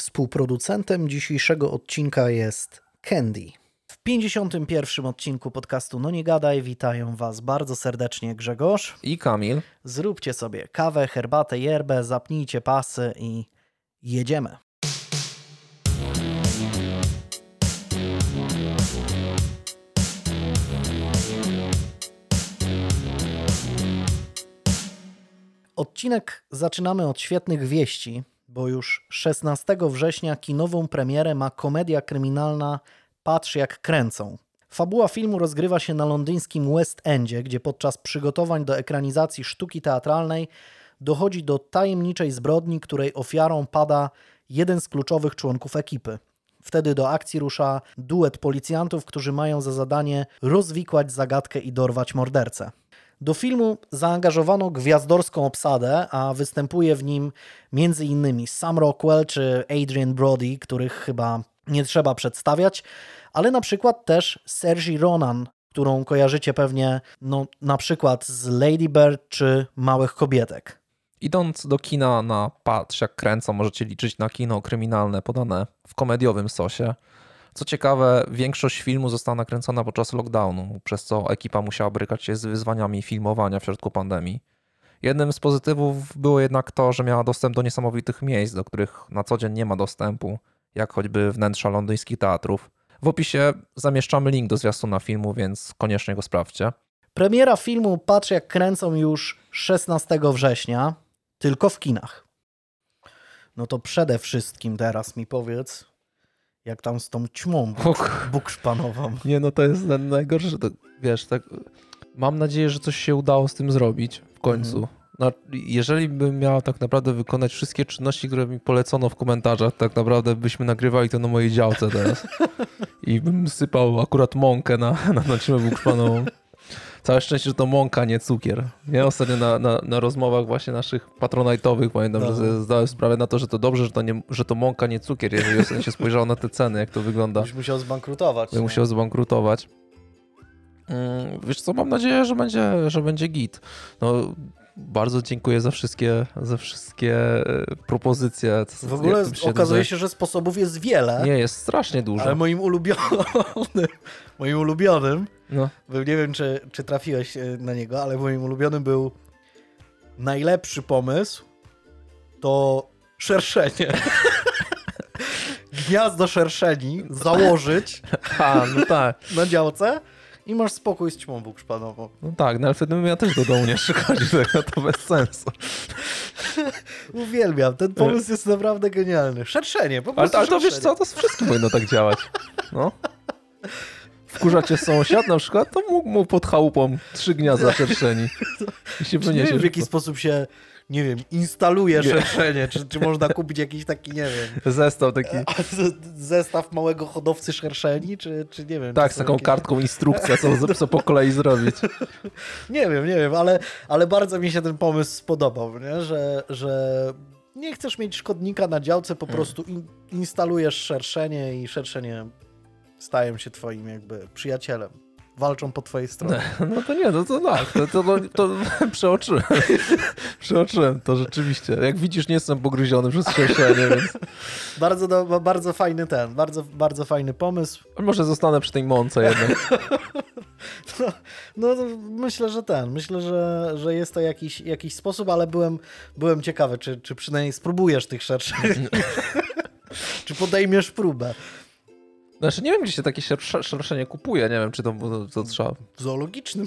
Współproducentem dzisiejszego odcinka jest Candy. W 51. odcinku podcastu No Nie Gadaj witają Was bardzo serdecznie Grzegorz i Kamil. Zróbcie sobie kawę, herbatę, yerbę, zapnijcie pasy i jedziemy. Odcinek zaczynamy od świetnych wieści, bo już 16 września kinową premierę ma komedia kryminalna Patrz jak kręcą. Fabuła filmu rozgrywa się na londyńskim West Endzie, gdzie podczas przygotowań do ekranizacji sztuki teatralnej dochodzi do tajemniczej zbrodni, której ofiarą pada jeden z kluczowych członków ekipy. Wtedy do akcji rusza duet policjantów, którzy mają za zadanie rozwikłać zagadkę i dorwać mordercę. Do filmu zaangażowano gwiazdorską obsadę, a występuje w nim m.in. Sam Rockwell czy Adrien Brody, których chyba nie trzeba przedstawiać, ale na przykład też Saoirse Ronan, którą kojarzycie pewnie na przykład z Lady Bird czy Małych Kobietek. Idąc do kina na Patrz jak kręcą, możecie liczyć na kino kryminalne podane w komediowym sosie. Co ciekawe, większość filmu została nakręcona podczas lockdownu, przez co ekipa musiała borykać się z wyzwaniami filmowania w środku pandemii. Jednym z pozytywów było jednak to, że miała dostęp do niesamowitych miejsc, do których na co dzień nie ma dostępu, jak choćby wnętrza londyńskich teatrów. W opisie zamieszczamy link do zwiastuna filmu, więc koniecznie go sprawdźcie. Premiera filmu Patrz jak kręcą już 16 września, tylko w kinach. No to przede wszystkim teraz mi powiedz, jak tam z tą ćmą bukszpanową. Nie, no to jest najgorsze, że to, wiesz, tak, mam nadzieję, że coś się udało z tym zrobić w końcu. No, jeżeli bym miał tak naprawdę wykonać wszystkie czynności, które mi polecono w komentarzach, tak naprawdę byśmy nagrywali to na mojej działce teraz. I bym sypał akurat mąkę na ćmę bukszpanową. Całe szczęście, że to mąka, nie cukier. Ja ostatnio na rozmowach właśnie naszych patronajtowych pamiętam, że zdałem sprawę na to, że to dobrze, że to mąka, nie cukier. Jeżeli ostatnio się spojrzało na te ceny, jak to wygląda. Byś musiał zbankrutować. Bym musiał zbankrutować. Wiesz co, mam nadzieję, że będzie git. No, bardzo dziękuję za wszystkie propozycje. W ogóle okazuje się, że sposobów jest wiele. Nie, jest strasznie dużo. Ale moim ulubionym, no. Nie wiem, czy trafiłeś na niego, ale moim ulubionym był najlepszy pomysł to szerszenie. Gniazdo szerszeni założyć no tak. na działce i masz spokój z ćmą bukszpanową. No tak, no ale wtedy bym ja też do domu nie przychodził, to bez sensu. Uwielbiam, ten pomysł jest naprawdę genialny. Szerszenie, po prostu ale to szerszenie. Wiesz co, to wszystko powinno tak działać. No. Wkurza cię sąsiad na przykład, to mógł mu pod chałupą 3 gniazda szerszeni. I się wyniesie. Nie wiem, w jaki sposób się, nie wiem, instaluje szerszenie, czy można kupić jakiś taki, nie wiem... Zestaw taki. Zestaw małego hodowcy szerszeni, czy nie wiem. Tak, z taką kartką instrukcja, co po kolei zrobić. Nie wiem, ale bardzo mi się ten pomysł spodobał, nie? Że nie chcesz mieć szkodnika na działce, po prostu instalujesz szerszenie i szerszenie stają się twoim jakby przyjacielem. Walczą po twojej stronie. No to nie, to tak, to przeoczyłem. Przeoczyłem to rzeczywiście. Jak widzisz, nie jestem pogryziony przez szerszenie, więc... Bardzo fajny bardzo fajny pomysł. Może zostanę przy tej mące jednak. No myślę, że jest to jakiś sposób, ale byłem ciekawy, czy przynajmniej spróbujesz tych szerszeni. Czy podejmiesz próbę. Znaczy nie wiem, gdzie się takie szerszenie kupuje, nie wiem, czy to trzeba... W zoologicznym.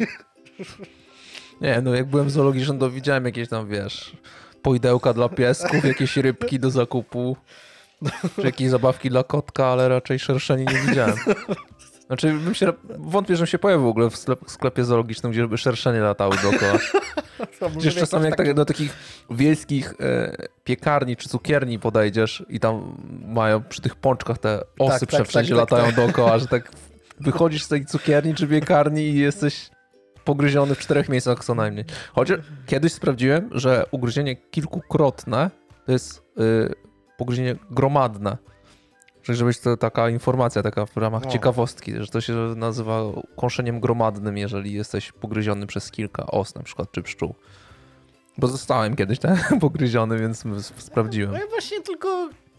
Nie, no jak byłem w zoologicznym, to widziałem jakieś tam, wiesz, pojdełka dla piesków, jakieś rybki do zakupu, czy jakieś zabawki dla kotka, ale raczej szerszeni nie widziałem. Znaczy wątpię, że się pojawił w ogóle w sklepie zoologicznym, gdzie by szerszenie latały dookoła. Przecież czasami jak do takich wiejskich piekarni czy cukierni podejdziesz i tam mają przy tych pączkach te osy wszędzie latają dookoła, że tak wychodzisz z tej cukierni czy piekarni i jesteś pogryziony w 4 miejscach co najmniej. Chociaż kiedyś sprawdziłem, że ugryzienie kilkukrotne to jest pogryzienie gromadne. Żeby to taka informacja, taka w ramach ciekawostki, że to się nazywa kąszeniem gromadnym, jeżeli jesteś pogryziony przez kilka os na przykład, czy pszczół. Bo zostałem kiedyś pogryziony, więc sprawdziłem. No ja właśnie tylko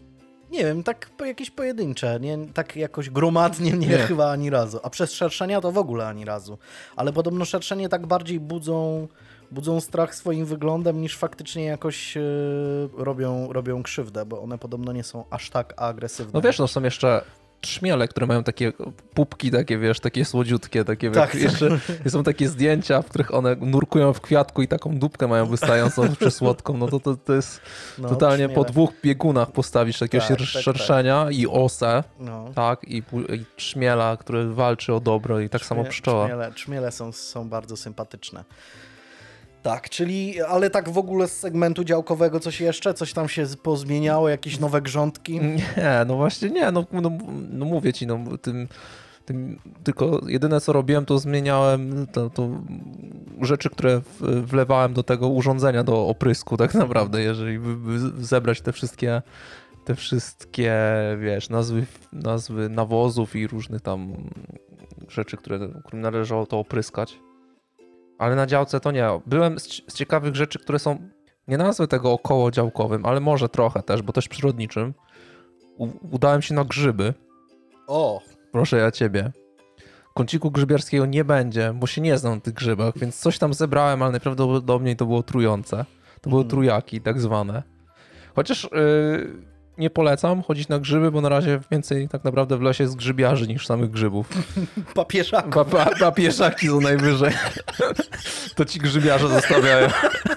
Nie wiem, tak jakieś pojedyncze, nie, tak jakoś gromadnie nie chyba ani razu. A przez szerszenia to w ogóle ani razu. Ale podobno szerszenie tak bardziej budzą strach swoim wyglądem, niż faktycznie jakoś robią krzywdę, bo one podobno nie są aż tak agresywne. No wiesz, no są jeszcze trzmiele, które mają takie pupki, takie wiesz, takie słodziutkie, takie tak, jeszcze są takie zdjęcia, w których one nurkują w kwiatku i taką dupkę mają wystającą czy słodką, no to jest totalnie trzmiele. Po 2 biegunach postawisz jakiegoś szerszenia i osę, tak, i trzmiela, który walczy o dobro i tak samo pszczoła. Trzmiele są bardzo sympatyczne. Tak, ale tak w ogóle z segmentu działkowego coś tam się pozmieniało, jakieś nowe grządki? Nie, no właśnie nie, no mówię ci, no tylko jedyne co robiłem, to zmieniałem to rzeczy, które wlewałem do tego urządzenia do oprysku tak naprawdę, jeżeli zebrać te wszystkie, wiesz, nazwy nawozów i różnych tam rzeczy, którym należało to opryskać. Ale na działce to nie. Byłem z ciekawych rzeczy, które są, nie nazwę tego około działkowym, ale może trochę też, bo też przyrodniczym. Udałem się na grzyby. O! Proszę ja ciebie. Kąciku grzybiarskiego nie będzie, bo się nie znam na tych grzybach, więc coś tam zebrałem, ale najprawdopodobniej to było trujące. To były trujaki tak zwane. Chociaż nie polecam chodzić na grzyby, bo na razie więcej tak naprawdę w lesie jest grzybiarzy niż samych grzybów. Papieżaków. Papieżaki są najwyżej. To ci grzybiarze zostawiają.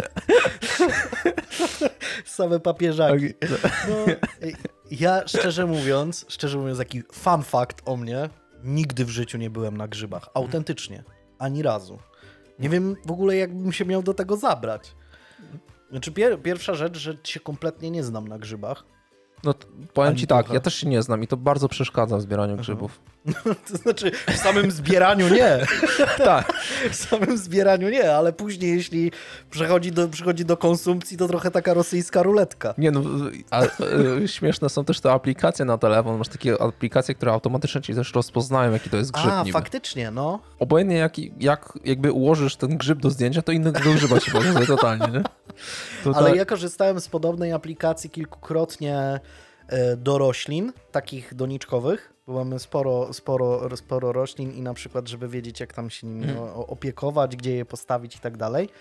Same papieżaki. No, ja szczerze mówiąc, taki fun fact o mnie, nigdy w życiu nie byłem na grzybach. Autentycznie. Ani razu. Nie wiem w ogóle, jakbym się miał do tego zabrać. Znaczy pierwsza rzecz, że się kompletnie nie znam na grzybach. No powiem ci tak, ja też się nie znam i to bardzo przeszkadza w zbieraniu grzybów. To znaczy w samym zbieraniu nie. Tak. W samym zbieraniu nie, ale później jeśli przychodzi do konsumpcji, to trochę taka rosyjska ruletka. Nie no, śmieszne są też te aplikacje na telefon. Masz takie aplikacje, które automatycznie ci też rozpoznają, jaki to jest grzyb. Faktycznie, no. Obojętnie jakby ułożysz ten grzyb do zdjęcia, to innego grzyba ci pokazuje totalnie, nie? Ale ja korzystałem z podobnej aplikacji kilkukrotnie do roślin, takich doniczkowych, bo mamy sporo roślin i na przykład, żeby wiedzieć, jak tam się nimi opiekować, gdzie je postawić i tak dalej,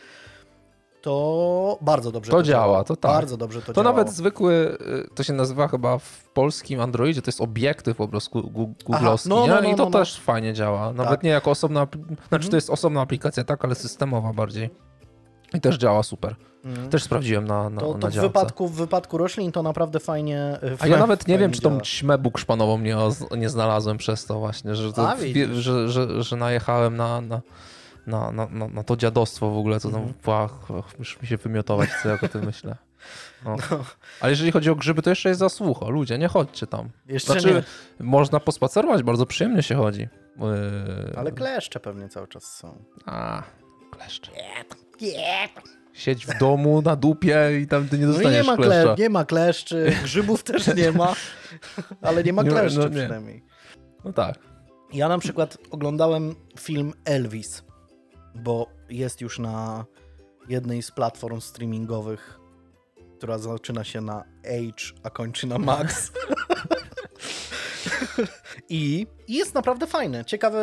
to bardzo dobrze to działa. To tak. Bardzo dobrze to działało. Nawet zwykły, to się nazywa chyba w polskim Androidzie, to jest obiektyw po prostu googlowski, i to też fajnie działa. Nawet nie jako osobna, to jest osobna aplikacja, tak, ale systemowa bardziej. I też działa super. Też sprawdziłem na działce. W wypadku roślin to naprawdę fajnie. A ja nawet nie wiem, czy tą ćmę bukszpanową nie znalazłem przez to właśnie, że najechałem na to dziadostwo w ogóle, co tam już mi się wymiotować, co jak o tym myślę. No. Ale jeżeli chodzi o grzyby, to jeszcze jest za sucho. Ludzie, nie chodźcie tam. Nie. Można pospacerować, bardzo przyjemnie się chodzi. Ale kleszcze pewnie cały czas są. Kleszcze. Siedź w domu na dupie i tam ty nie dostaniesz nie ma kleszczy, grzybów też nie ma, ale nie ma kleszczy przynajmniej. No tak. Ja na przykład oglądałem film Elvis, bo jest już na jednej z platform streamingowych, która zaczyna się na H, a kończy na Max. I jest naprawdę fajny,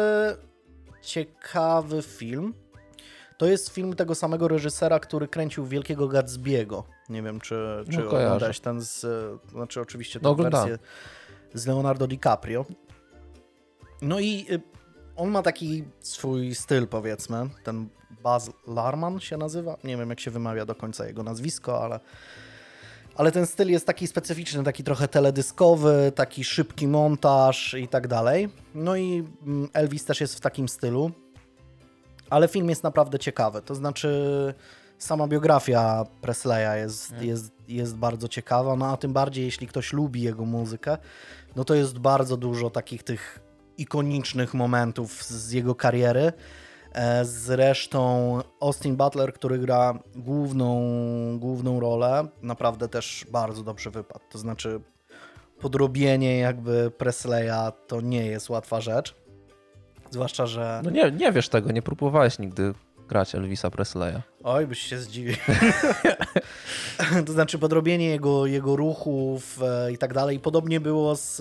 ciekawy film. To jest film tego samego reżysera, który kręcił Wielkiego Gatsby'ego. Nie wiem, czy oglądałeś ten znaczy oczywiście tę wersję z Leonardo DiCaprio. No i on ma taki swój styl, powiedzmy. Ten Baz Luhrmann się nazywa. Nie wiem, jak się wymawia do końca jego nazwisko, ale ten styl jest taki specyficzny, taki trochę teledyskowy, taki szybki montaż i tak dalej. No i Elvis też jest w takim stylu. Ale film jest naprawdę ciekawy, to znaczy sama biografia Presleya jest bardzo ciekawa, no a tym bardziej jeśli ktoś lubi jego muzykę, no to jest bardzo dużo takich tych ikonicznych momentów z jego kariery. Zresztą Austin Butler, który gra główną rolę, naprawdę też bardzo dobrze wypadł, to znaczy podrobienie jakby Presleya to nie jest łatwa rzecz. Zwłaszcza, że... No nie wiesz tego, nie próbowałeś nigdy grać Elvisa Presleya. Oj, byś się zdziwił. To znaczy podrobienie jego ruchów i tak dalej. Podobnie było z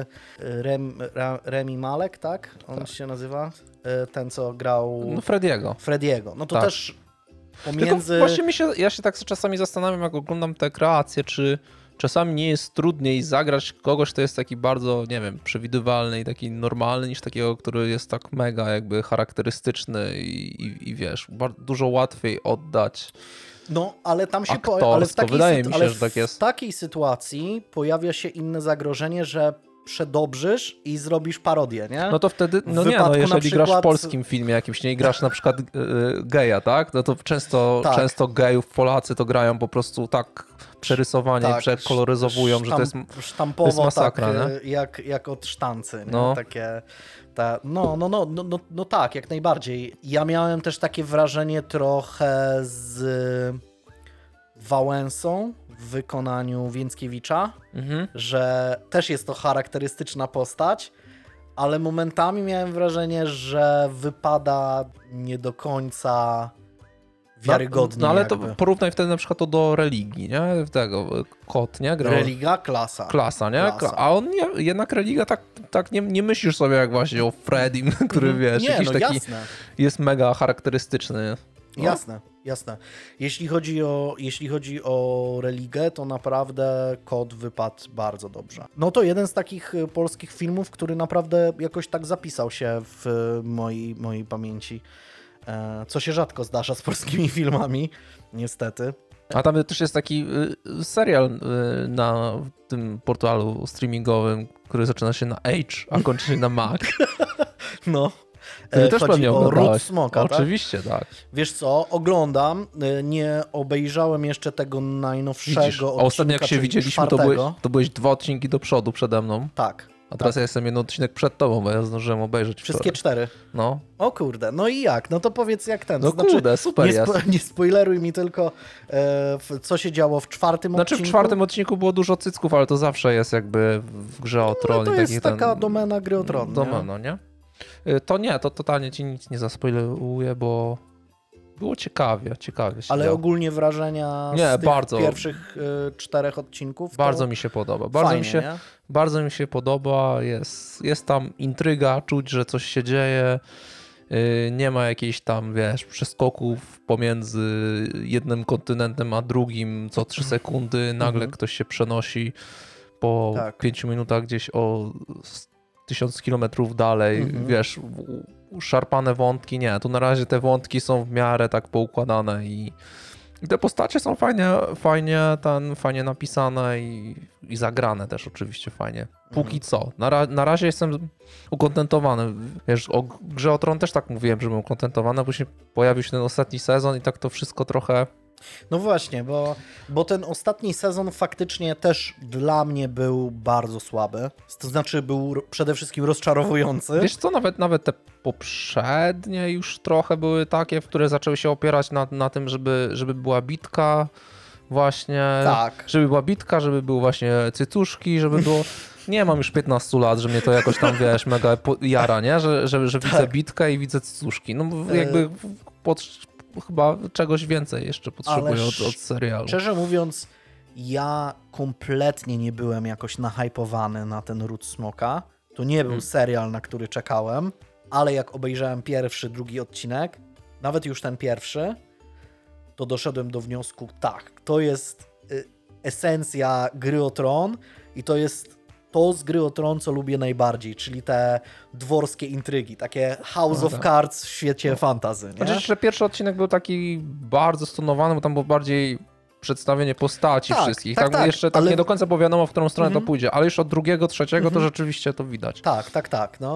Rami Malek, tak? On się nazywa? Ten, co grał... No Frediego. No to tak. też pomiędzy... Tylko właśnie ja się tak czasami zastanawiam, jak oglądam te kreacje, czy czasami nie jest trudniej zagrać kogoś, kto jest taki bardzo, nie wiem, przewidywalny i taki normalny, niż takiego, który jest tak mega jakby charakterystyczny i wiesz, dużo łatwiej oddać. No, ale tam się ale wydaje mi się, że tak jest. W takiej sytuacji pojawia się inne zagrożenie, że przedobrzysz i zrobisz parodię, nie? No to wtedy, jeżeli grasz w polskim filmie jakimś, nie, i grasz na przykład geja, tak? No to często gejów Polacy to grają po prostu tak przerysowanie i przekoloryzowują, że to jest masakra, tak, nie? Jak od sztancy, nie? No. Takie... No tak, jak najbardziej. Ja miałem też takie wrażenie trochę z Wałęsą w wykonaniu Więckiewicza, że też jest to charakterystyczna postać, ale momentami miałem wrażenie, że wypada nie do końca wiarygodnie. No ale jakby. to porównaj wtedy na przykład to do religii, nie? Tego, Kot, nie? Grał... Religa, klasa. Klasa, nie? Klasa. A on jednak religia tak nie myślisz sobie jak właśnie o Fredim, który wiesz, jakiś taki jasne. jest mega charakterystyczny. No. Jasne. Jeśli chodzi o religę, to naprawdę Kot wypadł bardzo dobrze. No to jeden z takich polskich filmów, który naprawdę jakoś tak zapisał się w mojej pamięci. Co się rzadko zdarza z polskimi filmami, niestety. A tam też jest taki serial na tym portalu streamingowym, który zaczyna się na H, a kończy się na Mac. No. Też pewnie o Ród Smoka, oczywiście, tak? Wiesz co, oglądam, nie obejrzałem jeszcze tego najnowszego odcinka, a ostatnio jak się widzieliśmy, to byłeś 2 odcinki do przodu przede mną. Tak. A teraz ja jestem jeden odcinek przed tobą, bo ja zdążyłem obejrzeć wszystkie 4. No. O kurde, no i jak? No to powiedz jak ten. No znaczy, kurde, super jest. Nie spoileruj mi tylko, co się działo w 4. odcinku. Znaczy w 4. odcinku było dużo cycków, ale to zawsze jest jakby w Grze o Tron. No to jest taka domena Gry o Tron. Domena, nie? To totalnie ci nic nie zaspoileruję, bo było ciekawie ale działo. Ogólnie wrażenia z tych pierwszych 4 odcinków? Bardzo mi się podoba. Bardzo mi się podoba. Jest tam intryga, czuć, że coś się dzieje. Nie ma jakichś tam, wiesz, przeskoków pomiędzy jednym kontynentem a drugim co 3 sekundy. Nagle ktoś się przenosi po 5 minutach gdzieś o 1000 kilometrów dalej. Wiesz, szarpane wątki. Nie, tu na razie te wątki są w miarę tak poukładane i te postacie są fajnie napisane i zagrane też oczywiście fajnie. Póki co. Na razie jestem ukontentowany. Wiesz, o Grze o Tron też tak mówiłem, że byłem ukontentowany, a później pojawił się ten ostatni sezon i tak to wszystko trochę... No właśnie, bo ten ostatni sezon faktycznie też dla mnie był bardzo słaby. To znaczy był przede wszystkim rozczarowujący. Wiesz co, nawet te poprzednie już trochę były takie, w które zaczęły się opierać na tym, żeby była bitka właśnie. Tak. Żeby była bitka, żeby były właśnie cycuszki, żeby było... Nie mam już 15 lat, że mnie to jakoś tam, wiesz, mega jara, nie? Że widzę bitkę i widzę cycuszki. No jakby chyba czegoś więcej jeszcze potrzebuję od serialu. Szczerze mówiąc, ja kompletnie nie byłem jakoś nahypowany na ten Ród Smoka. To nie był serial, na który czekałem, ale jak obejrzałem pierwszy, drugi odcinek, nawet już ten pierwszy, to doszedłem do wniosku, tak, to jest esencja Gry o Tron i to jest to z Gry o Tron, co lubię najbardziej, czyli te dworskie intrygi, takie House of Cards w świecie fantasy. Nie? Znaczy, że pierwszy odcinek był taki bardzo stonowany, bo tam było bardziej przedstawienie postaci wszystkich. Tak, jeszcze ale... nie do końca było wiadomo, w którą stronę to pójdzie, ale już od drugiego, trzeciego to rzeczywiście to widać. Tak. No.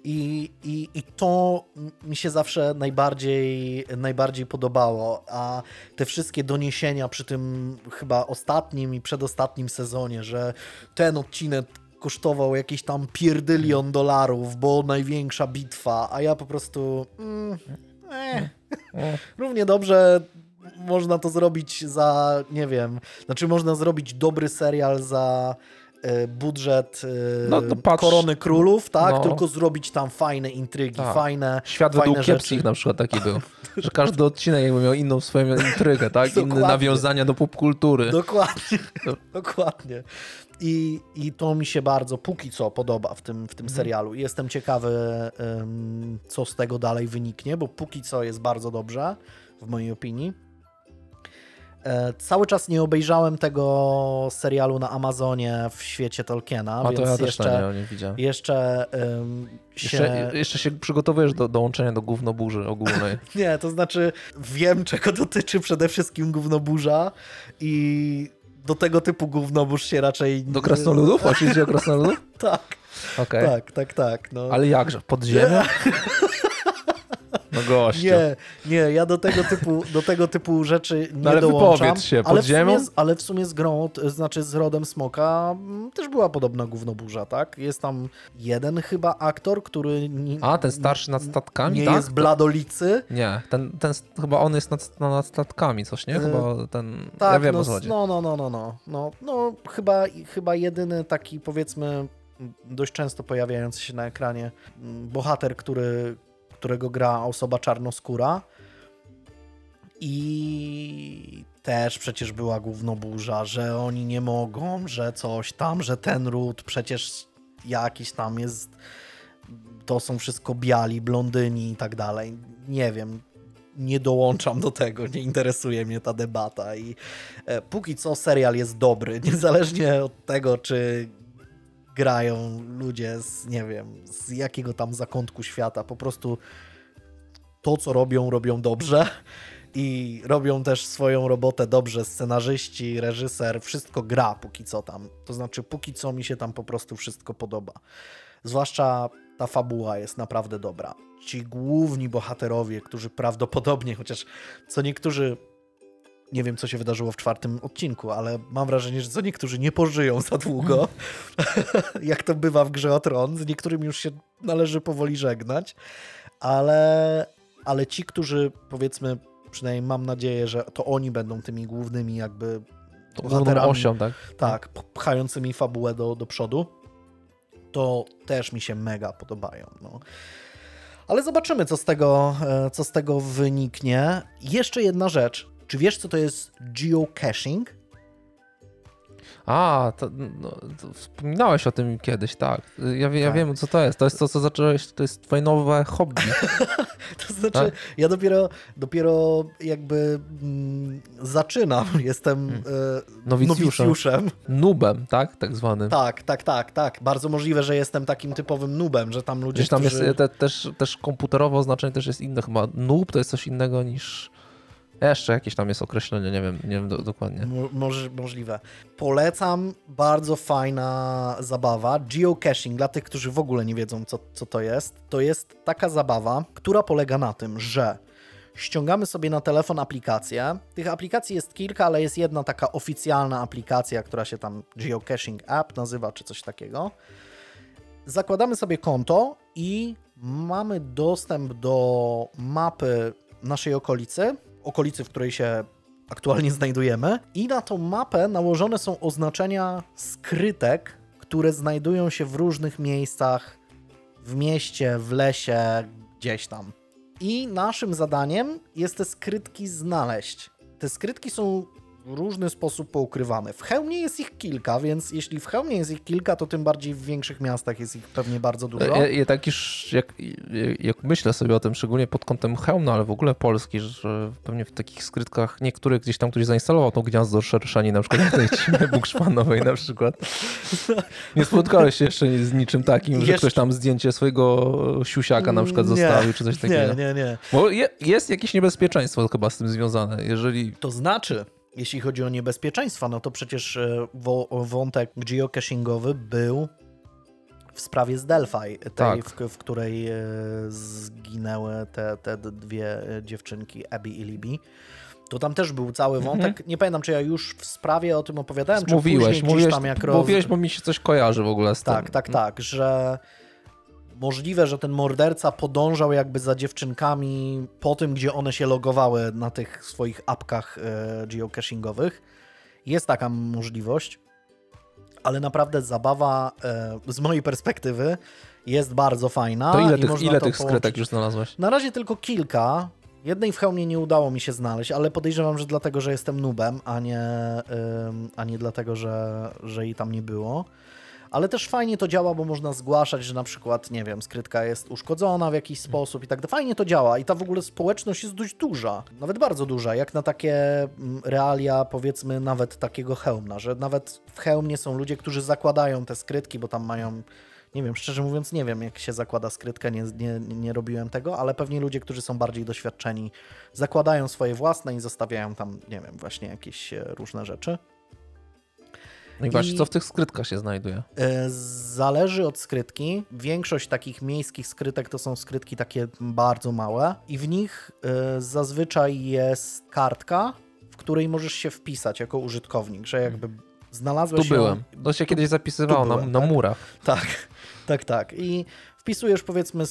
I to mi się zawsze najbardziej podobało, a te wszystkie doniesienia przy tym chyba ostatnim i przedostatnim sezonie, że ten odcinek kosztował jakieś tam $1 billion, bo największa bitwa, a ja po prostu równie dobrze można to zrobić za, nie wiem, znaczy można zrobić dobry serial za budżet No to patrz, Korony Królów, tak? no. Tylko zrobić tam fajne intrygi, Tak. fajne Świat fajne według kiepskich rzeczy. na przykład taki był. Że każdy odcinek jakby miał inną swoją intrygę, tak? Inne Dokładnie. nawiązania do popkultury. Dokładnie, No. dokładnie. I to mi się bardzo póki co podoba w tym serialu. Jestem ciekawy, co z tego dalej wyniknie, bo póki co jest bardzo dobrze, w mojej opinii. Cały czas nie obejrzałem tego serialu na Amazonie w świecie Tolkiena, A to więc ja też jeszcze, nie widziałem. jeszcze Jeszcze się przygotowujesz do dołączenia do gównoburzy ogólnej. Nie, to znaczy wiem, czego dotyczy przede wszystkim gównoburza i do tego typu gównobórz się raczej... Do krasnoludów? Oczywiście o krasnoludów? Tak, Okej. tak. No. Ale jakże? Pod ziemią? No gościu. Nie, ja do tego typu rzeczy nie ale dołączam. wypowiedz się, pod ale ziemią? Ale w sumie z grą, znaczy z Rodem Smoka też była podobna gównoburza, tak? Jest tam jeden chyba aktor, który... A, ten starszy nad statkami, nie tak? jest bladolicy. Nie, ten chyba on jest nad statkami, coś, nie? Chyba ten... Tak, ja wiem, no, o co chodzi. no, chyba jedyny taki, powiedzmy, dość często pojawiający się na ekranie bohater, którego gra osoba czarnoskóra. I też przecież była gównoburza, że oni nie mogą, że coś tam, że ten ród przecież jakiś tam jest, to są wszystko biali, blondyni i tak dalej. Nie wiem, nie dołączam do tego, nie interesuje mnie ta debata i póki co serial jest dobry, niezależnie od tego, czy grają ludzie z, nie wiem, z jakiego tam zakątku świata, po prostu to, co robią dobrze i robią też swoją robotę dobrze, scenarzyści, reżyser, wszystko gra póki co tam, to znaczy póki co mi się tam po prostu wszystko podoba. Zwłaszcza ta fabuła jest naprawdę dobra. Ci główni bohaterowie, którzy prawdopodobnie, chociaż co niektórzy, nie wiem co się wydarzyło w 4. odcinku, ale mam wrażenie, że co niektórzy nie pożyją za długo, jak to bywa w Grze o Tron, z niektórymi już się należy powoli żegnać, ale ci, którzy powiedzmy, przynajmniej mam nadzieję, że to oni będą tymi głównymi jakby Główną osią, tak? Tak, pchającymi fabułę do przodu, to też mi się mega podobają. No. Ale zobaczymy, co z tego wyniknie. Jeszcze jedna rzecz. Czy wiesz, co to jest geocaching? A, to wspominałeś o tym kiedyś, tak. Ja wiem, co to jest. To jest to, co zacząłeś, to jest twoje nowe hobby. To znaczy, tak? ja dopiero jakby zaczynam. Jestem nowicjuszem. Nubem, tak? Tak zwanym. Tak. Bardzo możliwe, że jestem takim typowym nubem, że tam ludzie, Gdzieś tam którzy... jest też komputerowo oznaczenie też jest inne chyba. Noob to jest coś innego niż... Jeszcze jakieś tam jest określenie, nie wiem dokładnie. Możliwe. Polecam, bardzo fajna zabawa. Geocaching, dla tych, którzy w ogóle nie wiedzą, co to jest taka zabawa, która polega na tym, że ściągamy sobie na telefon aplikację. Tych aplikacji jest kilka, ale jest jedna taka oficjalna aplikacja, która się tam Geocaching App nazywa, czy coś takiego. Zakładamy sobie konto i mamy dostęp do mapy naszej okolicy, w której się aktualnie znajdujemy, i na tą mapę nałożone są oznaczenia skrytek, które znajdują się w różnych miejscach, w mieście, w lesie, gdzieś tam. I naszym zadaniem jest te skrytki znaleźć. Te skrytki są w różny sposób poukrywane. W Chełmie jest ich kilka, więc jeśli w Chełmie jest ich kilka, to tym bardziej w większych miastach jest ich pewnie bardzo dużo. Ja tak już, jak myślę sobie o tym, szczególnie pod kątem Chełmna, ale w ogóle Polski, że pewnie w takich skrytkach niektórych gdzieś tam ktoś zainstalował to gniazdo szerszeni, na przykład w tej Cimy Bukszmanowej na przykład. Nie spotkałeś się jeszcze z niczym takim, że ktoś tam zdjęcie swojego siusiaka na przykład zostawił, czy coś takiego? Nie. Bo jest jakieś niebezpieczeństwo chyba z tym związane, jeżeli... To znaczy... Jeśli chodzi o niebezpieczeństwa, no to przecież wątek geocachingowy był w sprawie z Delphi, tej, w której zginęły te dwie dziewczynki, Abby i Libby. To tam też był cały wątek. Nie pamiętam, czy ja już w sprawie o tym opowiadałem, czy mówiłeś, tam jak mówiłeś, bo mi się coś kojarzy w ogóle z tym. Tak, że możliwe, że ten morderca podążał jakby za dziewczynkami po tym, gdzie one się logowały na tych swoich apkach geocachingowych. Jest taka możliwość, ale naprawdę zabawa z mojej perspektywy jest bardzo fajna. To ile tych skrytek już znalazłeś? Na razie tylko kilka. Jednej w hełmie nie udało mi się znaleźć, ale podejrzewam, że dlatego, że jestem noobem, a nie dlatego, że jej tam nie było. Ale też fajnie to działa, bo można zgłaszać, że na przykład, nie wiem, skrytka jest uszkodzona w jakiś sposób i tak dalej. Fajnie to działa i ta w ogóle społeczność jest dość duża, nawet bardzo duża, jak na takie realia, powiedzmy, nawet takiego hełmna, że nawet w hełmie są ludzie, którzy zakładają te skrytki, bo tam mają, nie wiem, szczerze mówiąc, nie wiem, jak się zakłada skrytkę, nie robiłem tego, ale pewnie ludzie, którzy są bardziej doświadczeni, zakładają swoje własne i zostawiają tam, nie wiem, właśnie jakieś różne rzeczy. No i właśnie, co w tych skrytkach się znajduje? Zależy od skrytki. Większość takich miejskich skrytek to są skrytki takie bardzo małe i w nich zazwyczaj jest kartka, w której możesz się wpisać jako użytkownik, że jakby znalazłeś Tu byłem. To się kiedyś zapisywało na murach. Tak. I wpisujesz, powiedzmy,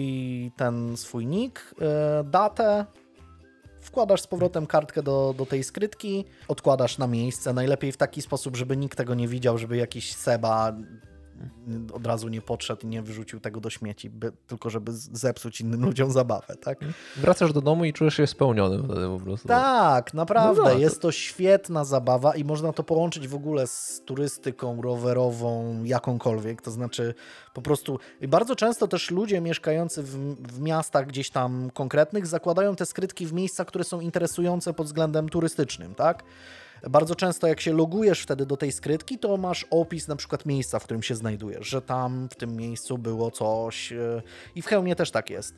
swój nick, datę, wkładasz z powrotem kartkę do tej skrytki, odkładasz na miejsce, najlepiej w taki sposób, żeby nikt tego nie widział, żeby jakiś Seba od razu nie podszedł i nie wyrzucił tego do śmieci, tylko żeby zepsuć innym ludziom zabawę, tak? Wracasz do domu i czujesz się spełniony wtedy po prostu. Tak, naprawdę. Jest to świetna zabawa i można to połączyć w ogóle z turystyką rowerową, jakąkolwiek, to znaczy po prostu bardzo często też ludzie mieszkający w miastach gdzieś tam konkretnych zakładają te skrytki w miejscach, które są interesujące pod względem turystycznym, tak? Bardzo często jak się logujesz wtedy do tej skrytki, to masz opis na przykład miejsca, w którym się znajdujesz, że tam w tym miejscu było coś i w hełmie też tak jest,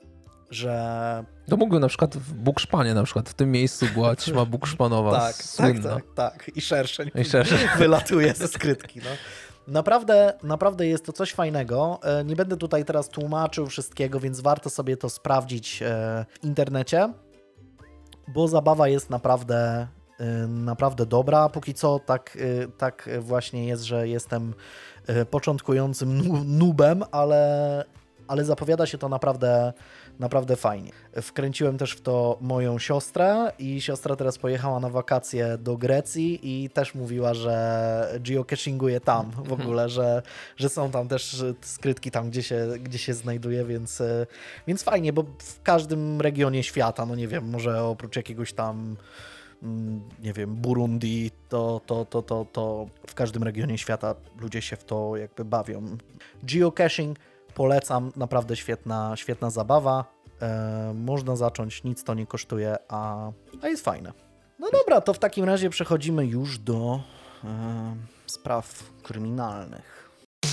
że... To mógłby na przykład w Bukszpanie na przykład, w tym miejscu była ćma bukszpanowa słynna. Tak. I szerszeń szerszeń wylatuje ze skrytki, no. Naprawdę jest to coś fajnego. Nie będę tutaj teraz tłumaczył wszystkiego, więc warto sobie to sprawdzić w internecie, bo zabawa jest naprawdę dobra. Póki co tak właśnie jest, że jestem początkującym noobem, ale zapowiada się to naprawdę fajnie. Wkręciłem też w to moją siostrę i siostra teraz pojechała na wakacje do Grecji i też mówiła, że geocachinguje tam w ogóle, że są tam też skrytki tam, gdzie się znajduje, więc fajnie, bo w każdym regionie świata, no nie wiem, może oprócz jakiegoś tam nie wiem, Burundi, to w każdym regionie świata ludzie się w to jakby bawią. Geocaching polecam, naprawdę świetna zabawa. Można zacząć, nic to nie kosztuje, a jest fajne. No dobra, to w takim razie przechodzimy już do spraw kryminalnych.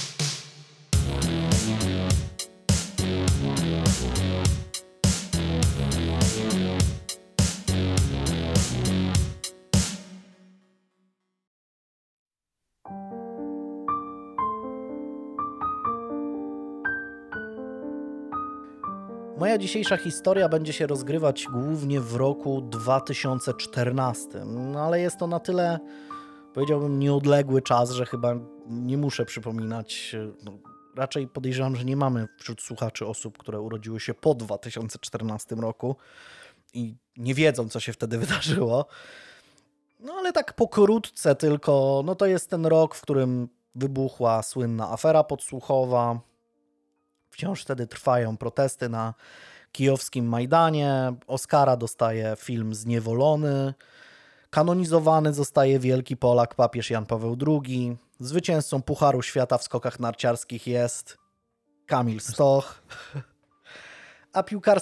Moja dzisiejsza historia będzie się rozgrywać głównie w roku 2014, no ale jest to na tyle, powiedziałbym, nieodległy czas, że chyba nie muszę przypominać, no, raczej podejrzewam, że nie mamy wśród słuchaczy osób, które urodziły się po 2014 roku i nie wiedzą, co się wtedy wydarzyło. No ale tak pokrótce tylko, no to jest ten rok, w którym wybuchła słynna afera podsłuchowa. Wciąż wtedy trwają protesty na kijowskim Majdanie. Oscara dostaje film Zniewolony. Kanonizowany zostaje wielki Polak, papież Jan Paweł II. Zwycięzcą Pucharu Świata w skokach narciarskich jest Kamil Stoch. A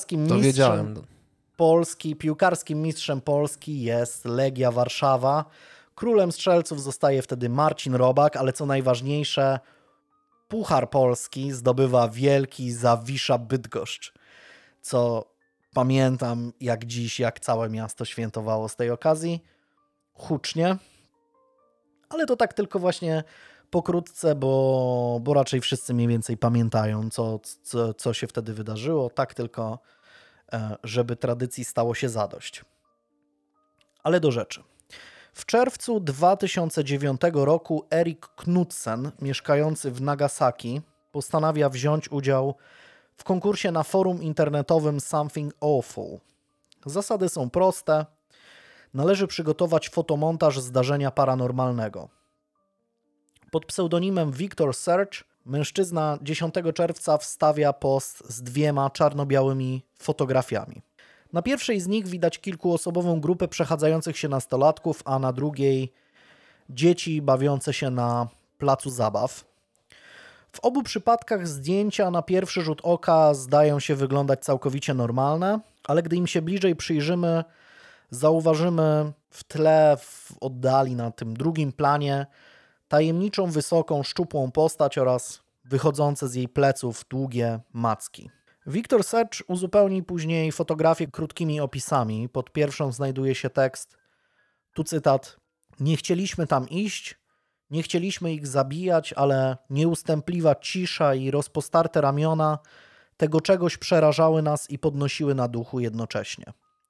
piłkarskim mistrzem Polski jest Legia Warszawa. Królem strzelców zostaje wtedy Marcin Robak, ale co najważniejsze, Puchar Polski zdobywa wielki Zawisza Bydgoszcz, co pamiętam jak dziś, jak całe miasto świętowało z tej okazji. Hucznie, ale to tak tylko właśnie pokrótce, bo raczej wszyscy mniej więcej pamiętają, co się wtedy wydarzyło, tak tylko, żeby tradycji stało się zadość. Ale do rzeczy. W czerwcu 2009 roku Erik Knudsen, mieszkający w Nagasaki, postanawia wziąć udział w konkursie na forum internetowym Something Awful. Zasady są proste. Należy przygotować fotomontaż zdarzenia paranormalnego. Pod pseudonimem Victor Search mężczyzna 10 czerwca wstawia post z 2 czarno-białymi fotografiami. Na pierwszej z nich widać kilkuosobową grupę przechadzających się nastolatków, a na drugiej dzieci bawiące się na placu zabaw. W obu przypadkach zdjęcia na pierwszy rzut oka zdają się wyglądać całkowicie normalne, ale gdy im się bliżej przyjrzymy, zauważymy w tle, w oddali na tym drugim planie tajemniczą, wysoką, szczupłą postać oraz wychodzące z jej pleców długie macki. Victor Search uzupełni później fotografię krótkimi opisami. Pod pierwszą znajduje się tekst, tu cytat: nie chcieliśmy tam iść, nie chcieliśmy ich zabijać, ale nieustępliwa cisza i rozpostarte ramiona tego czegoś przerażały nas i podnosiły na duchu jednocześnie.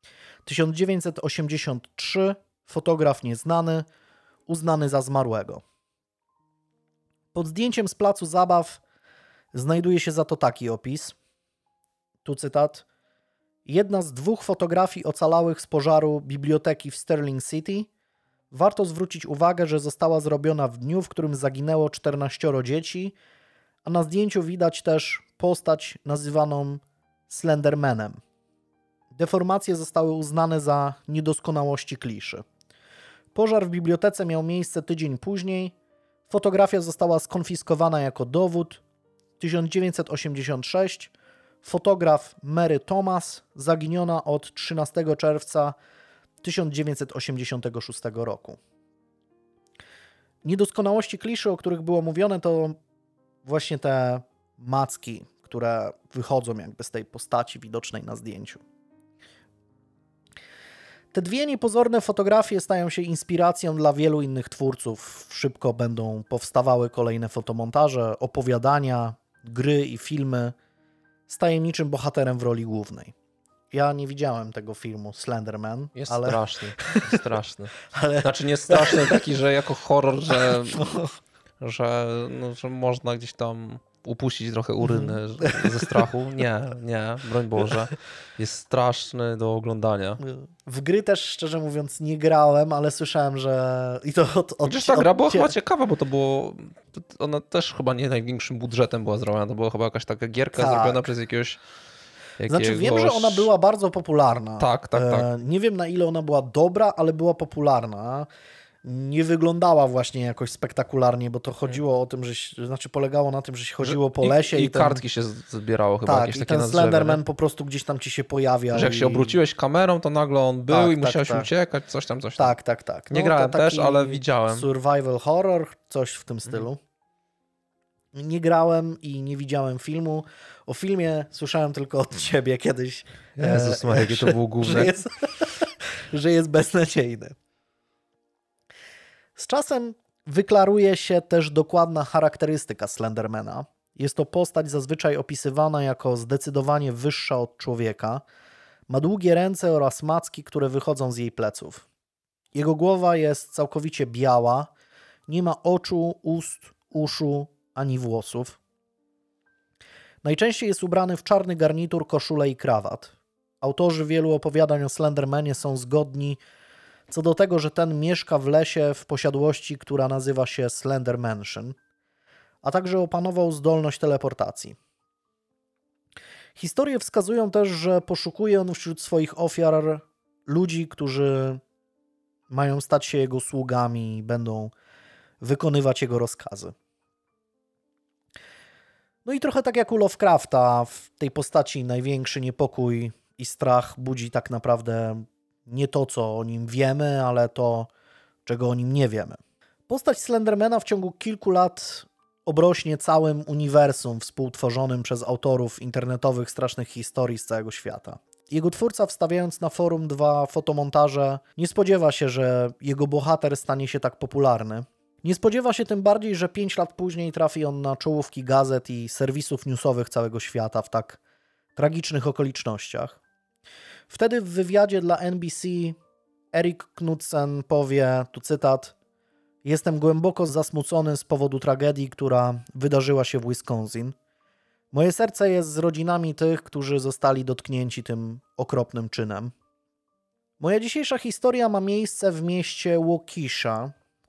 1983, fotograf nieznany, uznany za zmarłego. Pod zdjęciem z placu zabaw znajduje się za to taki opis. Tu cytat. Jedna z 2 fotografii ocalałych z pożaru biblioteki w Sterling City. Warto zwrócić uwagę, że została zrobiona w dniu, w którym zaginęło 14 dzieci, a na zdjęciu widać też postać nazywaną Slendermanem. Deformacje zostały uznane za niedoskonałości kliszy. Pożar w bibliotece miał miejsce tydzień później. Fotografia została skonfiskowana jako dowód. 1986. Fotograf Mary Thomas, zaginiona od 13 czerwca 1986 roku. Niedoskonałości kliszy, o których było mówione, to właśnie te macki, które wychodzą jakby z tej postaci widocznej na zdjęciu. Te 2 niepozorne fotografie stają się inspiracją dla wielu innych twórców. Szybko będą powstawały kolejne fotomontaże, opowiadania, gry i filmy z tajemniczym bohaterem w roli głównej. Ja nie widziałem tego filmu Slenderman. Jest ale... straszny, jest straszny. Ale... Znaczy nie straszny taki, że jako horror, że można gdzieś tam upuścić trochę uryny ze strachu. Nie, broń Boże. Jest straszny do oglądania. W gry też, szczerze mówiąc, nie grałem, ale słyszałem, że... I to ta gra była chyba ciekawa, bo to było... Ona też chyba nie największym budżetem była zrobiona. To była chyba jakaś taka gierka zrobiona przez jakiegoś... Znaczy wiem, że ona była bardzo popularna. Tak. Nie wiem, na ile ona była dobra, ale była popularna. Nie wyglądała właśnie jakoś spektakularnie, bo to chodziło o tym, że polegało na tym, że się chodziło po lesie i kartki się zbierało chyba jakieś takie na drzewie. Tak, i ten Slenderman po prostu gdzieś tam ci się pojawia. Że jak się obróciłeś kamerą, to nagle on był i musiałeś uciekać, coś tam. Tak. No, nie grałem też, ale widziałem. Survival horror, coś w tym stylu. Nie grałem i nie widziałem filmu. O filmie słyszałem tylko od ciebie kiedyś. Jezus Maria, jakie to było główne. Że jest beznadziejny. Z czasem wyklaruje się też dokładna charakterystyka Slendermana. Jest to postać zazwyczaj opisywana jako zdecydowanie wyższa od człowieka. Ma długie ręce oraz macki, które wychodzą z jej pleców. Jego głowa jest całkowicie biała. Nie ma oczu, ust, uszu ani włosów. Najczęściej jest ubrany w czarny garnitur, koszulę i krawat. Autorzy wielu opowiadań o Slendermanie są zgodni co do tego, że ten mieszka w lesie w posiadłości, która nazywa się Slender Mansion, a także opanował zdolność teleportacji. Historie wskazują też, że poszukuje on wśród swoich ofiar ludzi, którzy mają stać się jego sługami i będą wykonywać jego rozkazy. No i trochę tak jak u Lovecrafta, w tej postaci największy niepokój i strach budzi tak naprawdę nie to, co o nim wiemy, ale to, czego o nim nie wiemy. Postać Slendermana w ciągu kilku lat obrośnie całym uniwersum współtworzonym przez autorów internetowych strasznych historii z całego świata. Jego twórca, wstawiając na forum 2 fotomontaże, nie spodziewa się, że jego bohater stanie się tak popularny. Nie spodziewa się tym bardziej, że 5 lat później trafi on na czołówki gazet i serwisów newsowych całego świata w tak tragicznych okolicznościach. Wtedy w wywiadzie dla NBC Erik Knudsen powie, tu cytat: jestem głęboko zasmucony z powodu tragedii, która wydarzyła się w Wisconsin. Moje serce jest z rodzinami tych, którzy zostali dotknięci tym okropnym czynem. Moja dzisiejsza historia ma miejsce w mieście Waukesha,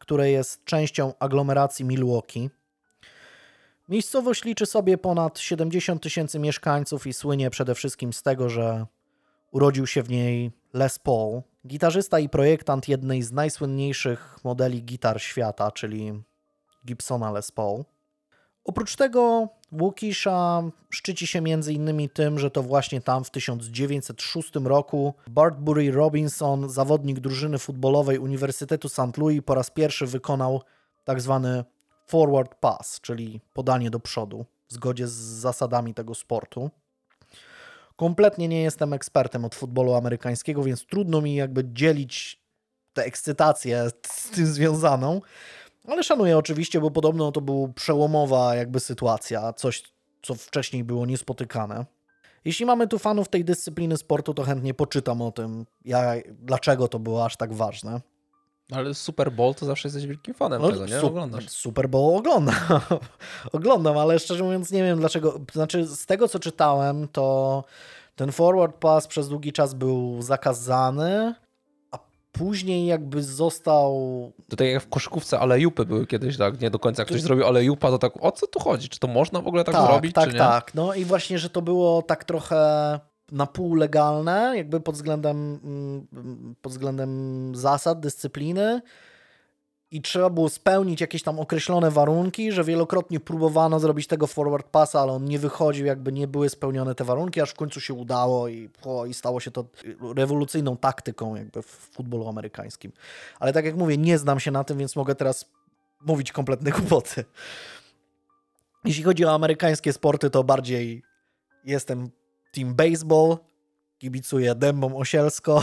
które jest częścią aglomeracji Milwaukee. Miejscowość liczy sobie ponad 70 000 mieszkańców i słynie przede wszystkim z tego, że urodził się w niej Les Paul, gitarzysta i projektant jednej z najsłynniejszych modeli gitar świata, czyli Gibsona Les Paul. Oprócz tego Waukesha szczyci się m.in. tym, że to właśnie tam w 1906 roku Bart Bury Robinson, zawodnik drużyny futbolowej Uniwersytetu St. Louis, po raz pierwszy wykonał tak zwany forward pass, czyli podanie do przodu, w zgodzie z zasadami tego sportu. Kompletnie nie jestem ekspertem od futbolu amerykańskiego, więc trudno mi jakby dzielić tę ekscytację z tym związaną, ale szanuję oczywiście, bo podobno to była przełomowa jakby sytuacja, coś, co wcześniej było niespotykane. Jeśli mamy tu fanów tej dyscypliny sportu, to chętnie poczytam o tym, dlaczego to było aż tak ważne. Ale Super Bowl to zawsze jesteś wielkim fanem tego, nie? Oglądasz. Super Bowl oglądam, ale szczerze mówiąc nie wiem dlaczego. To znaczy z tego co czytałem, to ten forward pass przez długi czas był zakazany, a później jakby został... To tak jak w koszykówce alejupy były kiedyś, tak? Nie do końca jak ktoś zrobił alejupa, to tak o co tu chodzi? Czy to można w ogóle tak zrobić, czy nie? Tak. No i właśnie, że to było tak trochę na pół legalne, jakby pod względem zasad, dyscypliny i trzeba było spełnić jakieś tam określone warunki, że wielokrotnie próbowano zrobić tego forward passa, ale on nie wychodził, jakby nie były spełnione te warunki, aż w końcu się udało i stało się to rewolucyjną taktyką jakby w futbolu amerykańskim. Ale tak jak mówię, nie znam się na tym, więc mogę teraz mówić kompletne głupoty. Jeśli chodzi o amerykańskie sporty, to bardziej jestem team baseball, kibicuję Dębom Osielsko,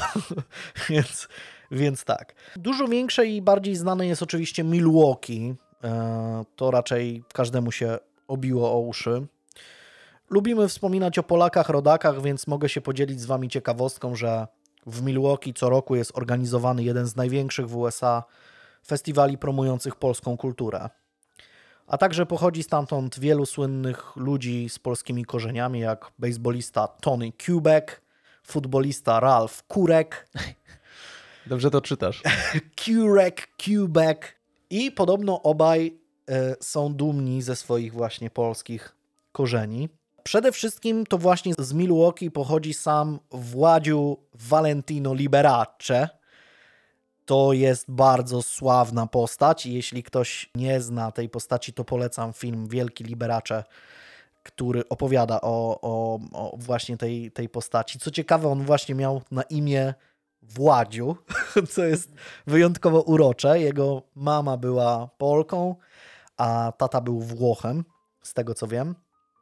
więc tak. Dużo większe i bardziej znane jest oczywiście Milwaukee. To raczej każdemu się obiło o uszy. Lubimy wspominać o Polakach, rodakach, więc mogę się podzielić z wami ciekawostką, że w Milwaukee co roku jest organizowany jeden z największych w USA festiwali promujących polską kulturę. A także pochodzi stamtąd wielu słynnych ludzi z polskimi korzeniami, jak baseballista Tony Kubek, futbolista Ralf Kurek. Dobrze to czytasz. Kubek. I podobno obaj są dumni ze swoich właśnie polskich korzeni. Przede wszystkim to właśnie z Milwaukee pochodzi sam Władziu Valentino Liberace. To jest bardzo sławna postać i jeśli ktoś nie zna tej postaci, to polecam film Wielki Liberace, który opowiada o właśnie tej postaci. Co ciekawe, on właśnie miał na imię Władziu, co jest wyjątkowo urocze. Jego mama była Polką, a tata był Włochem, z tego co wiem.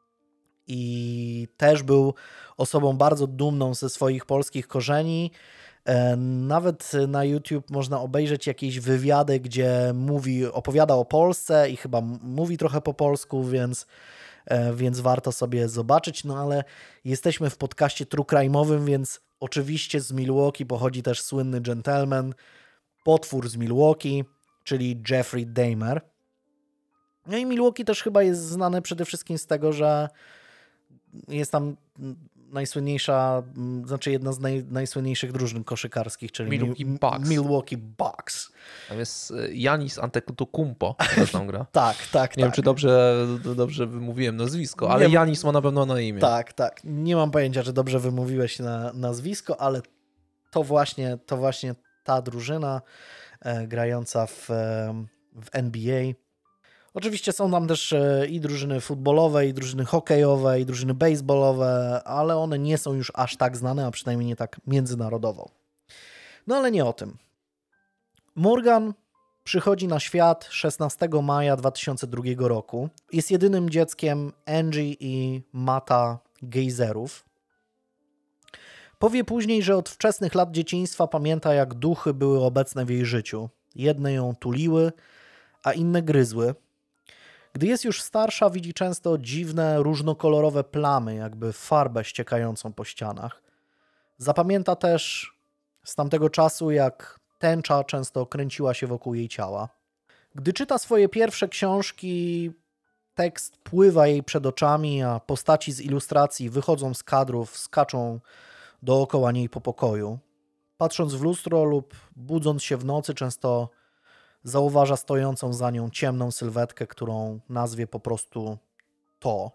I też był osobą bardzo dumną ze swoich polskich korzeni. Nawet na YouTube można obejrzeć jakieś wywiady, gdzie opowiada o Polsce i chyba mówi trochę po polsku, więc warto sobie zobaczyć. No ale jesteśmy w podcaście True Crime'owym, więc oczywiście z Milwaukee pochodzi też słynny gentleman, potwór z Milwaukee, czyli Jeffrey Dahmer. No i Milwaukee też chyba jest znane przede wszystkim z tego, że jest tam najsłynniejsza, znaczy jedna z najsłynniejszych drużyn koszykarskich, czyli Milwaukee Bucks. Tam jest Giannis Antetokounmpo, kto tam gra. Tak. Nie wiem, czy dobrze wymówiłem nazwisko, ale Giannis ma na pewno na imię. Tak. Nie mam pojęcia, czy dobrze wymówiłeś nazwisko, ale to właśnie ta drużyna grająca w NBA. Oczywiście są tam też i drużyny futbolowe, i drużyny hokejowe, i drużyny baseballowe, ale one nie są już aż tak znane, a przynajmniej nie tak międzynarodowo. No ale nie o tym. Morgan przychodzi na świat 16 maja 2002 roku. Jest jedynym dzieckiem Angie i Matta Gejzerów. Powie później, że od wczesnych lat dzieciństwa pamięta, jak duchy były obecne w jej życiu. Jedne ją tuliły, a inne gryzły. Gdy jest już starsza, widzi często dziwne, różnokolorowe plamy, jakby farbę ściekającą po ścianach. Zapamięta też z tamtego czasu, jak tęcza często kręciła się wokół jej ciała. Gdy czyta swoje pierwsze książki, tekst pływa jej przed oczami, a postaci z ilustracji wychodzą z kadrów, skaczą dookoła niej po pokoju. Patrząc w lustro lub budząc się w nocy, często zauważa stojącą za nią ciemną sylwetkę, którą nazwie po prostu to.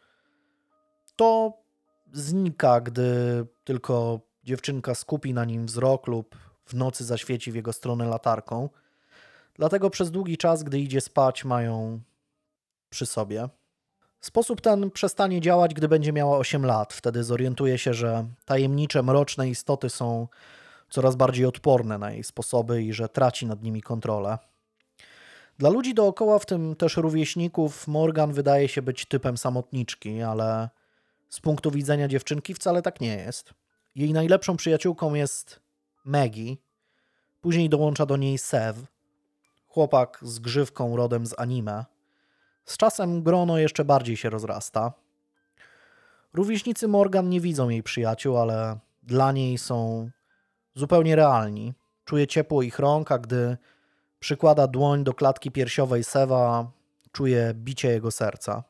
To znika, gdy tylko dziewczynka skupi na nim wzrok lub w nocy zaświeci w jego stronę latarką. Dlatego przez długi czas, gdy idzie spać, mają przy sobie. Sposób ten przestanie działać, gdy będzie miała 8 lat. Wtedy zorientuje się, że tajemnicze, mroczne istoty są coraz bardziej odporne na jej sposoby i że traci nad nimi kontrolę. Dla ludzi dookoła, w tym też rówieśników, Morgan wydaje się być typem samotniczki, ale z punktu widzenia dziewczynki wcale tak nie jest. Jej najlepszą przyjaciółką jest Maggie, później dołącza do niej Sev, chłopak z grzywką rodem z anime. Z czasem grono jeszcze bardziej się rozrasta. Rówieśnicy Morgan nie widzą jej przyjaciół, ale dla niej są zupełnie realni. Czuje ciepło ich rąk, a gdy przykłada dłoń do klatki piersiowej Seva, czuje bicie jego serca.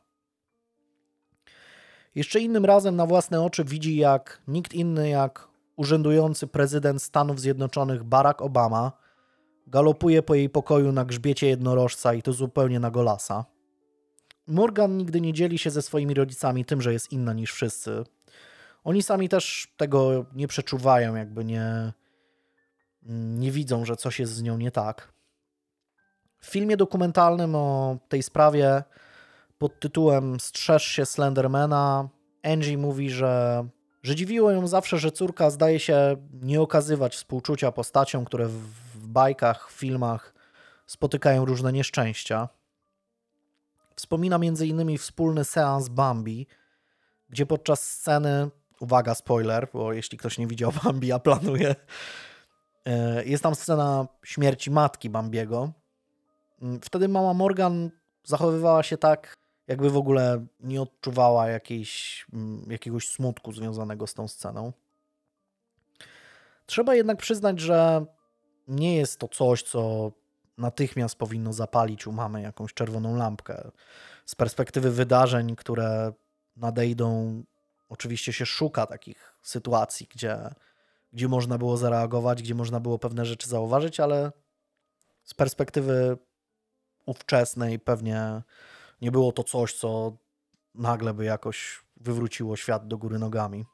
Jeszcze innym razem na własne oczy widzi, jak nikt inny jak urzędujący prezydent Stanów Zjednoczonych Barack Obama galopuje po jej pokoju na grzbiecie jednorożca i to zupełnie na golasa. Morgan nigdy nie dzieli się ze swoimi rodzicami tym, że jest inna niż wszyscy. Oni sami też tego nie przeczuwają, jakby nie widzą, że coś jest z nią nie tak. W filmie dokumentalnym o tej sprawie pod tytułem Strzeż się Slendermana Angie mówi, że dziwiło ją zawsze, że córka zdaje się nie okazywać współczucia postaciom, które w bajkach, w filmach spotykają różne nieszczęścia. Wspomina m.in. wspólny seans Bambi, gdzie podczas sceny, uwaga, spoiler, bo jeśli ktoś nie widział Bambi, a planuje, jest tam scena śmierci matki Bambiego. Wtedy mama Morgan zachowywała się tak, jakby w ogóle nie odczuwała jakiegoś smutku związanego z tą sceną. Trzeba jednak przyznać, że nie jest to coś, co natychmiast powinno zapalić u mamy jakąś czerwoną lampkę. Z perspektywy wydarzeń, które nadejdą, oczywiście się szuka takich sytuacji, gdzie można było zareagować, gdzie można było pewne rzeczy zauważyć, ale z perspektywy ówczesnej pewnie nie było to coś, co nagle by jakoś wywróciło świat do góry nogami.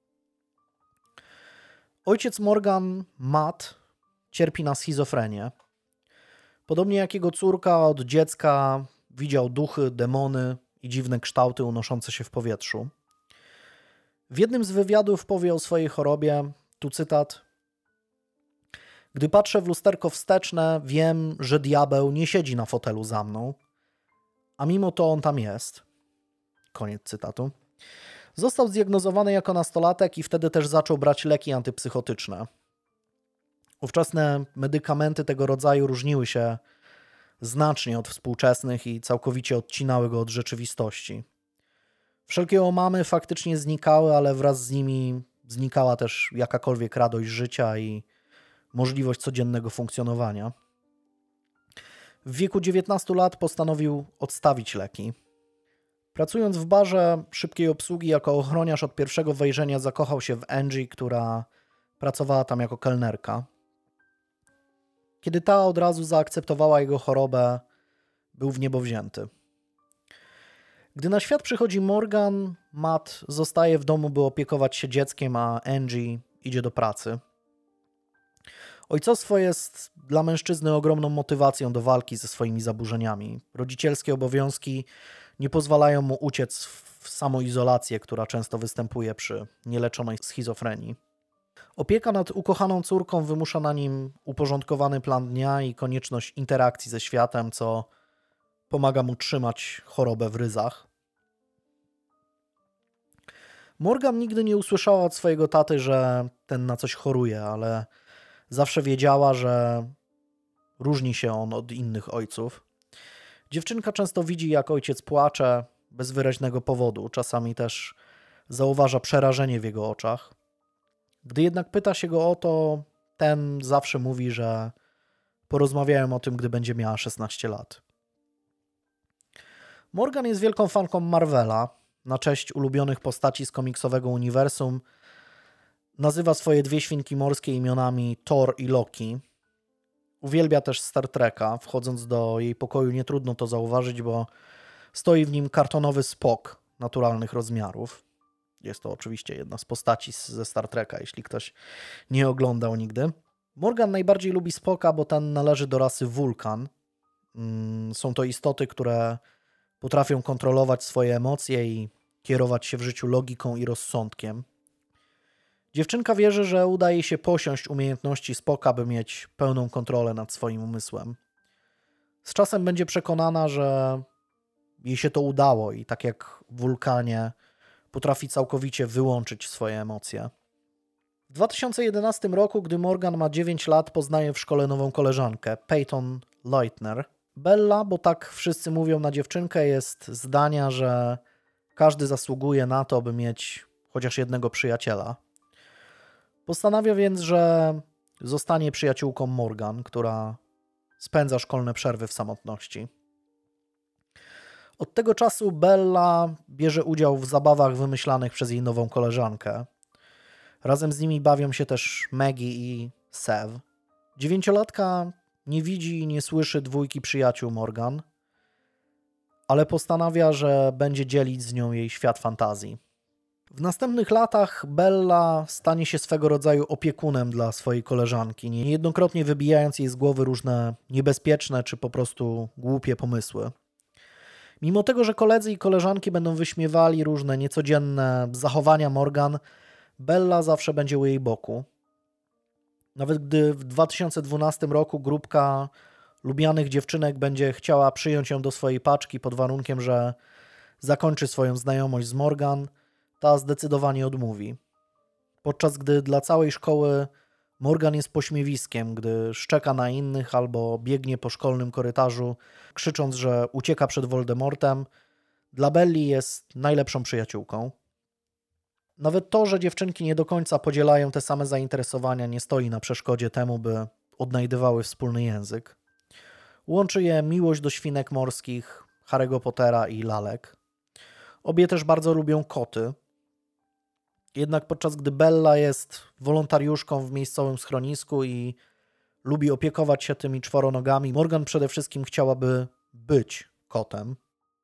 Ojciec Morgan, Matt, cierpi na schizofrenię. Podobnie jak jego córka, od dziecka widział duchy, demony i dziwne kształty unoszące się w powietrzu. W jednym z wywiadów powie o swojej chorobie, tu cytat: Gdy patrzę w lusterko wsteczne, wiem, że diabeł nie siedzi na fotelu za mną, a mimo to on tam jest. Koniec cytatu. Został zdiagnozowany jako nastolatek i wtedy też zaczął brać leki antypsychotyczne. Ówczesne medykamenty tego rodzaju różniły się znacznie od współczesnych i całkowicie odcinały go od rzeczywistości. Wszelkie omamy faktycznie znikały, ale wraz z nimi znikała też jakakolwiek radość życia i możliwość codziennego funkcjonowania. W wieku 19 lat postanowił odstawić leki. Pracując w barze szybkiej obsługi jako ochroniarz, od pierwszego wejrzenia zakochał się w Angie, która pracowała tam jako kelnerka. Kiedy ta od razu zaakceptowała jego chorobę, był w niebo wzięty. Gdy na świat przychodzi Morgan, Matt zostaje w domu, by opiekować się dzieckiem, a Angie idzie do pracy. Ojcostwo jest dla mężczyzny ogromną motywacją do walki ze swoimi zaburzeniami. Rodzicielskie obowiązki nie pozwalają mu uciec w samoizolację, która często występuje przy nieleczonej schizofrenii. Opieka nad ukochaną córką wymusza na nim uporządkowany plan dnia i konieczność interakcji ze światem, co pomaga mu trzymać chorobę w ryzach. Morgan nigdy nie usłyszała od swojego taty, że ten na coś choruje, ale zawsze wiedziała, że różni się on od innych ojców. Dziewczynka często widzi, jak ojciec płacze bez wyraźnego powodu. Czasami też zauważa przerażenie w jego oczach. Gdy jednak pyta się go o to, ten zawsze mówi, że porozmawiają o tym, gdy będzie miała 16 lat. Morgan jest wielką fanką Marvela. Na cześć ulubionych postaci z komiksowego uniwersum nazywa swoje dwie świnki morskie imionami Thor i Loki. Uwielbia też Star Treka. Wchodząc do jej pokoju nie trudno to zauważyć, bo stoi w nim kartonowy Spock naturalnych rozmiarów. Jest to oczywiście jedna z postaci ze Star Treka, jeśli ktoś nie oglądał nigdy. Morgan najbardziej lubi Spocka, bo ten należy do rasy Vulcan. Są to istoty, które potrafią kontrolować swoje emocje i kierować się w życiu logiką i rozsądkiem. Dziewczynka wierzy, że uda jej się posiąść umiejętności Spocka, by mieć pełną kontrolę nad swoim umysłem. Z czasem będzie przekonana, że jej się to udało i tak jak w Vulkanie potrafi całkowicie wyłączyć swoje emocje. W 2011 roku, gdy Morgan ma 9 lat, poznaje w szkole nową koleżankę, Peyton Leutner. Bella, bo tak wszyscy mówią na dziewczynkę, jest zdania, że każdy zasługuje na to, by mieć chociaż jednego przyjaciela. Postanawia więc, że zostanie przyjaciółką Morgan, która spędza szkolne przerwy w samotności. Od tego czasu Bella bierze udział w zabawach wymyślanych przez jej nową koleżankę. Razem z nimi bawią się też Maggie i Sev. 9-latka nie widzi i nie słyszy dwójki przyjaciół Morgan, ale postanawia, że będzie dzielić z nią jej świat fantazji. W następnych latach Bella stanie się swego rodzaju opiekunem dla swojej koleżanki, niejednokrotnie wybijając jej z głowy różne niebezpieczne czy po prostu głupie pomysły. Mimo tego, że koledzy i koleżanki będą wyśmiewali różne niecodzienne zachowania Morgan, Bella zawsze będzie u jej boku. Nawet gdy w 2012 roku grupka lubianych dziewczynek będzie chciała przyjąć ją do swojej paczki pod warunkiem, że zakończy swoją znajomość z Morgan, ta zdecydowanie odmówi. Podczas gdy dla całej szkoły Morgan jest pośmiewiskiem, gdy szczeka na innych albo biegnie po szkolnym korytarzu, krzycząc, że ucieka przed Voldemortem, dla Belli jest najlepszą przyjaciółką. Nawet to, że dziewczynki nie do końca podzielają te same zainteresowania, nie stoi na przeszkodzie temu, by odnajdywały wspólny język. Łączy je miłość do świnek morskich, Harry'ego Pottera i lalek. Obie też bardzo lubią koty. Jednak podczas gdy Bella jest wolontariuszką w miejscowym schronisku i lubi opiekować się tymi czworonogami, Morgan przede wszystkim chciałaby być kotem.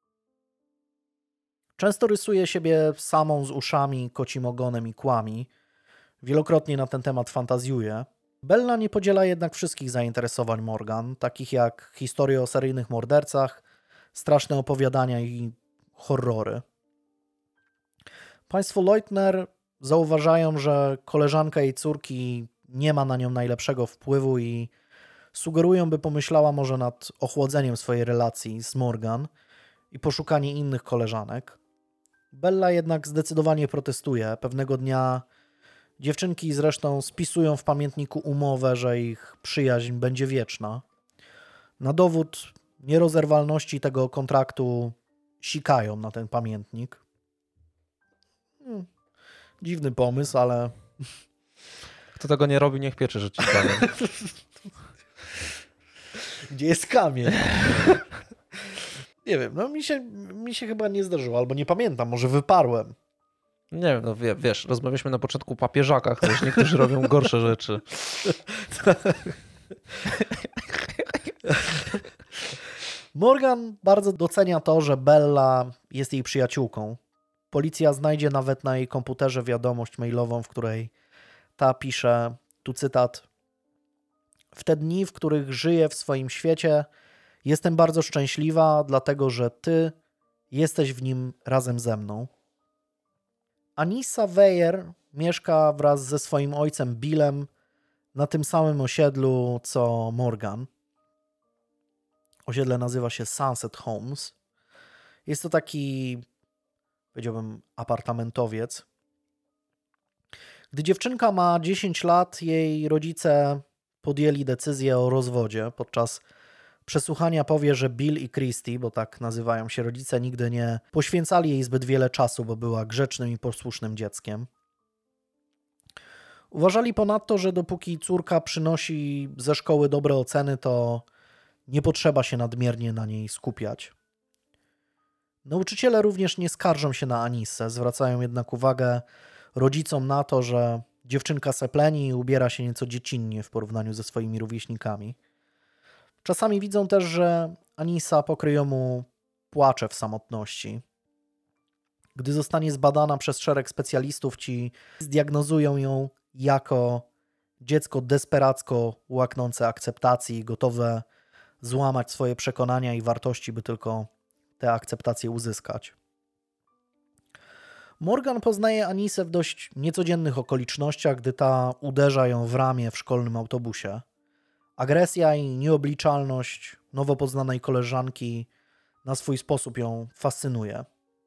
Często rysuje siebie samą z uszami, kocim ogonem i kłami. Wielokrotnie na ten temat fantazjuje. Bella nie podziela jednak wszystkich zainteresowań Morgan, takich jak historie o seryjnych mordercach, straszne opowiadania i horrory. Państwo Leutner zauważają, że koleżanka jej córki nie ma na nią najlepszego wpływu i sugerują, by pomyślała może nad ochłodzeniem swojej relacji z Morgan i poszukanie innych koleżanek. Bella jednak zdecydowanie protestuje. Pewnego dnia dziewczynki zresztą spisują w pamiętniku umowę, że ich przyjaźń będzie wieczna. Na dowód nierozerwalności tego kontraktu sikają na ten pamiętnik. Dziwny pomysł, ale... Kto tego nie robi, niech pieczy rzuci kamień. Gdzie jest kamień? Nie wiem, no mi się chyba nie zdarzyło, albo nie pamiętam, może wyparłem. Nie wiem, no wiesz, rozmawialiśmy na początku o papieżakach, też niektórzy robią gorsze rzeczy. Morgan bardzo docenia to, że Bella jest jej przyjaciółką. Policja znajdzie nawet na jej komputerze wiadomość mailową, w której ta pisze, tu cytat: w te dni, w których żyję w swoim świecie, jestem bardzo szczęśliwa, dlatego że ty jesteś w nim razem ze mną. Anissa Weyer mieszka wraz ze swoim ojcem Billem na tym samym osiedlu co Morgan. Osiedle nazywa się Sunset Homes. Jest to taki, powiedziałbym, apartamentowiec. Gdy dziewczynka ma 10 lat, jej rodzice podjęli decyzję o rozwodzie. Podczas przesłuchania powie, że Bill i Christy, bo tak nazywają się rodzice, nigdy nie poświęcali jej zbyt wiele czasu, bo była grzecznym i posłusznym dzieckiem. Uważali ponadto, że dopóki córka przynosi ze szkoły dobre oceny, to nie potrzeba się nadmiernie na niej skupiać. Nauczyciele również nie skarżą się na Anissę, zwracają jednak uwagę rodzicom na to, że dziewczynka sepleni i ubiera się nieco dziecinnie w porównaniu ze swoimi rówieśnikami. Czasami widzą też, że Anissa pokryjomu płacze w samotności. Gdy zostanie zbadana przez szereg specjalistów, ci zdiagnozują ją jako dziecko desperacko łaknące akceptacji, gotowe złamać swoje przekonania i wartości, by tylko tę akceptację uzyskać. Morgan poznaje Anissę w dość niecodziennych okolicznościach, gdy ta uderza ją w ramię w szkolnym autobusie. Agresja i nieobliczalność nowo poznanej koleżanki na swój sposób ją fascynuje.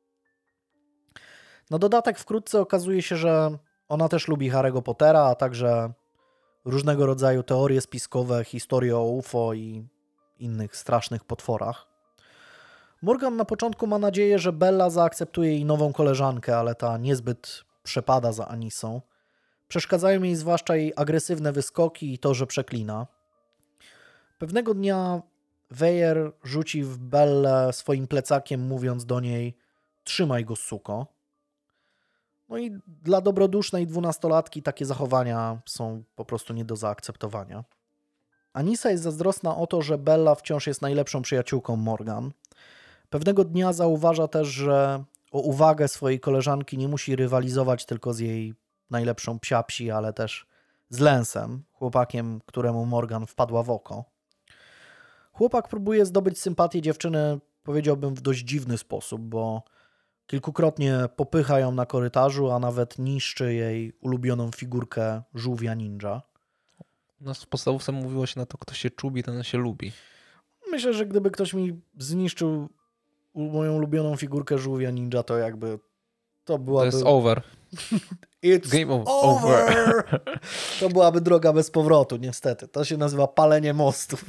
Na dodatek wkrótce okazuje się, że ona też lubi Harry'ego Pottera, a także różnego rodzaju teorie spiskowe, historie o UFO i innych strasznych potworach. Morgan na początku ma nadzieję, że Bella zaakceptuje jej nową koleżankę, ale ta niezbyt przepada za Anissą. Przeszkadzają jej zwłaszcza jej agresywne wyskoki i to, że przeklina. Pewnego dnia Weyer rzuci w Bellę swoim plecakiem, mówiąc do niej: trzymaj go, suko. No i dla dobrodusznej 12-latki takie zachowania są po prostu nie do zaakceptowania. Anissa jest zazdrosna o to, że Bella wciąż jest najlepszą przyjaciółką Morgan. Pewnego dnia zauważa też, że o uwagę swojej koleżanki nie musi rywalizować tylko z jej najlepszą psiapsi, ale też z Lensem, chłopakiem, któremu Morgan wpadła w oko. Chłopak próbuje zdobyć sympatię dziewczyny, powiedziałbym, w dość dziwny sposób, bo kilkukrotnie popycha ją na korytarzu, a nawet niszczy jej ulubioną figurkę żółwia ninja. U nas w podstawówce mówiło się na to, kto się czubi, ten się lubi. Myślę, że gdyby ktoś mi zniszczył moją ulubioną figurkę żółwia ninja, to jakby to byłaby... To jest over. It's Game over. To byłaby droga bez powrotu, niestety. To się nazywa palenie mostów.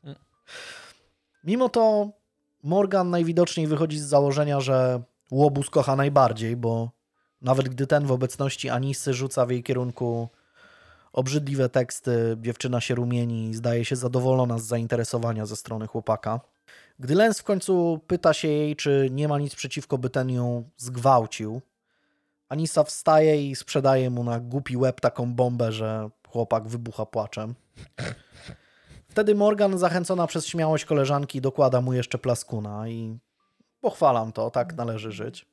Mimo to Morgan najwidoczniej wychodzi z założenia, że łobuz kocha najbardziej, bo nawet gdy ten w obecności Anissy rzuca w jej kierunku obrzydliwe teksty, dziewczyna się rumieni i zdaje się zadowolona z zainteresowania ze strony chłopaka. Gdy Lens w końcu pyta się jej, czy nie ma nic przeciwko, by ten ją zgwałcił, Anissa wstaje i sprzedaje mu na głupi łeb taką bombę, że chłopak wybucha płaczem. Wtedy Morgan, zachęcona przez śmiałość koleżanki, dokłada mu jeszcze plaskuna i pochwalam to, tak należy żyć.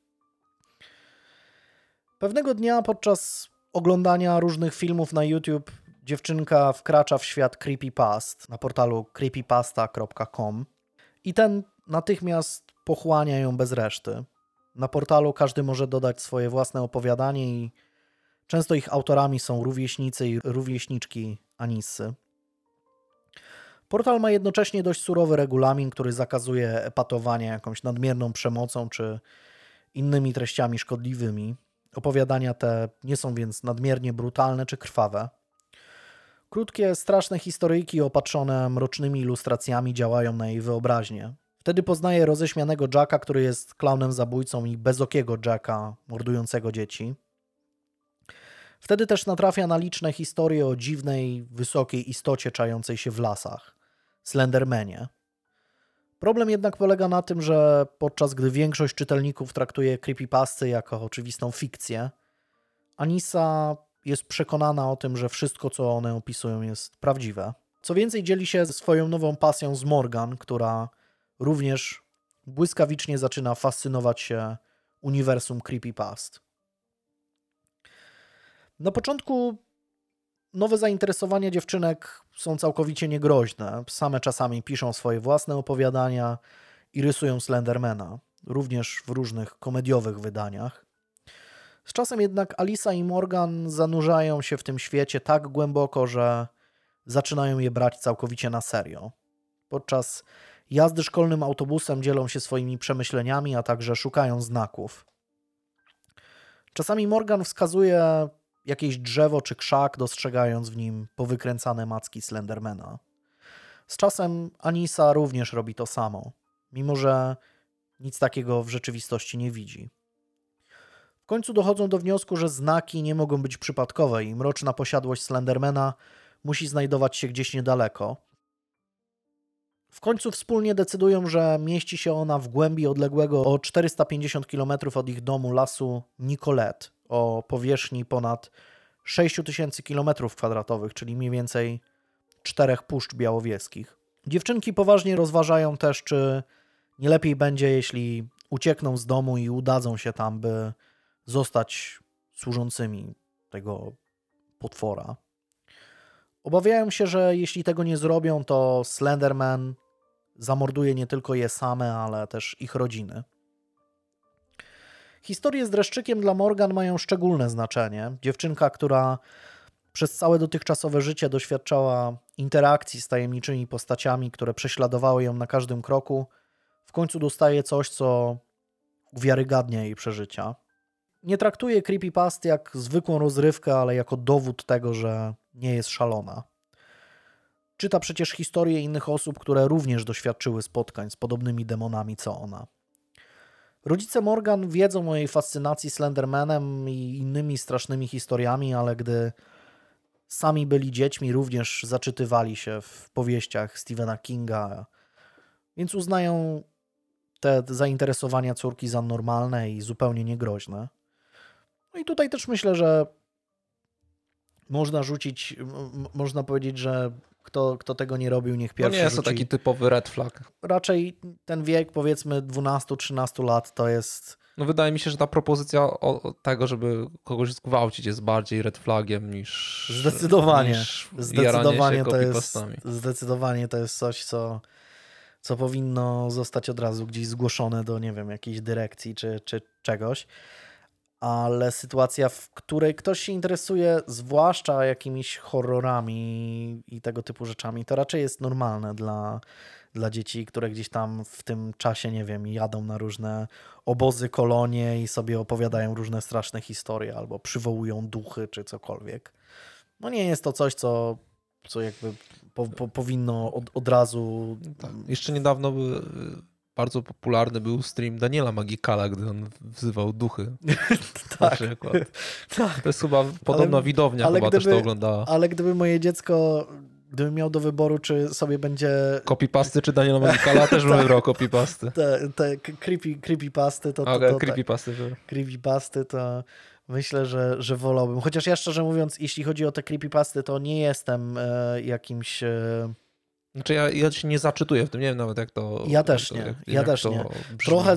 Pewnego dnia podczas oglądania różnych filmów na YouTube dziewczynka wkracza w świat creepypast na portalu creepypasta.com i ten natychmiast pochłania ją bez reszty. Na portalu każdy może dodać swoje własne opowiadanie i często ich autorami są rówieśnicy i rówieśniczki Anissy. Portal ma jednocześnie dość surowy regulamin, który zakazuje epatowania jakąś nadmierną przemocą czy innymi treściami szkodliwymi. Opowiadania te nie są więc nadmiernie brutalne czy krwawe. Krótkie, straszne historyjki opatrzone mrocznymi ilustracjami działają na jej wyobraźnię. Wtedy poznaje roześmianego Jacka, który jest klaunem zabójcą, i bezokiego Jacka mordującego dzieci. Wtedy też natrafia na liczne historie o dziwnej, wysokiej istocie czającej się w lasach – Slendermanie. Problem jednak polega na tym, że podczas gdy większość czytelników traktuje creepypasty jako oczywistą fikcję, Anissa jest przekonana o tym, że wszystko, co one opisują, jest prawdziwe. Co więcej, dzieli się swoją nową pasją z Morgan, która również błyskawicznie zaczyna fascynować się uniwersum creepypast. Na początku nowe zainteresowania dziewczynek są całkowicie niegroźne. Same czasami piszą swoje własne opowiadania i rysują Slendermana, również w różnych komediowych wydaniach. Z czasem jednak Alisa i Morgan zanurzają się w tym świecie tak głęboko, że zaczynają je brać całkowicie na serio. Podczas jazdy szkolnym autobusem dzielą się swoimi przemyśleniami, a także szukają znaków. Czasami Morgan wskazuje jakieś drzewo czy krzak, dostrzegając w nim powykręcane macki Slendermana. Z czasem Anissa również robi to samo, mimo że nic takiego w rzeczywistości nie widzi. W końcu dochodzą do wniosku, że znaki nie mogą być przypadkowe i mroczna posiadłość Slendermana musi znajdować się gdzieś niedaleko. W końcu wspólnie decydują, że mieści się ona w głębi odległego o 450 km od ich domu lasu Nicolette o powierzchni ponad 6000 km², czyli mniej więcej 4 puszcz białowieskich. Dziewczynki poważnie rozważają też, czy nie lepiej będzie, jeśli uciekną z domu i udadzą się tam, by zostać służącymi tego potwora. Obawiają się, że jeśli tego nie zrobią, to Slenderman zamorduje nie tylko je same, ale też ich rodziny. Historie z dreszczykiem dla Morgan mają szczególne znaczenie. Dziewczynka, która przez całe dotychczasowe życie doświadczała interakcji z tajemniczymi postaciami, które prześladowały ją na każdym kroku, w końcu dostaje coś, co uwiarygadnia jej przeżycia. Nie traktuje creepypast jak zwykłą rozrywkę, ale jako dowód tego, że nie jest szalona. Czyta przecież historie innych osób, które również doświadczyły spotkań z podobnymi demonami co ona. Rodzice Morgan wiedzą o jej fascynacji Slendermanem i innymi strasznymi historiami, ale gdy sami byli dziećmi, również zaczytywali się w powieściach Stephena Kinga, więc uznają te zainteresowania córki za normalne i zupełnie niegroźne. No i tutaj też myślę, że można powiedzieć, że kto tego nie robił, niech pierwszy To nie jest to rzuci. taki typowy red flag. Raczej ten wiek, powiedzmy 12-13 lat, to jest... No wydaje mi się, że ta propozycja tego, żeby kogoś zgwałcić, jest bardziej red flagiem niż Zdecydowanie. niż Zdecydowanie się to jest, copypastami. zdecydowanie to jest coś, co powinno zostać od razu gdzieś zgłoszone do, nie wiem, jakiejś dyrekcji czy czegoś. Ale sytuacja, w której ktoś się interesuje zwłaszcza jakimiś horrorami i tego typu rzeczami, to raczej jest normalne dla dzieci, które gdzieś tam w tym czasie, nie wiem, jadą na różne obozy, kolonie i sobie opowiadają różne straszne historie albo przywołują duchy czy cokolwiek. No nie jest to coś, co jakby powinno od razu... Tak. Jeszcze niedawno bardzo popularny był stream Daniela Magikala, gdy on wzywał duchy. Tak. Na przykład. Tak. To jest chyba podobna widownia, też to oglądała. Ale gdyby moje dziecko, gdybym miał do wyboru, czy sobie będzie... Copypasty czy Daniela Magikala, też bym wybrał copypasty. Te creepypasty to... Creepypasty to myślę, że wolałbym. Chociaż ja szczerze mówiąc, jeśli chodzi o te creepypasty, to nie jestem jakimś... Znaczy ja się nie zaczytuję w tym, nie wiem nawet jak to... Ja też nie. Trochę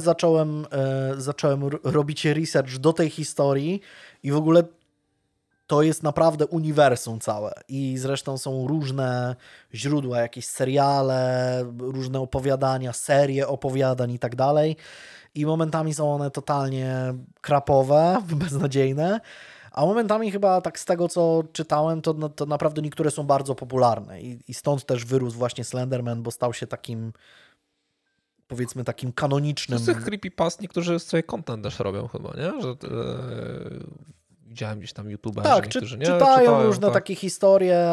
zacząłem robić research do tej historii i w ogóle to jest naprawdę uniwersum całe. I zresztą są różne źródła, jakieś seriale, różne opowiadania, serie opowiadań i tak dalej. I momentami są one totalnie krapowe, beznadziejne. A momentami chyba tak z tego, co czytałem, to naprawdę niektóre są bardzo popularne i stąd też wyrósł właśnie Slenderman, bo stał się takim, powiedzmy, takim kanonicznym... Z tych creepypast niektórzy sobie content też robią chyba, nie? Że widziałem gdzieś tam YouTube'erzy, tak, niektórzy nie czytają różne takie historie.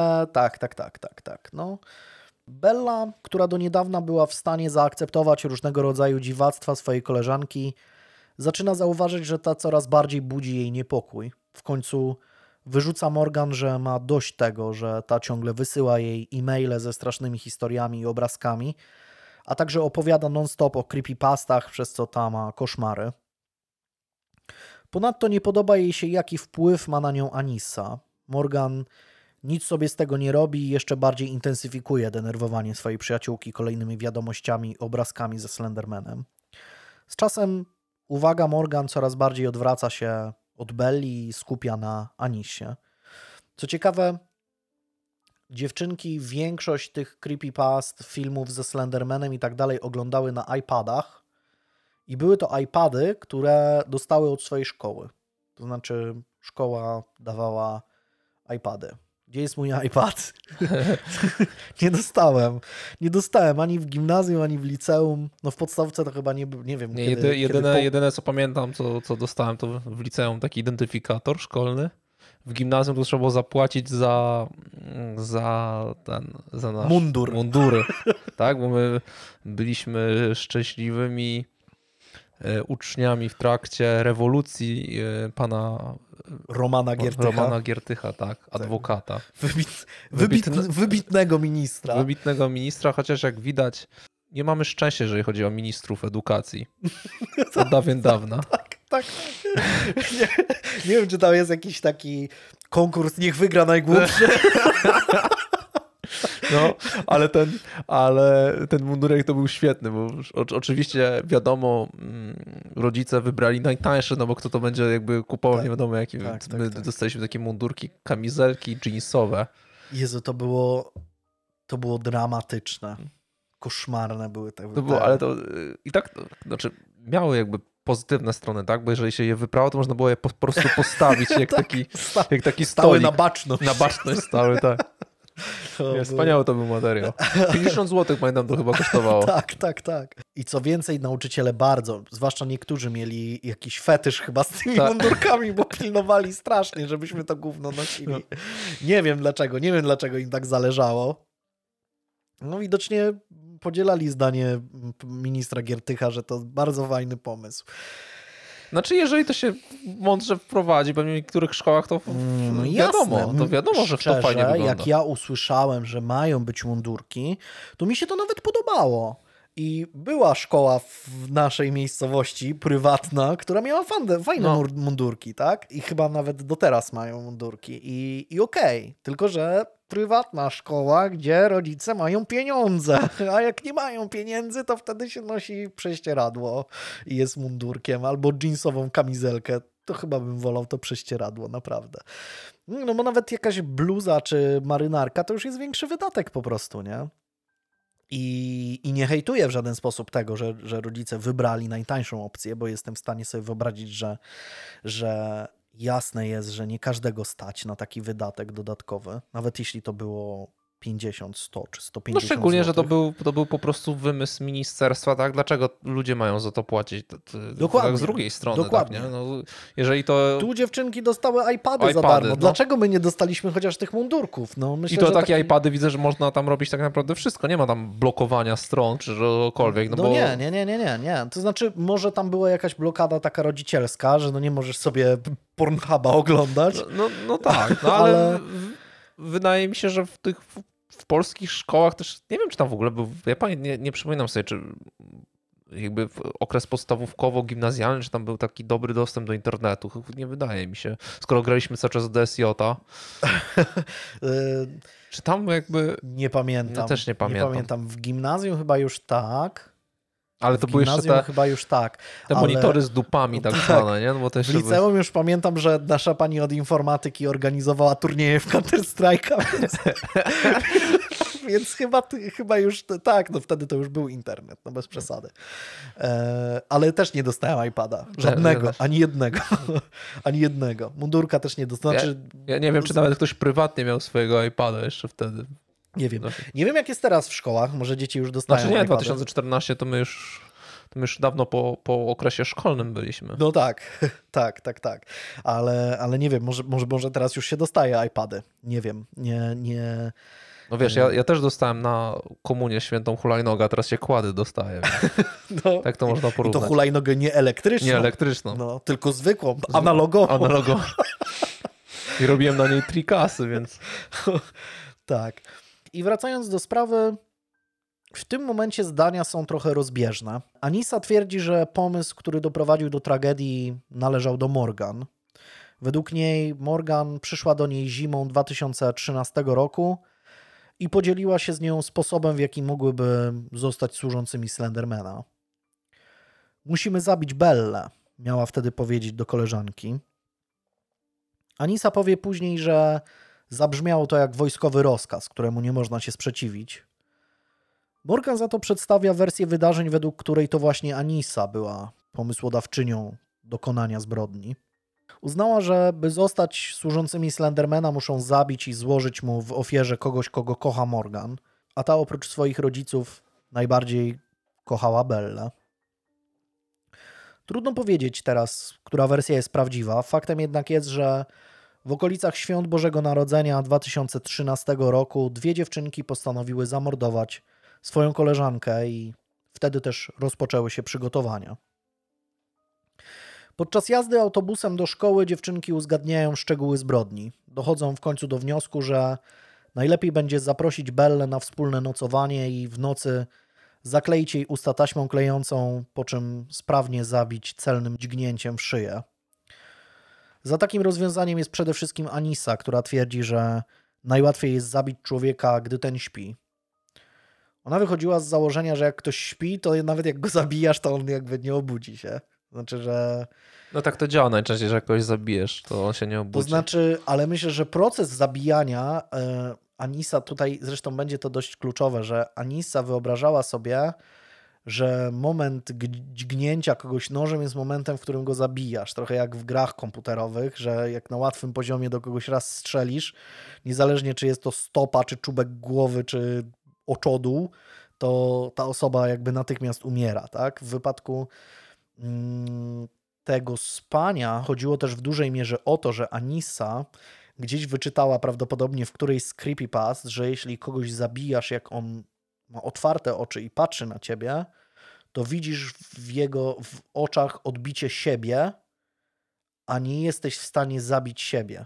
Tak. No. Bella, która do niedawna była w stanie zaakceptować różnego rodzaju dziwactwa swojej koleżanki, zaczyna zauważyć, że ta coraz bardziej budzi jej niepokój. W końcu wyrzuca Morgan, że ma dość tego, że ta ciągle wysyła jej e-maile ze strasznymi historiami i obrazkami, a także opowiada non-stop o creepypastach, przez co ta ma koszmary. Ponadto nie podoba jej się, jaki wpływ ma na nią Anissa. Morgan nic sobie z tego nie robi i jeszcze bardziej intensyfikuje denerwowanie swojej przyjaciółki kolejnymi wiadomościami i obrazkami ze Slendermanem. Z czasem uwaga Morgan coraz bardziej odwraca się od Belli i skupia na Anissie. Co ciekawe, dziewczynki większość tych creepypast, filmów ze Slendermanem i tak dalej oglądały na iPadach i były to iPady, które dostały od swojej szkoły. To znaczy szkoła dawała iPady. Gdzie jest mój iPad? Nie dostałem ani w gimnazjum, ani w liceum. No w podstawce to chyba nie wiem. Jedyne co pamiętam, co dostałem, to w liceum taki identyfikator szkolny. W gimnazjum to trzeba było zapłacić za nasz mundury. Tak, bo my byliśmy szczęśliwymi uczniami w trakcie rewolucji pana Romana Giertycha, tak, adwokata. Wybitnego ministra. Wybitnego ministra, chociaż jak widać, nie mamy szczęścia, jeżeli chodzi o ministrów edukacji. Od dawien dawna. Tak. Nie wiem, czy tam jest jakiś taki konkurs, niech wygra najgłupszy. No, ale ten mundurek to był świetny, bo oczywiście wiadomo, rodzice wybrali najtańsze, no bo kto to będzie jakby kupował, tak, nie wiadomo jaki. My dostaliśmy takie mundurki, kamizelki jeansowe. Jezu, to było dramatyczne. Koszmarne były te. To było, ale to i tak, znaczy miały jakby pozytywne strony, tak? Bo jeżeli się je wyprało, to można było je po prostu postawić jak taki stolik. Stały na baczność. Na baczność stały, tak. Wspaniały to był materiał. 50 zł, pamiętam, to chyba kosztowało. Tak. I co więcej, nauczyciele bardzo, zwłaszcza niektórzy mieli jakiś fetysz chyba z tymi mundurkami, bo pilnowali strasznie, żebyśmy to gówno nosili. No. Nie wiem dlaczego im tak zależało. No widocznie podzielali zdanie ministra Giertycha, że to bardzo fajny pomysł. Znaczy, jeżeli to się mądrze wprowadzi, pewnie w niektórych szkołach to wiadomo, że to fajnie wygląda. Jak ja usłyszałem, że mają być mundurki, to mi się to nawet podobało. I była szkoła w naszej miejscowości, prywatna, która miała fajne mundurki, tak? I chyba nawet do teraz mają mundurki. I okej, tylko że prywatna szkoła, gdzie rodzice mają pieniądze, a jak nie mają pieniędzy, to wtedy się nosi prześcieradło i jest mundurkiem, albo jeansową kamizelkę. To chyba bym wolał to prześcieradło, naprawdę. No bo nawet jakaś bluza czy marynarka to już jest większy wydatek po prostu, nie? I nie hejtuję w żaden sposób tego, że rodzice wybrali najtańszą opcję, bo jestem w stanie sobie wyobrazić, że jasne jest, że nie każdego stać na taki wydatek dodatkowy, nawet jeśli to było 50, 100 czy 150 No szczególnie, złotych. że to był po prostu wymysł ministerstwa, tak? Dlaczego ludzie mają za to płacić? Dokładnie. Z drugiej strony, dokładnie. Tak, nie? No, jeżeli to... Tu dziewczynki dostały iPady za darmo. No. Dlaczego my nie dostaliśmy chociaż tych mundurków? No, myślę, I to takie iPady widzę, że można tam robić tak naprawdę wszystko. Nie ma tam blokowania stron czy czegokolwiek. No bo... nie. To znaczy może tam była jakaś blokada taka rodzicielska, że no nie możesz sobie Pornhuba oglądać. No tak, no ale wydaje mi się, że w polskich szkołach też, nie wiem czy tam w ogóle był, ja nie przypominam sobie, czy jakby w okres podstawówkowo-gimnazjalny, czy tam był taki dobry dostęp do internetu. Nie wydaje mi się. Skoro graliśmy cały czas DSJ. Czy tam jakby... Nie pamiętam. Ja też nie pamiętam. Nie pamiętam. W gimnazjum chyba już tak. Ale to były jeszcze chyba już tak. Te monitory z dupami tak zwane, nie? No bo to w liceum już pamiętam, że nasza pani od informatyki organizowała turnieje w Counter-Strike'a, więc chyba już tak, no wtedy to już był internet, no bez przesady. Ale też nie dostałem iPada. Żadnego, ani jednego. Mundurka też nie dostałem. Ja nie wiem, czy nawet ktoś prywatnie miał swojego iPada jeszcze wtedy. Nie wiem. Nie wiem, jak jest teraz w szkołach. Może dzieci już dostają Znaczy nie, iPady. 2014 to my już dawno po okresie szkolnym byliśmy. No tak. Ale nie wiem, może teraz już się dostaje iPady. Nie wiem. Nie. No wiesz, ja też dostałem na komunię świętą hulajnogę, a teraz się kłady dostaję. No, tak to można porównać. I to hulajnogę nie elektryczną. Nie elektryczną. No, tylko zwykłą, analogową. I robiłem na niej trikasy, więc... Tak. I wracając do sprawy, w tym momencie zdania są trochę rozbieżne. Anissa twierdzi, że pomysł, który doprowadził do tragedii, należał do Morgan. Według niej Morgan przyszła do niej zimą 2013 roku i podzieliła się z nią sposobem, w jaki mogłyby zostać służącymi Slendermana. Musimy zabić Bellę, miała wtedy powiedzieć do koleżanki. Anissa powie później, że zabrzmiało to jak wojskowy rozkaz, któremu nie można się sprzeciwić. Morgan za to przedstawia wersję wydarzeń, według której to właśnie Anissa była pomysłodawczynią dokonania zbrodni. Uznała, że by zostać służącymi Slendermana muszą zabić i złożyć mu w ofierze kogoś, kogo kocha Morgan, a ta oprócz swoich rodziców najbardziej kochała Bellę. Trudno powiedzieć teraz, która wersja jest prawdziwa. Faktem jednak jest, że w okolicach Świąt Bożego Narodzenia 2013 roku dwie dziewczynki postanowiły zamordować swoją koleżankę i wtedy też rozpoczęły się przygotowania. Podczas jazdy autobusem do szkoły dziewczynki uzgadniają szczegóły zbrodni. Dochodzą w końcu do wniosku, że najlepiej będzie zaprosić Bellę na wspólne nocowanie i w nocy zakleić jej usta taśmą klejącą, po czym sprawnie zabić celnym dźgnięciem w szyję. Za takim rozwiązaniem jest przede wszystkim Anissa, która twierdzi, że najłatwiej jest zabić człowieka, gdy ten śpi. Ona wychodziła z założenia, że jak ktoś śpi, to nawet jak go zabijasz, to on jakby nie obudzi się. Znaczy, że... No tak to działa najczęściej, że jak kogoś zabijesz, to on się nie obudzi. To znaczy, ale myślę, że proces zabijania Anissa tutaj, zresztą będzie to dość kluczowe, że Anissa wyobrażała sobie, że moment dźgnięcia kogoś nożem jest momentem, w którym go zabijasz. Trochę jak w grach komputerowych, że jak na łatwym poziomie do kogoś raz strzelisz, niezależnie czy jest to stopa, czy czubek głowy, czy oczodół, to ta osoba jakby natychmiast umiera. Tak? W wypadku tego spania chodziło też w dużej mierze o to, że Anissa gdzieś wyczytała prawdopodobnie w którejś z creepypast, że jeśli kogoś zabijasz, jak on ma otwarte oczy i patrzy na ciebie, to widzisz w oczach odbicie siebie, a nie jesteś w stanie zabić siebie.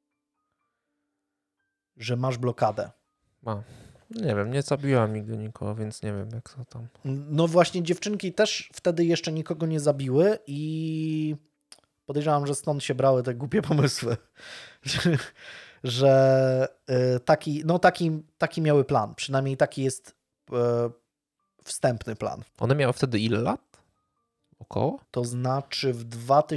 Że masz blokadę. Nie wiem, nie zabiłam nigdy nikogo, więc nie wiem, jak to tam. No właśnie, dziewczynki też wtedy jeszcze nikogo nie zabiły i podejrzewam, że stąd się brały te głupie pomysły. Że taki miały plan. Przynajmniej taki jest wstępny plan. One miały wtedy ile lat? Około? To znaczy w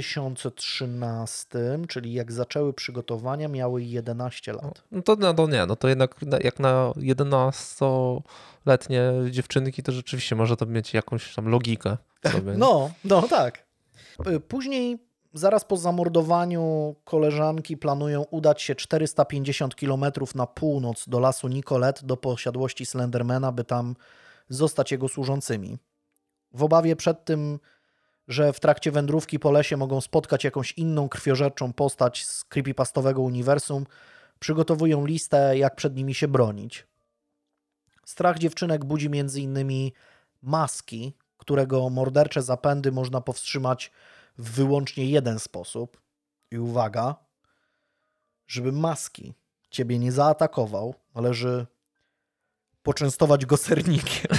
2013, czyli jak zaczęły przygotowania, miały 11 lat. No to jednak jak na 11-letnie dziewczynki, to rzeczywiście może to mieć jakąś tam logikę sobie. No tak. Później, zaraz po zamordowaniu koleżanki, planują udać się 450 km na północ do lasu Nicolette, do posiadłości Slendermana, by tam zostać jego służącymi. W obawie przed tym, że w trakcie wędrówki po lesie mogą spotkać jakąś inną krwiożerczą postać z creepypastowego uniwersum, przygotowują listę, jak przed nimi się bronić. Strach dziewczynek budzi m.in. Maski, którego mordercze zapędy można powstrzymać w wyłącznie jeden sposób. I uwaga, żeby Maski ciebie nie zaatakował, należy poczęstować go sernikiem.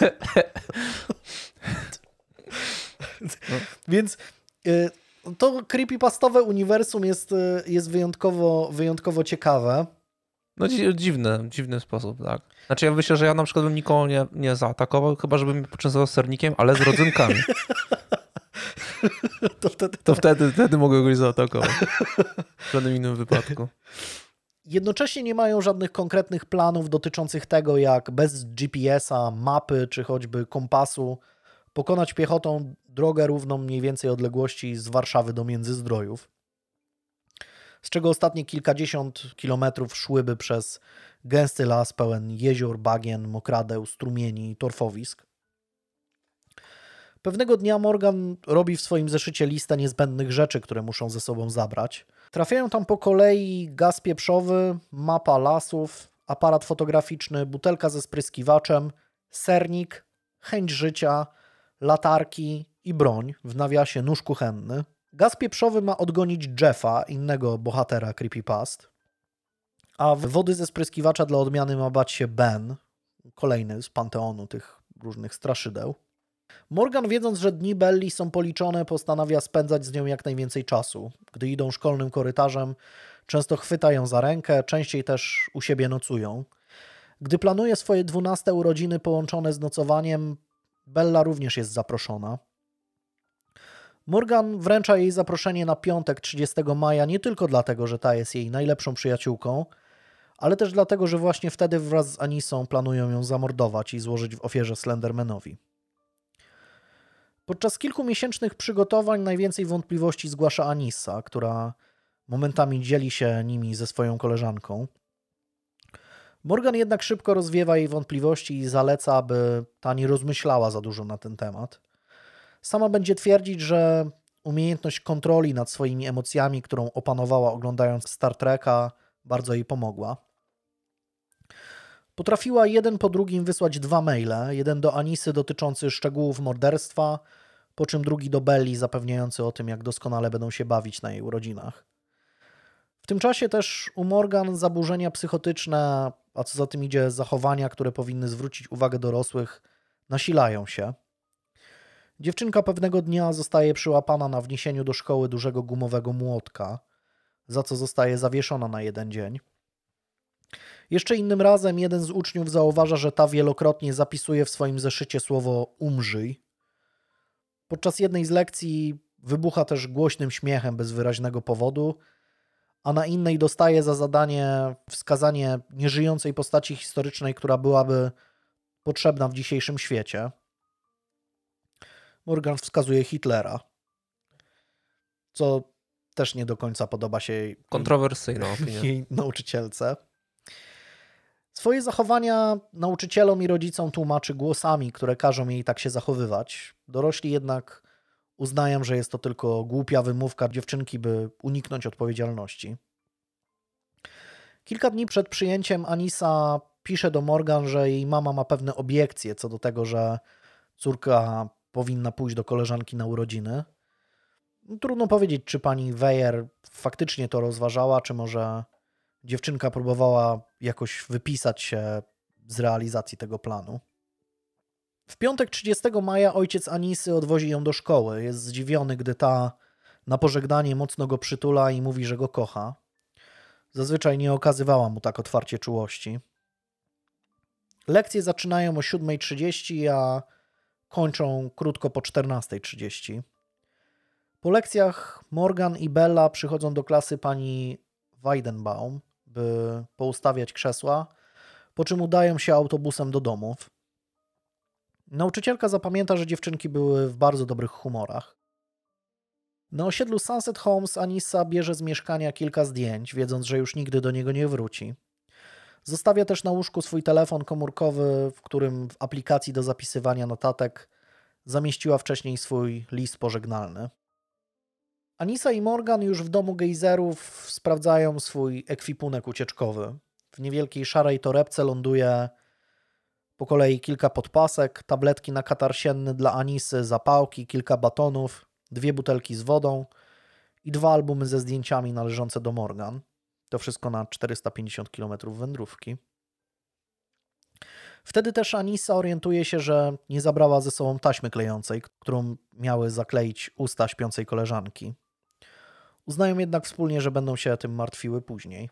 Więc to creepypastowe uniwersum jest wyjątkowo ciekawe. No dziwny sposób, tak. Znaczy ja myślę, że ja na przykład bym nikogo nie zaatakował, chyba żebym mnie poczęstował sernikiem, ale z rodzynkami. To wtedy mogę kogoś zaatakować. W żadnym innym wypadku. Jednocześnie nie mają żadnych konkretnych planów dotyczących tego, jak bez GPS-a, mapy czy choćby kompasu pokonać piechotą drogę równą mniej więcej odległości z Warszawy do Międzyzdrojów, z czego ostatnie kilkadziesiąt kilometrów szłyby przez gęsty las pełen jezior, bagien, mokradeł, strumieni i torfowisk. Pewnego dnia Morgan robi w swoim zeszycie listę niezbędnych rzeczy, które muszą ze sobą zabrać. Trafiają tam po kolei gaz pieprzowy, mapa lasów, aparat fotograficzny, butelka ze spryskiwaczem, sernik, chęć życia, latarki i broń, w nawiasie nóż kuchenny. Gaz pieprzowy ma odgonić Jeffa, innego bohatera creepypast, a wody ze spryskiwacza dla odmiany ma bać się Ben, kolejny z panteonu tych różnych straszydeł. Morgan, wiedząc, że dni Belli są policzone, postanawia spędzać z nią jak najwięcej czasu. Gdy idą szkolnym korytarzem, często chwyta ją za rękę, częściej też u siebie nocują. Gdy planuje swoje 12 urodziny połączone z nocowaniem, Bella również jest zaproszona. Morgan wręcza jej zaproszenie na piątek 30 maja nie tylko dlatego, że ta jest jej najlepszą przyjaciółką, ale też dlatego, że właśnie wtedy wraz z Anissą planują ją zamordować i złożyć w ofierze Slendermanowi. Podczas kilkumiesięcznych przygotowań najwięcej wątpliwości zgłasza Anissa, która momentami dzieli się nimi ze swoją koleżanką. Morgan jednak szybko rozwiewa jej wątpliwości i zaleca, aby ta nie rozmyślała za dużo na ten temat. Sama będzie twierdzić, że umiejętność kontroli nad swoimi emocjami, którą opanowała oglądając Star Treka, bardzo jej pomogła. Potrafiła jeden po drugim wysłać 2 maile, jeden do Anissy dotyczący szczegółów morderstwa, po czym drugi do Belli zapewniający o tym, jak doskonale będą się bawić na jej urodzinach. W tym czasie też u Morgan zaburzenia psychotyczne, a co za tym idzie zachowania, które powinny zwrócić uwagę dorosłych, nasilają się. Dziewczynka pewnego dnia zostaje przyłapana na wniesieniu do szkoły dużego gumowego młotka, za co zostaje zawieszona na 1 dzień. Jeszcze innym razem jeden z uczniów zauważa, że ta wielokrotnie zapisuje w swoim zeszycie słowo umrzyj. Podczas jednej z lekcji wybucha też głośnym śmiechem bez wyraźnego powodu, a na innej dostaje za zadanie wskazanie nieżyjącej postaci historycznej, która byłaby potrzebna w dzisiejszym świecie. Morgan wskazuje Hitlera, co też nie do końca podoba się Kontrowersyjna opinia. jej nauczycielce. Swoje zachowania nauczycielom i rodzicom tłumaczy głosami, które każą jej tak się zachowywać. Dorośli jednak uznają, że jest to tylko głupia wymówka dziewczynki, by uniknąć odpowiedzialności. Kilka dni przed przyjęciem Anissa pisze do Morgan, że jej mama ma pewne obiekcje co do tego, że córka powinna pójść do koleżanki na urodziny. Trudno powiedzieć, czy pani Weyer faktycznie to rozważała, czy może dziewczynka próbowała jakoś wypisać się z realizacji tego planu. W piątek 30 maja ojciec Anisy odwozi ją do szkoły. Jest zdziwiony, gdy ta na pożegnanie mocno go przytula i mówi, że go kocha. Zazwyczaj nie okazywała mu tak otwarcie czułości. Lekcje zaczynają o 7:30, a kończą krótko po 14:30. Po lekcjach Morgan i Bella przychodzą do klasy pani Weidenbaum, by poustawiać krzesła, po czym udają się autobusem do domów. Nauczycielka zapamięta, że dziewczynki były w bardzo dobrych humorach. Na osiedlu Sunset Homes Anissa bierze z mieszkania kilka zdjęć, wiedząc, że już nigdy do niego nie wróci. Zostawia też na łóżku swój telefon komórkowy, w którym w aplikacji do zapisywania notatek zamieściła wcześniej swój list pożegnalny. Anissa i Morgan już w domu gejzerów sprawdzają swój ekwipunek ucieczkowy. W niewielkiej szarej torebce ląduje po kolei kilka podpasek, tabletki na katar sienny dla Anisy, zapałki, kilka batonów, 2 butelki z wodą i 2 albumy ze zdjęciami należące do Morgan. To wszystko na 450 km wędrówki. Wtedy też Anissa orientuje się, że nie zabrała ze sobą taśmy klejącej, którą miały zakleić usta śpiącej koleżanki. Uznają jednak wspólnie, że będą się tym martwiły później.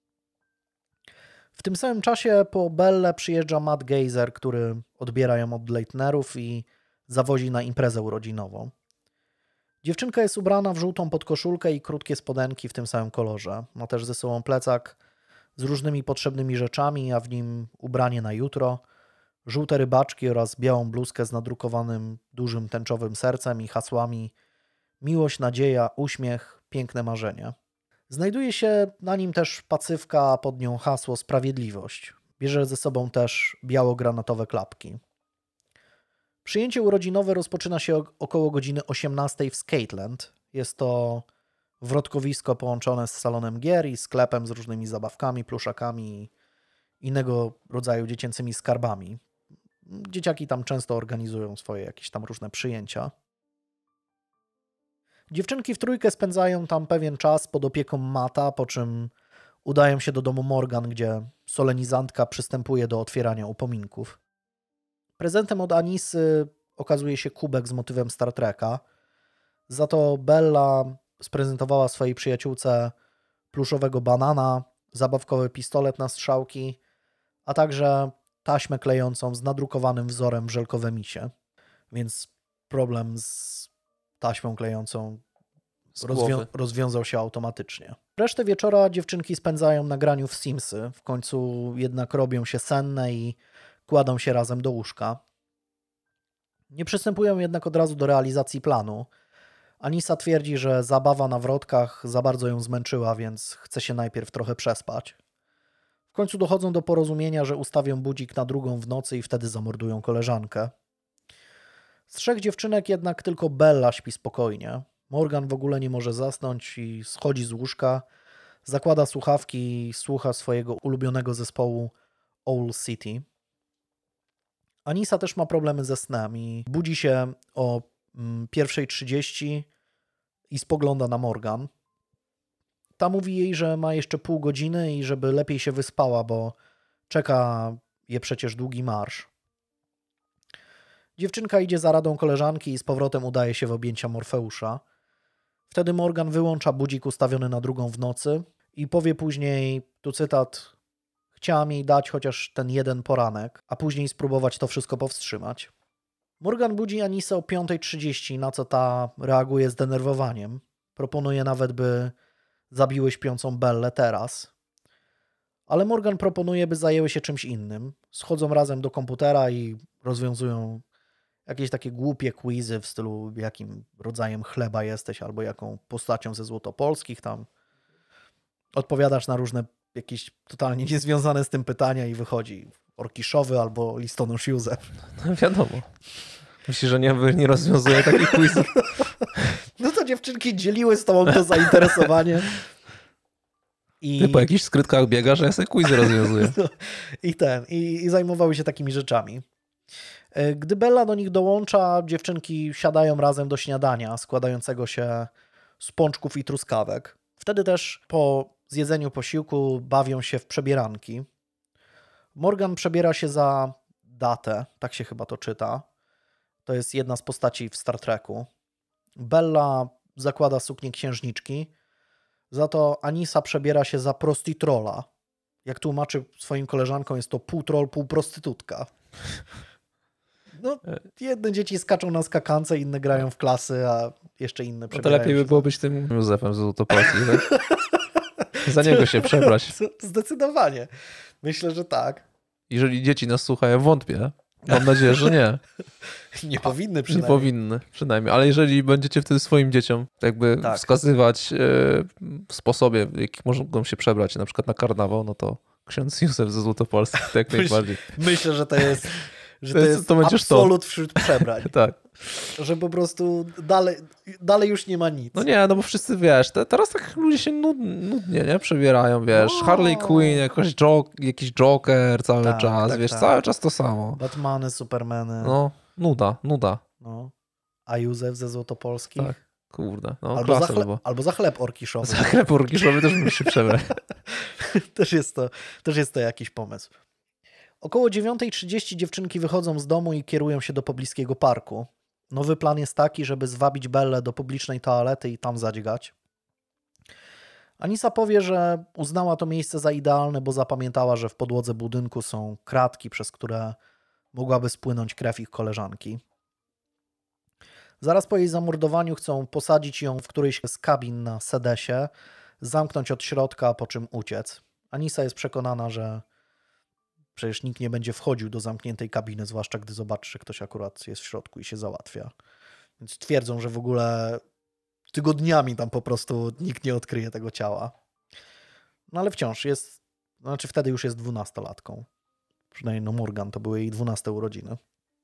W tym samym czasie po Belle przyjeżdża Matt Geiser, który odbiera ją od Leitnerów i zawozi na imprezę urodzinową. Dziewczynka jest ubrana w żółtą podkoszulkę i krótkie spodenki w tym samym kolorze. Ma też ze sobą plecak z różnymi potrzebnymi rzeczami, a w nim ubranie na jutro, żółte rybaczki oraz białą bluzkę z nadrukowanym dużym tęczowym sercem i hasłami miłość, nadzieja, uśmiech, piękne marzenia. Znajduje się na nim też pacywka, a pod nią hasło sprawiedliwość. Bierze ze sobą też biało-granatowe klapki. Przyjęcie urodzinowe rozpoczyna się około godziny 18 w Skateland. Jest to wrotkowisko połączone z salonem gier i sklepem z różnymi zabawkami, pluszakami i innego rodzaju dziecięcymi skarbami. Dzieciaki tam często organizują swoje jakieś tam różne przyjęcia. Dziewczynki w trójkę spędzają tam pewien czas pod opieką Matta, po czym udają się do domu Morgan, gdzie solenizantka przystępuje do otwierania upominków. Prezentem od Anisy okazuje się kubek z motywem Star Treka. Za to Bella sprezentowała swojej przyjaciółce pluszowego banana, zabawkowy pistolet na strzałki, a także taśmę klejącą z nadrukowanym wzorem w żelkowe misie. Więc problem z taśmą klejącą rozwiązał się automatycznie. Resztę wieczora dziewczynki spędzają na graniu w Simsy. W końcu jednak robią się senne i kładą się razem do łóżka. Nie przystępują jednak od razu do realizacji planu. Anissa twierdzi, że zabawa na wrotkach za bardzo ją zmęczyła, więc chce się najpierw trochę przespać. W końcu dochodzą do porozumienia, że ustawią budzik na 2 w nocy i wtedy zamordują koleżankę. Z 3 dziewczynek jednak tylko Bella śpi spokojnie. Morgan w ogóle nie może zasnąć i schodzi z łóżka, zakłada słuchawki i słucha swojego ulubionego zespołu Owl City. Anissa też ma problemy ze snem i budzi się o 1:30 i spogląda na Morgan. Ta mówi jej, że ma jeszcze pół godziny i żeby lepiej się wyspała, bo czeka je przecież długi marsz. Dziewczynka idzie za radą koleżanki i z powrotem udaje się w objęcia Morfeusza. Wtedy Morgan wyłącza budzik ustawiony na 2 w nocy i powie później, tu cytat: chciałam jej dać chociaż ten jeden poranek, a później spróbować to wszystko powstrzymać. Morgan budzi Anisę o 5:30, na co ta reaguje zdenerwowaniem. Proponuje nawet, by zabiły śpiącą Bellę teraz. Ale Morgan proponuje, by zajęły się czymś innym. Schodzą razem do komputera i rozwiązują jakieś takie głupie quizy w stylu jakim rodzajem chleba jesteś albo jaką postacią ze Złotopolskich tam. Odpowiadasz na różne jakieś totalnie niezwiązane z tym pytania i wychodzi Orkiszowy albo listonosz Józef. No wiadomo. Myślisz, że nie rozwiązuje takich quizów? No to dziewczynki dzieliły z tobą to zainteresowanie. Ty po jakichś skrytkach biegasz, a ja sobie quizy rozwiązuję. I zajmowały się takimi rzeczami. Gdy Bella do nich dołącza, dziewczynki siadają razem do śniadania składającego się z pączków i truskawek. Wtedy też po zjedzeniu posiłku bawią się w przebieranki. Morgan przebiera się za Datę, tak się chyba to czyta. To jest jedna z postaci w Star Treku. Bella zakłada suknię księżniczki, za to Anisa przebiera się za prostitrola. Jak tłumaczy swoim koleżankom, jest to pół troll, pół prostytutka. No, jedne dzieci skaczą na skakance, inne grają w klasy, a jeszcze inne przebierają No to lepiej by było być tym Józefem z Złotopolski, tak? Za niego się przebrać. Zdecydowanie. Myślę, że tak. Jeżeli dzieci nas słuchają, wątpię. Mam nadzieję, że nie. Nie powinny przynajmniej. Nie powinny, przynajmniej. Ale jeżeli będziecie wtedy swoim dzieciom jakby wskazywać sposoby, w jakich mogą się przebrać, na przykład na karnawał, no to ksiądz Józef ze Złotopolski, to jak najbardziej. Myślę, że to jest absolut wśród przebrań. Tak. Że po prostu dalej już nie ma nic. No nie, no bo wszyscy, wiesz, teraz tak ludzie się nudnie, nie? Przebierają, wiesz, Harley Quinn, jakiś Joker cały czas, wiesz, cały czas to samo. Batmany, Supermany. No, nuda. No. A Józef ze Złotopolskich? Tak, kurde. No, albo za chleb orkiszowy. Za chleb orkiszowy też musi się przebrać. też jest to jakiś pomysł. Około 9:30 dziewczynki wychodzą z domu i kierują się do pobliskiego parku. Nowy plan jest taki, żeby zwabić Bellę do publicznej toalety i tam zadźgać. Anisa powie, że uznała to miejsce za idealne, bo zapamiętała, że w podłodze budynku są kratki, przez które mogłaby spłynąć krew ich koleżanki. Zaraz po jej zamordowaniu chcą posadzić ją w którejś z kabin na sedesie, zamknąć od środka, po czym uciec. Anisa jest przekonana, że przecież nikt nie będzie wchodził do zamkniętej kabiny, zwłaszcza gdy zobaczy, że ktoś akurat jest w środku i się załatwia. Więc twierdzą, że w ogóle tygodniami tam po prostu nikt nie odkryje tego ciała. No ale wciąż jest, znaczy wtedy już jest 12-latką. Przynajmniej no Morgan, to były jej 12 urodziny.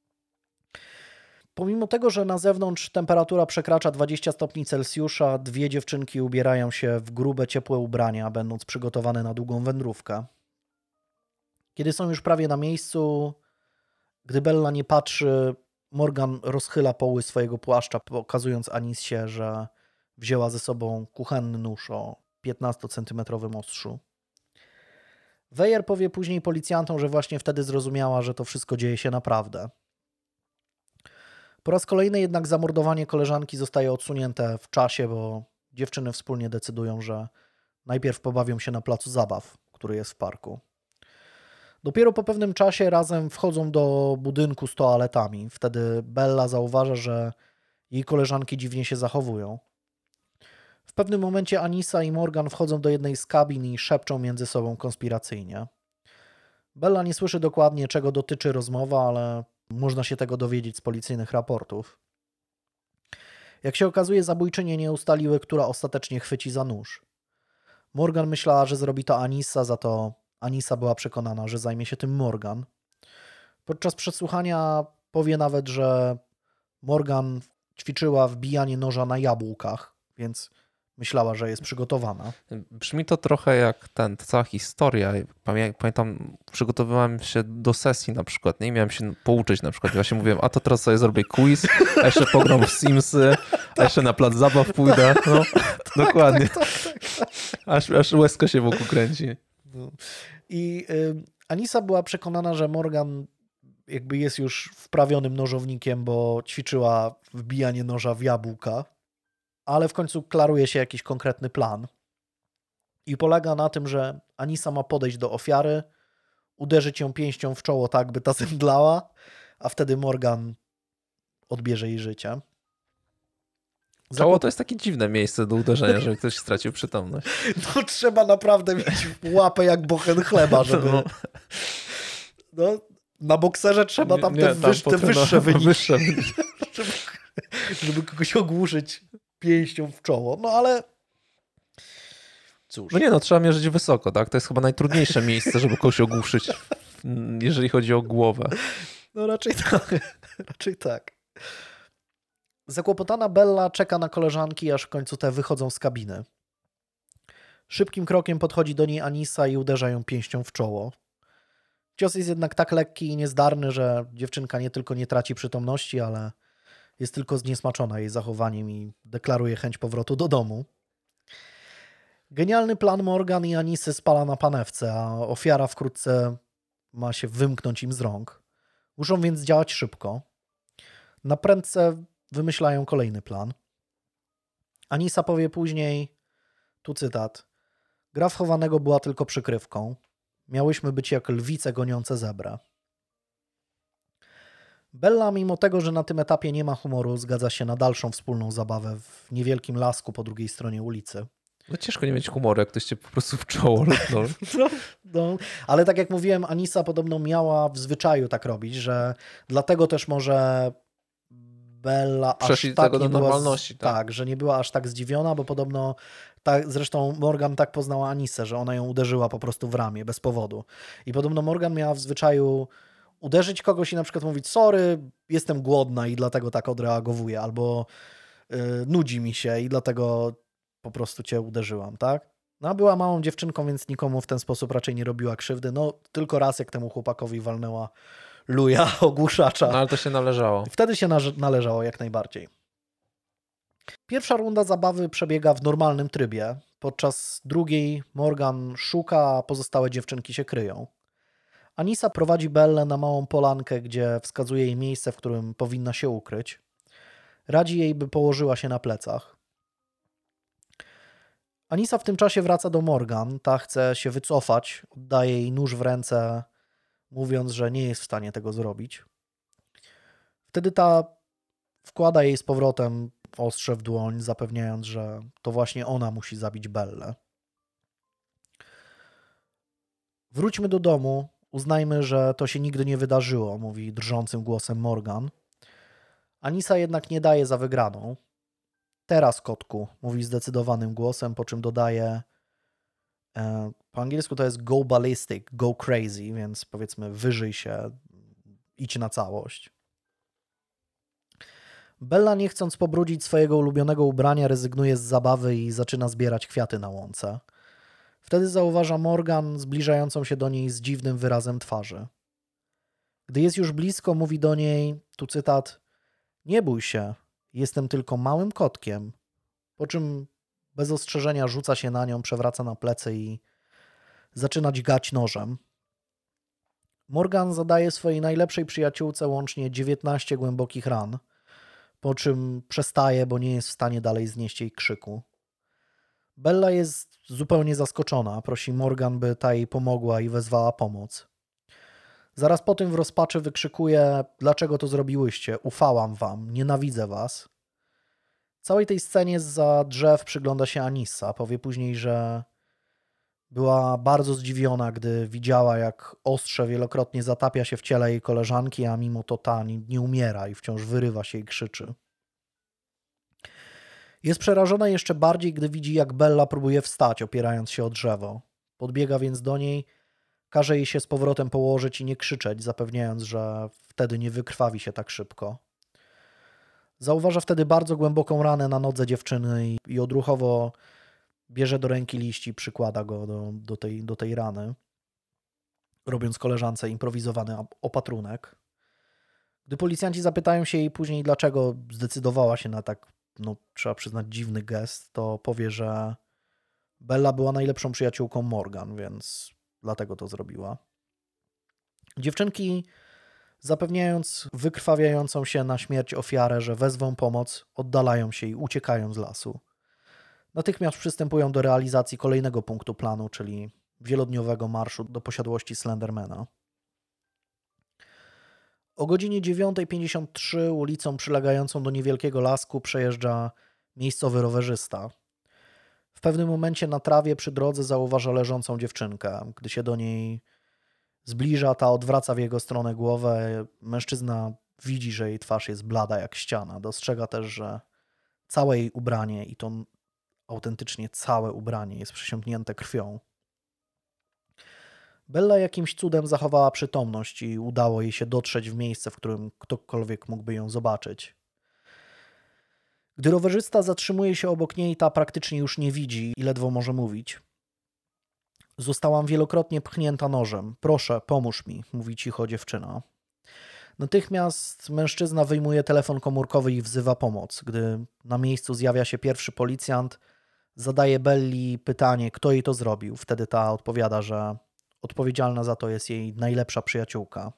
Pomimo tego, że na zewnątrz temperatura przekracza 20 stopni Celsjusza, dwie dziewczynki ubierają się w grube, ciepłe ubrania, będąc przygotowane na długą wędrówkę. Kiedy są już prawie na miejscu, gdy Bella nie patrzy, Morgan rozchyla poły swojego płaszcza, pokazując Anisie, że wzięła ze sobą kuchenny nóż o 15-centymetrowym ostrzu. Weyer powie później policjantom, że właśnie wtedy zrozumiała, że to wszystko dzieje się naprawdę. Po raz kolejny jednak zamordowanie koleżanki zostaje odsunięte w czasie, bo dziewczyny wspólnie decydują, że najpierw pobawią się na placu zabaw, który jest w parku. Dopiero po pewnym czasie razem wchodzą do budynku z toaletami. Wtedy Bella zauważa, że jej koleżanki dziwnie się zachowują. W pewnym momencie Anisa i Morgan wchodzą do jednej z kabin i szepczą między sobą konspiracyjnie. Bella nie słyszy dokładnie, czego dotyczy rozmowa, ale można się tego dowiedzieć z policyjnych raportów. Jak się okazuje, zabójczynie nie ustaliły, która ostatecznie chwyci za nóż. Morgan myślała, że zrobi to Anisa, za to Anisa była przekonana, że zajmie się tym Morgan. Podczas przesłuchania powie nawet, że Morgan ćwiczyła wbijanie noża na jabłkach, więc myślała, że jest przygotowana. Brzmi to trochę jak ta cała historia. Pamiętam, przygotowywałem się do sesji na przykład, nie? I miałem się pouczyć na przykład. Ja się mówiłem, a to teraz sobie zrobię quiz, a jeszcze pogram w Simsy, a jeszcze na plac zabaw pójdę. No, dokładnie. Aż łezka się wokół kręci. I Anisa była przekonana, że Morgan jakby jest już wprawionym nożownikiem, bo ćwiczyła wbijanie noża w jabłka, ale w końcu klaruje się jakiś konkretny plan. I polega na tym, że Anisa ma podejść do ofiary, uderzyć ją pięścią w czoło tak, by ta zemdlała, a wtedy Morgan odbierze jej życie. Czoło to jest takie dziwne miejsce do uderzenia, żeby ktoś stracił przytomność. No trzeba naprawdę mieć łapę jak bochen chleba, żeby... No, na bokserze trzeba tam te wyższe wyniki, żeby kogoś ogłuszyć pięścią w czoło. No ale cóż. No nie, no trzeba mierzyć wysoko, tak? To jest chyba najtrudniejsze miejsce, żeby kogoś ogłuszyć, jeżeli chodzi o głowę. No raczej tak. Raczej tak. Zakłopotana Bella czeka na koleżanki, aż w końcu te wychodzą z kabiny. Szybkim krokiem podchodzi do niej Anissa i uderza ją pięścią w czoło. Cios jest jednak tak lekki i niezdarny, że dziewczynka nie tylko nie traci przytomności, ale jest tylko zniesmaczona jej zachowaniem i deklaruje chęć powrotu do domu. Genialny plan Morgan i Anissy spala na panewce, a ofiara wkrótce ma się wymknąć im z rąk. Muszą więc działać szybko. Na prędce wymyślają kolejny plan. Anissa powie później, tu cytat, gra w chowanego była tylko przykrywką. Miałyśmy być jak lwice goniące zebrę. Bella, mimo tego, że na tym etapie nie ma humoru, zgadza się na dalszą wspólną zabawę w niewielkim lasku po drugiej stronie ulicy. No ciężko nie mieć humoru, jak ktoś cię po prostu w czoło lutnął. No, ale tak jak mówiłem, Anissa podobno miała w zwyczaju tak robić, że dlatego też może Bella przeszli aż tak tego do nie była normalności. tak, że nie była aż tak zdziwiona, bo podobno zresztą Morgan tak poznała Anissę, że ona ją uderzyła po prostu w ramię bez powodu. I podobno Morgan miała w zwyczaju uderzyć kogoś i na przykład mówić sorry, jestem głodna i dlatego tak odreagowuję, albo nudzi mi się i dlatego po prostu cię uderzyłam, tak? No a była małą dziewczynką, więc nikomu w ten sposób raczej nie robiła krzywdy. No tylko raz jak temu chłopakowi walnęła luja ogłuszacza. No ale to się należało. Wtedy się należało jak najbardziej. Pierwsza runda zabawy przebiega w normalnym trybie. Podczas drugiej Morgan szuka, a pozostałe dziewczynki się kryją. Anissa prowadzi Bellę na małą polankę, gdzie wskazuje jej miejsce, w którym powinna się ukryć. Radzi jej, by położyła się na plecach. Anissa w tym czasie wraca do Morgan. Ta chce się wycofać, oddaje jej nóż w ręce, mówiąc, że nie jest w stanie tego zrobić. Wtedy ta wkłada jej z powrotem ostrze w dłoń, zapewniając, że to właśnie ona musi zabić Bellę. Wróćmy do domu. Uznajmy, że to się nigdy nie wydarzyło, mówi drżącym głosem Morgan. Anissa jednak nie daje za wygraną. Teraz, kotku, mówi zdecydowanym głosem, po czym dodaje, po angielsku to jest go ballistic, go crazy, więc powiedzmy wyżyj się, idź na całość. Bella, nie chcąc pobrudzić swojego ulubionego ubrania, rezygnuje z zabawy i zaczyna zbierać kwiaty na łące. Wtedy zauważa Morgan zbliżającą się do niej z dziwnym wyrazem twarzy. Gdy jest już blisko, mówi do niej, tu cytat, nie bój się, jestem tylko małym kotkiem, po czym bez ostrzeżenia rzuca się na nią, przewraca na plecy i zaczyna dźgać nożem. Morgan zadaje swojej najlepszej przyjaciółce łącznie 19 głębokich ran, po czym przestaje, bo nie jest w stanie dalej znieść jej krzyku. Bella jest zupełnie zaskoczona, prosi Morgan, by ta jej pomogła i wezwała pomoc. Zaraz po tym w rozpaczy wykrzykuje, dlaczego to zrobiłyście, ufałam wam, nienawidzę was. Całej tej scenie zza drzew przygląda się Anissa, powie później, że była bardzo zdziwiona, gdy widziała, jak ostrze wielokrotnie zatapia się w ciele jej koleżanki, a mimo to ta nie umiera i wciąż wyrywa się i krzyczy. Jest przerażona jeszcze bardziej, gdy widzi, jak Bella próbuje wstać, opierając się o drzewo. Podbiega więc do niej, każe jej się z powrotem położyć i nie krzyczeć, zapewniając, że wtedy nie wykrwawi się tak szybko. Zauważa wtedy bardzo głęboką ranę na nodze dziewczyny i odruchowo bierze do ręki liść i przykłada go do tej rany, robiąc koleżance improwizowany opatrunek. Gdy policjanci zapytają się jej później, dlaczego zdecydowała się na tak, trzeba przyznać, dziwny gest, to powie, że Bella była najlepszą przyjaciółką Morgan, więc dlatego to zrobiła. Dziewczynki, zapewniając wykrwawiającą się na śmierć ofiarę, że wezwą pomoc, oddalają się i uciekają z lasu. Natychmiast przystępują do realizacji kolejnego punktu planu, czyli wielodniowego marszu do posiadłości Slendermana. O godzinie 9:53 ulicą przylegającą do niewielkiego lasku przejeżdża miejscowy rowerzysta. W pewnym momencie na trawie przy drodze zauważa leżącą dziewczynkę. Gdy się do niej zbliża, ta odwraca w jego stronę głowę. Mężczyzna widzi, że jej twarz jest blada jak ściana. Dostrzega też, że całe jej ubranie, i to autentycznie całe ubranie, jest przesiąknięte krwią. Bella jakimś cudem zachowała przytomność i udało jej się dotrzeć w miejsce, w którym ktokolwiek mógłby ją zobaczyć. Gdy rowerzysta zatrzymuje się obok niej, ta praktycznie już nie widzi i ledwo może mówić. Zostałam wielokrotnie pchnięta nożem. Proszę, pomóż mi, mówi cicho dziewczyna. Natychmiast mężczyzna wyjmuje telefon komórkowy i wzywa pomoc. Gdy na miejscu zjawia się pierwszy policjant, zadaje Belli pytanie, kto jej to zrobił. Wtedy ta odpowiada, że odpowiedzialna za to jest jej najlepsza przyjaciółka.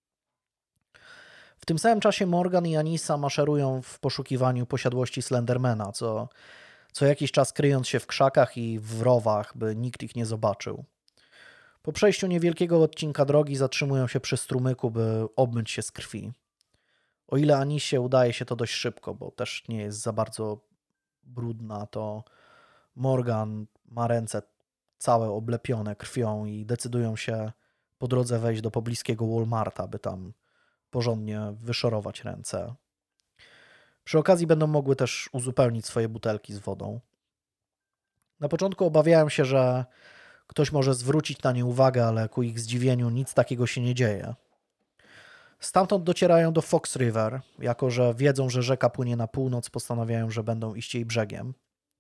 W tym samym czasie Morgan i Anissa maszerują w poszukiwaniu posiadłości Slendermana, co jakiś czas kryjąc się w krzakach i w rowach, by nikt ich nie zobaczył. Po przejściu niewielkiego odcinka drogi zatrzymują się przy strumyku, by obmyć się z krwi. O ile Anissie udaje się to dość szybko, bo też nie jest za bardzo brudna, to Morgan ma ręce całe oblepione krwią i decydują się po drodze wejść do pobliskiego Walmarta, by tam porządnie wyszorować ręce. Przy okazji będą mogły też uzupełnić swoje butelki z wodą. Na początku obawiałem się, że ktoś może zwrócić na nie uwagę, ale ku ich zdziwieniu nic takiego się nie dzieje. Stamtąd docierają do Fox River. Jako że wiedzą, że rzeka płynie na północ, postanawiają, że będą iść jej brzegiem.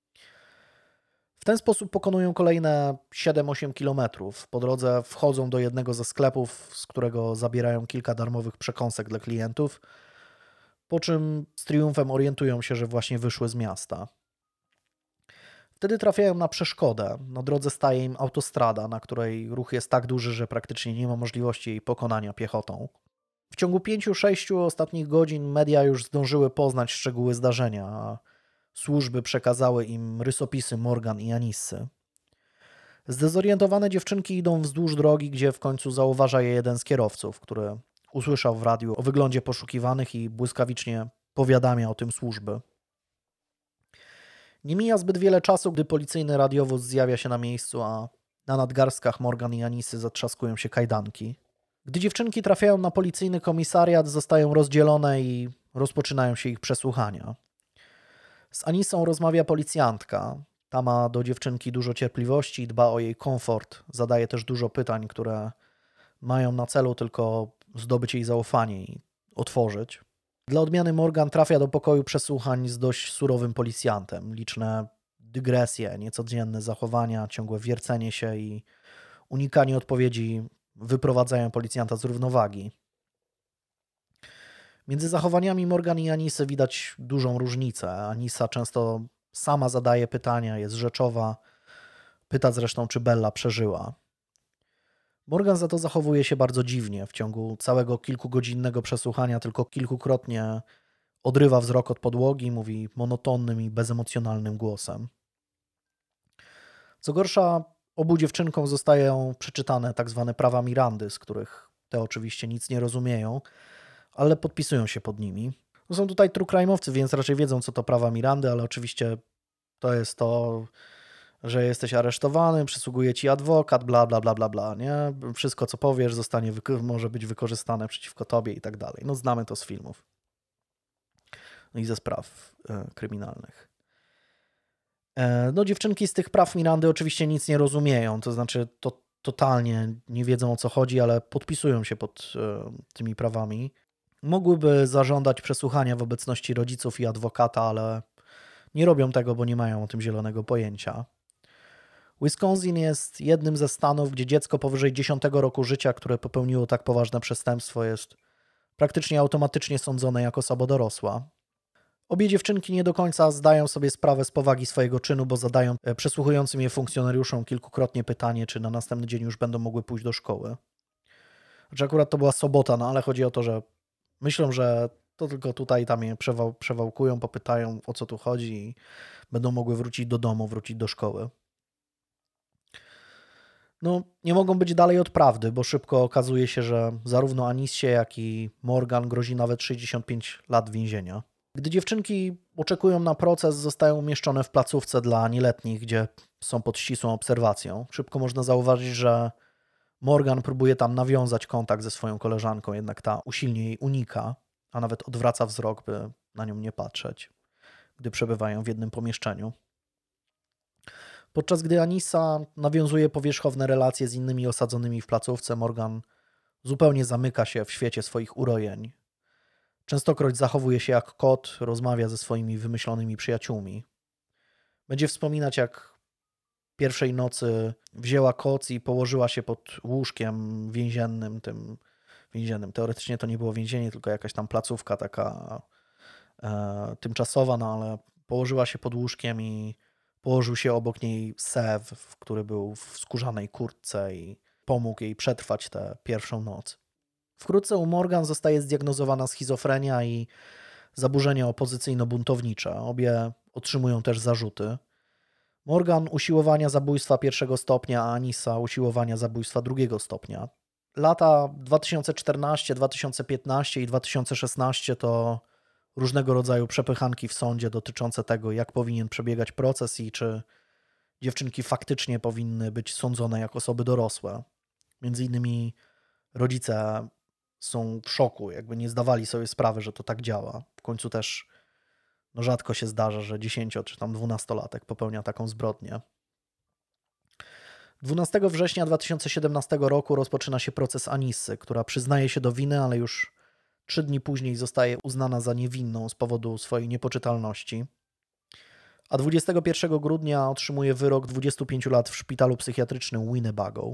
W ten sposób pokonują kolejne 7-8 kilometrów. Po drodze wchodzą do jednego ze sklepów, z którego zabierają kilka darmowych przekąsek dla klientów, po czym z triumfem orientują się, że właśnie wyszły z miasta. Wtedy trafiają na przeszkodę. Na drodze staje im autostrada, na której ruch jest tak duży, że praktycznie nie ma możliwości jej pokonania piechotą. W ciągu 5-6 ostatnich godzin media już zdążyły poznać szczegóły zdarzenia, a służby przekazały im rysopisy Morgan i Anissy. Zdezorientowane dziewczynki idą wzdłuż drogi, gdzie w końcu zauważa je jeden z kierowców, który usłyszał w radiu o wyglądzie poszukiwanych i błyskawicznie powiadamia o tym służby. Nie mija zbyt wiele czasu, gdy policyjny radiowóz zjawia się na miejscu, a na nadgarstkach Morgan i Anissy zatrzaskują się kajdanki. Gdy dziewczynki trafiają na policyjny komisariat, zostają rozdzielone i rozpoczynają się ich przesłuchania. Z Anissą rozmawia policjantka. Ta ma do dziewczynki dużo cierpliwości i dba o jej komfort. Zadaje też dużo pytań, które mają na celu tylko zdobyć jej zaufanie i otworzyć. Dla odmiany Morgan trafia do pokoju przesłuchań z dość surowym policjantem. Liczne dygresje, niecodzienne zachowania, ciągłe wiercenie się i unikanie odpowiedzi wyprowadzają policjanta z równowagi. Między zachowaniami Morgan i Anissy widać dużą różnicę. Anissa często sama zadaje pytania, jest rzeczowa. Pyta zresztą, czy Bella przeżyła. Morgan za to zachowuje się bardzo dziwnie. W ciągu całego kilkugodzinnego przesłuchania tylko kilkukrotnie odrywa wzrok od podłogi, mówi monotonnym i bezemocjonalnym głosem. Co gorsza, obu dziewczynkom zostają przeczytane tak zwane prawa Mirandy, z których te oczywiście nic nie rozumieją, ale podpisują się pod nimi. No są tutaj true crime'owcy, więc raczej wiedzą, co to prawa Mirandy, ale oczywiście to jest to, że jesteś aresztowany, przysługuje ci adwokat, bla, bla, bla, bla, bla, nie? Wszystko, co powiesz, może być wykorzystane przeciwko tobie i tak dalej. No znamy to z filmów. No i ze spraw kryminalnych. No dziewczynki z tych praw Mirandy oczywiście nic nie rozumieją, to znaczy to totalnie nie wiedzą, o co chodzi, ale podpisują się pod tymi prawami. Mogłyby zażądać przesłuchania w obecności rodziców i adwokata, ale nie robią tego, bo nie mają o tym zielonego pojęcia. Wisconsin jest jednym ze stanów, gdzie dziecko powyżej 10 roku życia, które popełniło tak poważne przestępstwo, jest praktycznie automatycznie sądzone jako osoba dorosła. Obie dziewczynki nie do końca zdają sobie sprawę z powagi swojego czynu, bo zadają przesłuchującym je funkcjonariuszom kilkukrotnie pytanie, czy na następny dzień już będą mogły pójść do szkoły. Znaczy akurat to była sobota, no ale chodzi o to, że myślą, że to tylko tutaj tam je przewałkują, popytają, o co tu chodzi i będą mogły wrócić do domu, wrócić do szkoły. No, nie mogą być dalej od prawdy, bo szybko okazuje się, że zarówno Anissie, jak i Morgan grozi nawet 65 lat więzienia. Gdy dziewczynki oczekują na proces, zostają umieszczone w placówce dla nieletnich, gdzie są pod ścisłą obserwacją. Szybko można zauważyć, że Morgan próbuje tam nawiązać kontakt ze swoją koleżanką, jednak ta usilnie jej unika, a nawet odwraca wzrok, by na nią nie patrzeć, gdy przebywają w jednym pomieszczeniu. Podczas gdy Anissa nawiązuje powierzchowne relacje z innymi osadzonymi w placówce, Morgan zupełnie zamyka się w świecie swoich urojeń. Częstokroć zachowuje się jak kot, rozmawia ze swoimi wymyślonymi przyjaciółmi. Będzie wspominać, jak pierwszej nocy wzięła koc i położyła się pod łóżkiem więziennym, tym więziennym. Teoretycznie to nie było więzienie, tylko jakaś tam placówka taka tymczasowa, no ale położyła się pod łóżkiem i położył się obok niej Sev, który był w skórzanej kurtce i pomógł jej przetrwać tę pierwszą noc. Wkrótce u Morgan zostaje zdiagnozowana schizofrenia i zaburzenia opozycyjno-buntownicze. Obie otrzymują też zarzuty. Morgan usiłowania zabójstwa pierwszego stopnia, a Anissa usiłowania zabójstwa drugiego stopnia. Lata 2014, 2015 i 2016 to różnego rodzaju przepychanki w sądzie dotyczące tego, jak powinien przebiegać proces i czy dziewczynki faktycznie powinny być sądzone jak osoby dorosłe. Między innymi rodzice są w szoku, jakby nie zdawali sobie sprawy, że to tak działa. W końcu też rzadko się zdarza, że 10 czy tam 12-latek popełnia taką zbrodnię. 12 września 2017 roku rozpoczyna się proces Anissy, która przyznaje się do winy, ale już 3 dni później zostaje uznana za niewinną z powodu swojej niepoczytalności. A 21 grudnia otrzymuje wyrok 25 lat w szpitalu psychiatrycznym Winnebago.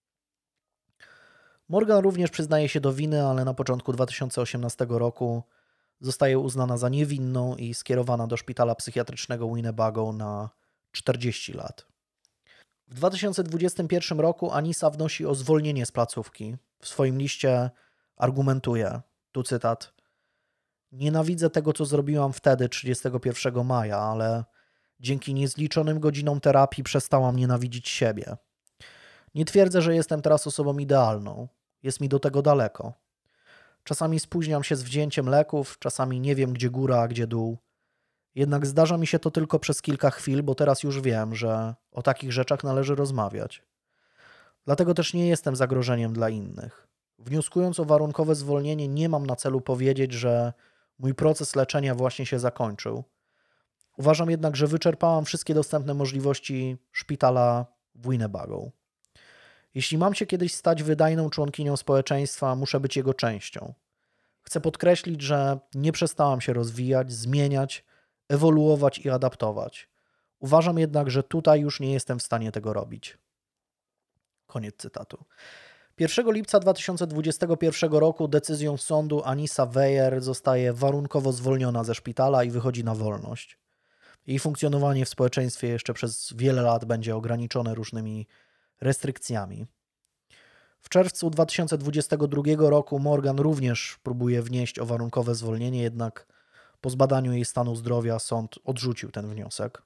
Morgan również przyznaje się do winy, ale na początku 2018 roku zostaje uznana za niewinną i skierowana do szpitala psychiatrycznego Winnebago na 40 lat. W 2021 roku Anissa wnosi o zwolnienie z placówki. W swoim liście argumentuje, tu cytat: nienawidzę tego, co zrobiłam wtedy, 31 maja, ale dzięki niezliczonym godzinom terapii przestałam nienawidzić siebie. Nie twierdzę, że jestem teraz osobą idealną. Jest mi do tego daleko. Czasami spóźniam się z wzięciem leków, czasami nie wiem, gdzie góra, a gdzie dół. Jednak zdarza mi się to tylko przez kilka chwil, bo teraz już wiem, że o takich rzeczach należy rozmawiać. Dlatego też nie jestem zagrożeniem dla innych. Wnioskując o warunkowe zwolnienie, nie mam na celu powiedzieć, że mój proces leczenia właśnie się zakończył. Uważam jednak, że wyczerpałam wszystkie dostępne możliwości szpitala w Winnebago. Jeśli mam się kiedyś stać wydajną członkinią społeczeństwa, muszę być jego częścią. Chcę podkreślić, że nie przestałam się rozwijać, zmieniać, ewoluować i adaptować. Uważam jednak, że tutaj już nie jestem w stanie tego robić. Koniec cytatu. 1 lipca 2021 roku decyzją sądu Anissa Weier zostaje warunkowo zwolniona ze szpitala i wychodzi na wolność. Jej funkcjonowanie w społeczeństwie jeszcze przez wiele lat będzie ograniczone różnymi restrykcjami. W czerwcu 2022 roku Morgan również próbuje wnieść o warunkowe zwolnienie, jednak po zbadaniu jej stanu zdrowia sąd odrzucił ten wniosek.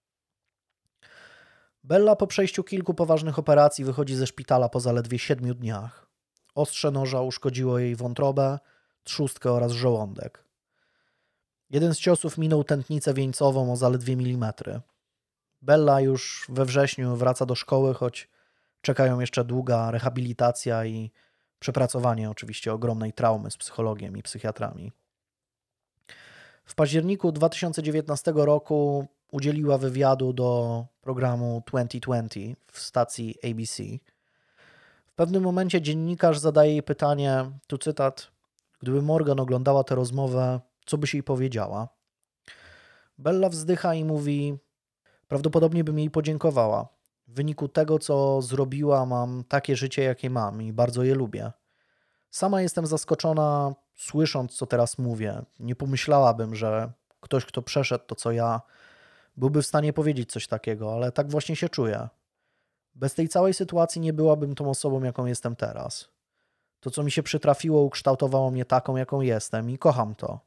Bella po przejściu kilku poważnych operacji wychodzi ze szpitala po zaledwie 7 dniach. Ostrze noża uszkodziło jej wątrobę, trzustkę oraz żołądek. Jeden z ciosów minął tętnicę wieńcową o zaledwie milimetry. Bella już we wrześniu wraca do szkoły, choć czekają jeszcze długa rehabilitacja i przepracowanie oczywiście ogromnej traumy z psychologiem i psychiatrami. W październiku 2019 roku udzieliła wywiadu do programu 2020 w stacji ABC. W pewnym momencie dziennikarz zadaje jej pytanie, tu cytat: gdyby Morgan oglądała tę rozmowę, co byś jej powiedziała? Bella wzdycha i mówi: prawdopodobnie bym jej podziękowała. W wyniku tego, co zrobiła, mam takie życie, jakie mam i bardzo je lubię. Sama jestem zaskoczona, słysząc, co teraz mówię. Nie pomyślałabym, że ktoś, kto przeszedł to, co ja, byłby w stanie powiedzieć coś takiego, ale tak właśnie się czuję. Bez tej całej sytuacji nie byłabym tą osobą, jaką jestem teraz. To, co mi się przytrafiło, ukształtowało mnie taką, jaką jestem i kocham to.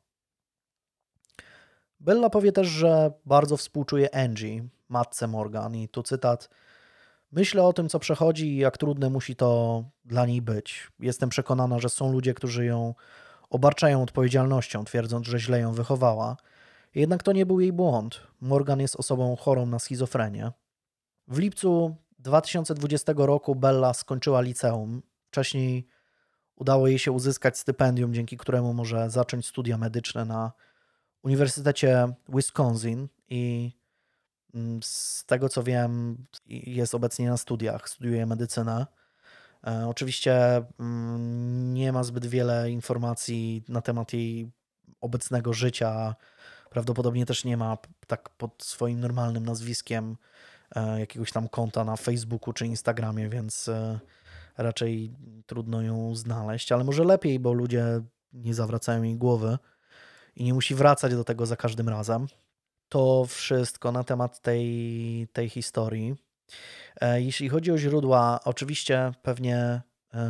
Bella powie też, że bardzo współczuje Angie, matce Morgan, i tu cytat: Myślę o tym, co przechodzi i jak trudne musi to dla niej być. Jestem przekonana, że są ludzie, którzy ją obarczają odpowiedzialnością, twierdząc, że źle ją wychowała. Jednak to nie był jej błąd. Morgan jest osobą chorą na schizofrenię. W lipcu 2020 roku Bella skończyła liceum. Wcześniej udało jej się uzyskać stypendium, dzięki któremu może zacząć studia medyczne na Uniwersytecie Wisconsin i z tego co wiem, jest obecnie na studiach, studiuje medycynę. Oczywiście nie ma zbyt wiele informacji na temat jej obecnego życia. Prawdopodobnie też nie ma tak pod swoim normalnym nazwiskiem jakiegoś tam konta na Facebooku czy Instagramie, więc raczej trudno ją znaleźć, ale może lepiej, bo ludzie nie zawracają jej głowy i nie musi wracać do tego za każdym razem. To wszystko na temat tej historii. Jeśli chodzi o źródła, oczywiście pewnie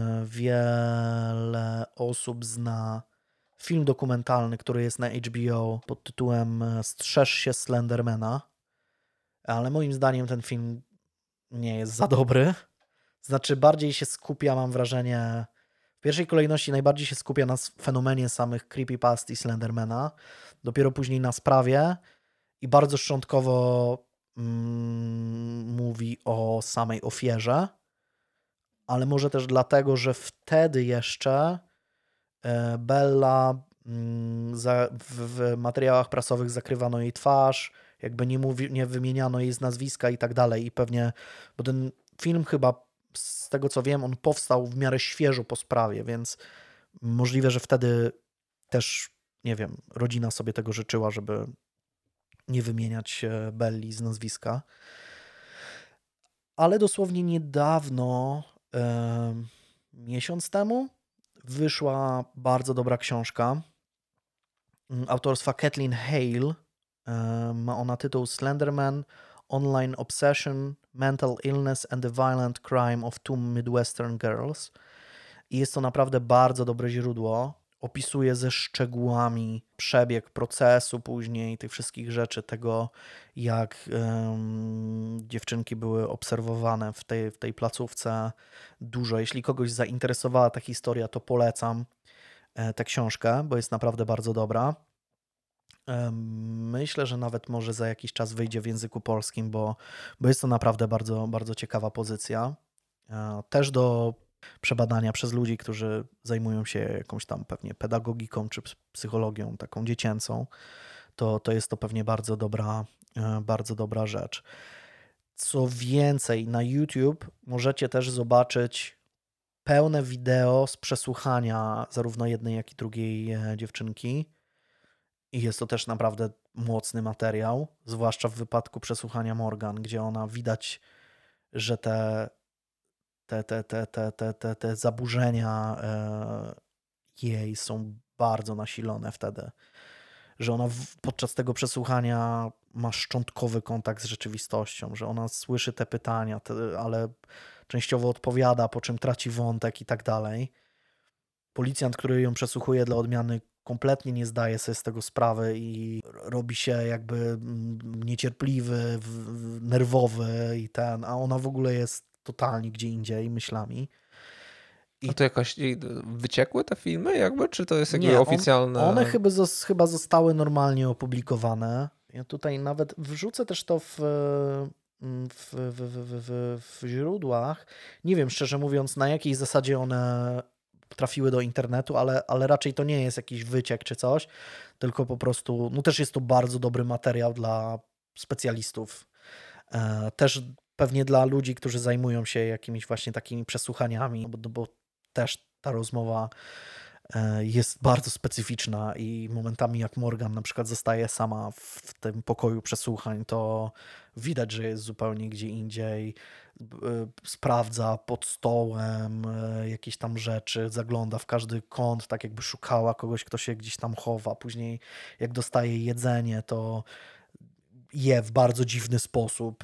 wiele osób zna film dokumentalny, który jest na HBO pod tytułem Strzeż się Slendermana, ale moim zdaniem ten film nie jest za dobry. Znaczy bardziej się skupia, mam wrażenie, w pierwszej kolejności najbardziej się skupia na fenomenie samych creepypast i Slendermana, dopiero później na sprawie i bardzo szczątkowo mówi o samej ofierze, ale może też dlatego, że wtedy jeszcze Bella w materiałach prasowych zakrywano jej twarz, jakby nie wymieniano jej z nazwiska i tak dalej i pewnie, bo ten film chyba z tego co wiem, on powstał w miarę świeżo po sprawie, więc możliwe, że wtedy też, nie wiem, rodzina sobie tego życzyła, żeby nie wymieniać Belli z nazwiska. Ale dosłownie niedawno, miesiąc temu, wyszła bardzo dobra książka autorstwa Kathleen Hale. Ma ona tytuł Slenderman, Online Obsession, Mental Illness and the Violent Crime of Two Midwestern Girls. I jest to naprawdę bardzo dobre źródło. Opisuje ze szczegółami przebieg procesu później, tych wszystkich rzeczy, tego jak dziewczynki były obserwowane w tej placówce. Dużo. Jeśli kogoś zainteresowała ta historia, to polecam tę książkę, bo jest naprawdę bardzo dobra. Myślę, że nawet może za jakiś czas wyjdzie w języku polskim, bo jest to naprawdę bardzo, bardzo ciekawa pozycja. Też do przebadania przez ludzi, którzy zajmują się jakąś tam pewnie pedagogiką czy psychologią taką dziecięcą, to jest to pewnie bardzo dobra rzecz. Co więcej, na YouTube możecie też zobaczyć pełne wideo z przesłuchania zarówno jednej, jak i drugiej dziewczynki. I jest to też naprawdę mocny materiał, zwłaszcza w wypadku przesłuchania Morgan, gdzie ona widać, że te zaburzenia jej są bardzo nasilone wtedy. Że ona podczas tego przesłuchania ma szczątkowy kontakt z rzeczywistością, że ona słyszy te pytania, ale częściowo odpowiada, po czym traci wątek i tak dalej. Policjant, który ją przesłuchuje dla odmiany, kompletnie nie zdaje sobie z tego sprawy i robi się jakby niecierpliwy, nerwowy a ona w ogóle jest totalnie gdzie indziej myślami. A to jakoś wyciekły te filmy jakby, czy to jest jakby oficjalne? One chyba zostały normalnie opublikowane. Ja tutaj nawet wrzucę też to w źródłach. Nie wiem, szczerze mówiąc, na jakiej zasadzie one trafiły do internetu, ale raczej to nie jest jakiś wyciek czy coś, tylko po prostu, no też jest to bardzo dobry materiał dla specjalistów. Też pewnie dla ludzi, którzy zajmują się jakimiś właśnie takimi przesłuchaniami, bo też ta rozmowa jest bardzo specyficzna i momentami jak Morgan na przykład zostaje sama w tym pokoju przesłuchań, to widać, że jest zupełnie gdzie indziej, sprawdza pod stołem jakieś tam rzeczy, zagląda w każdy kąt, tak jakby szukała kogoś, kto się gdzieś tam chowa. Później jak dostaje jedzenie, to je w bardzo dziwny sposób.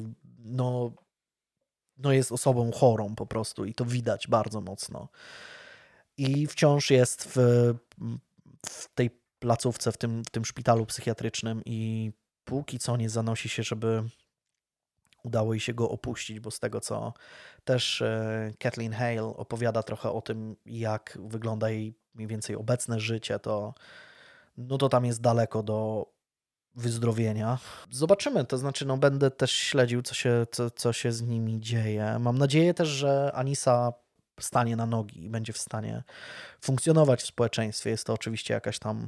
No jest osobą chorą po prostu i to widać bardzo mocno. I wciąż jest w tej placówce, w tym szpitalu psychiatrycznym i póki co nie zanosi się, żeby udało jej się go opuścić, bo z tego, co też Kathleen Hale opowiada trochę o tym, jak wygląda jej mniej więcej obecne życie, to no to tam jest daleko do wyzdrowienia. Zobaczymy, to znaczy no będę też śledził, co się z nimi dzieje. Mam nadzieję też, że Anissa stanie na nogi i będzie w stanie funkcjonować w społeczeństwie. Jest to oczywiście jakaś tam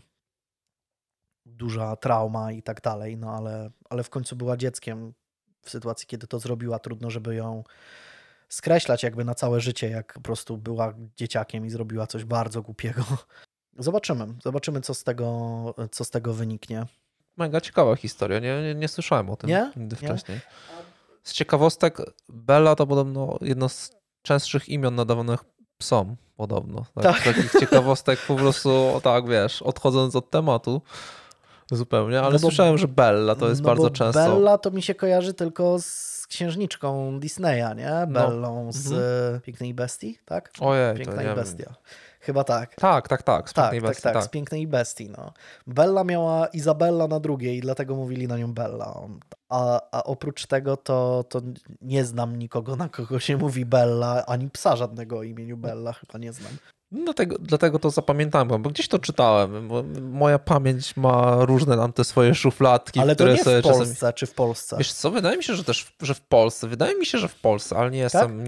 duża trauma i tak dalej, no ale w końcu była dzieckiem w sytuacji, kiedy to zrobiła. Trudno, żeby ją skreślać jakby na całe życie, jak po prostu była dzieciakiem i zrobiła coś bardzo głupiego. Zobaczymy co z tego wyniknie. Mega ciekawa historia, nie słyszałem o tym Nie? nigdy wcześniej. Z ciekawostek, Bella to podobno jedno z częstszych imion nadawanych psom, podobno. Tak. Takich ciekawostek po prostu, tak wiesz, odchodząc od tematu zupełnie, ale słyszałem, że Bella to jest bardzo często. Bella to mi się kojarzy tylko z księżniczką Disneya, nie? Bellą z Pięknej Bestii, tak? Ojej, Piękna to i nie Bestia. Chyba tak. Tak, z Pięknej Bestii. Tak, z Pięknej Bestii. No. Bella miała Izabella na drugiej i dlatego mówili na nią Bella. A oprócz tego to nie znam nikogo, na kogo się mówi Bella, ani psa żadnego o imieniu Bella chyba nie znam. Dlatego to zapamiętałem, bo gdzieś to czytałem, bo moja pamięć ma różne tam te swoje szufladki. Ale które to nie sobie w Polsce, czasami... czy w Polsce? Wiesz co, wydaje mi się, że też że w Polsce. Wydaje mi się, że w Polsce, ale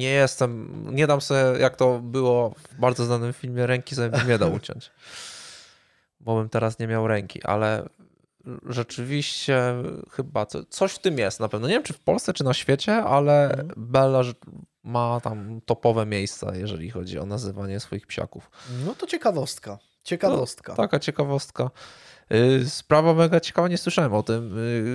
nie dam sobie, jak to było w bardzo znanym filmie, ręki sobie bym nie dał uciąć. Bo bym teraz nie miał ręki, ale rzeczywiście chyba coś w tym jest na pewno. Nie wiem, czy w Polsce, czy na świecie, ale Bella ma tam topowe miejsca, jeżeli chodzi o nazywanie swoich psiaków. No to ciekawostka. No, taka ciekawostka. Sprawa mega ciekawa, nie słyszałem o tym.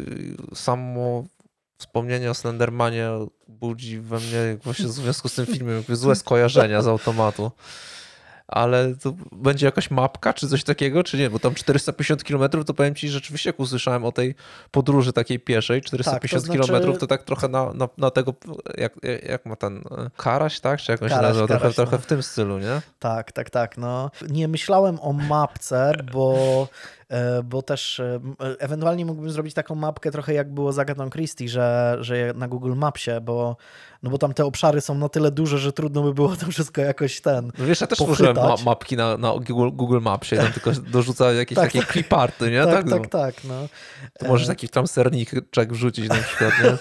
Samo wspomnienie o Slendermanie budzi we mnie właśnie w związku z tym filmem jakby złe skojarzenia z automatu. Ale to będzie jakaś mapka, czy coś takiego, czy nie? Bo tam 450 km, to powiem ci, rzeczywiście jak usłyszałem o tej podróży takiej pieszej, 450 km, to tak trochę na tego, jak ma ten Karaś, tak? Czy jak on się nazywa? Trochę w tym stylu, nie? Tak. No. Nie myślałem o mapce, bo też ewentualnie mógłbym zrobić taką mapkę trochę jak było z Agatą Christie, że na Google Mapsie, bo tam te obszary są na tyle duże, że trudno by było to wszystko jakoś No wiesz, ja też pochytać. użyłem mapki na Google Mapsie, tam tylko dorzuca jakieś takie cliparty, nie? Tak. No. To możesz taki tam serniczek wrzucić na przykład, nie?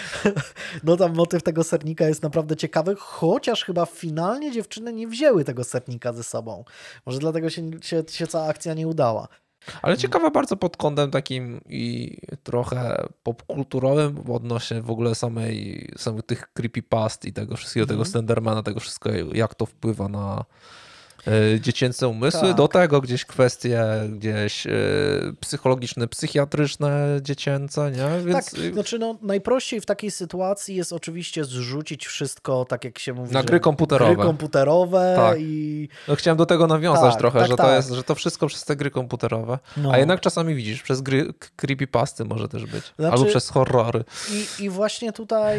No tam motyw tego sernika jest naprawdę ciekawy, chociaż chyba finalnie dziewczyny nie wzięły tego sernika ze sobą. Może dlatego się cała akcja nie udała. Ale ciekawe bardzo pod kątem takim i trochę popkulturowym odnośnie w ogóle samych tych creepypast i tego wszystkiego, tego Slendermana, tego wszystkiego, jak to wpływa na dziecięce umysły, do tego gdzieś kwestie psychologiczne, psychiatryczne, dziecięce, nie? Więc... Tak, znaczy najprościej w takiej sytuacji jest oczywiście zrzucić wszystko, tak jak się mówi, na gry komputerowe. Gry komputerowe tak. i... No chciałem do tego nawiązać trochę, że to wszystko przez te gry komputerowe. No. A jednak czasami widzisz, przez gry creepypasty może też być. Albo przez horrory. I właśnie tutaj...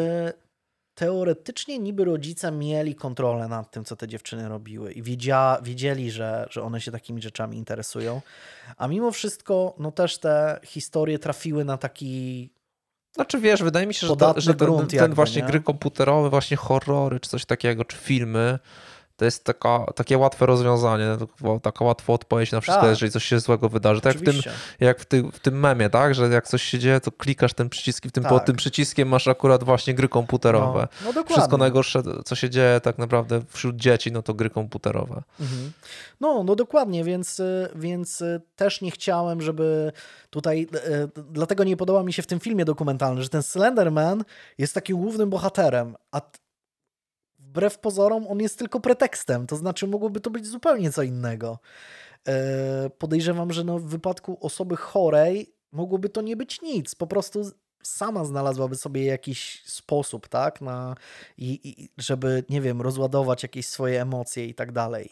Teoretycznie niby rodzice mieli kontrolę nad tym, co te dziewczyny robiły i wiedzieli, że one się takimi rzeczami interesują, a mimo wszystko też te historie trafiły na taki... Znaczy wiesz, wydaje mi się, że ten właśnie gry komputerowe, właśnie horrory czy coś takiego, czy filmy, to jest takie łatwe rozwiązanie, taka łatwa odpowiedź na wszystko, jeżeli coś się złego wydarzy. Tak jak w tym memie, tak? Że jak coś się dzieje, to klikasz ten przycisk i pod tym przyciskiem masz akurat właśnie gry komputerowe. No dokładnie. Wszystko najgorsze, co się dzieje tak naprawdę wśród dzieci, no to gry komputerowe. Mhm. No dokładnie, więc też nie chciałem, żeby tutaj, dlatego nie podoba mi się w tym filmie dokumentalnym, że ten Slenderman jest takim głównym bohaterem, a wbrew pozorom on jest tylko pretekstem, to znaczy mogłoby to być zupełnie co innego. Podejrzewam, że w wypadku osoby chorej mogłoby to nie być nic, po prostu sama znalazłaby sobie jakiś sposób, tak, żeby, nie wiem, rozładować jakieś swoje emocje i tak dalej.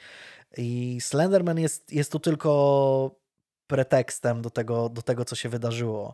I Slenderman jest tu tylko pretekstem do tego, co się wydarzyło.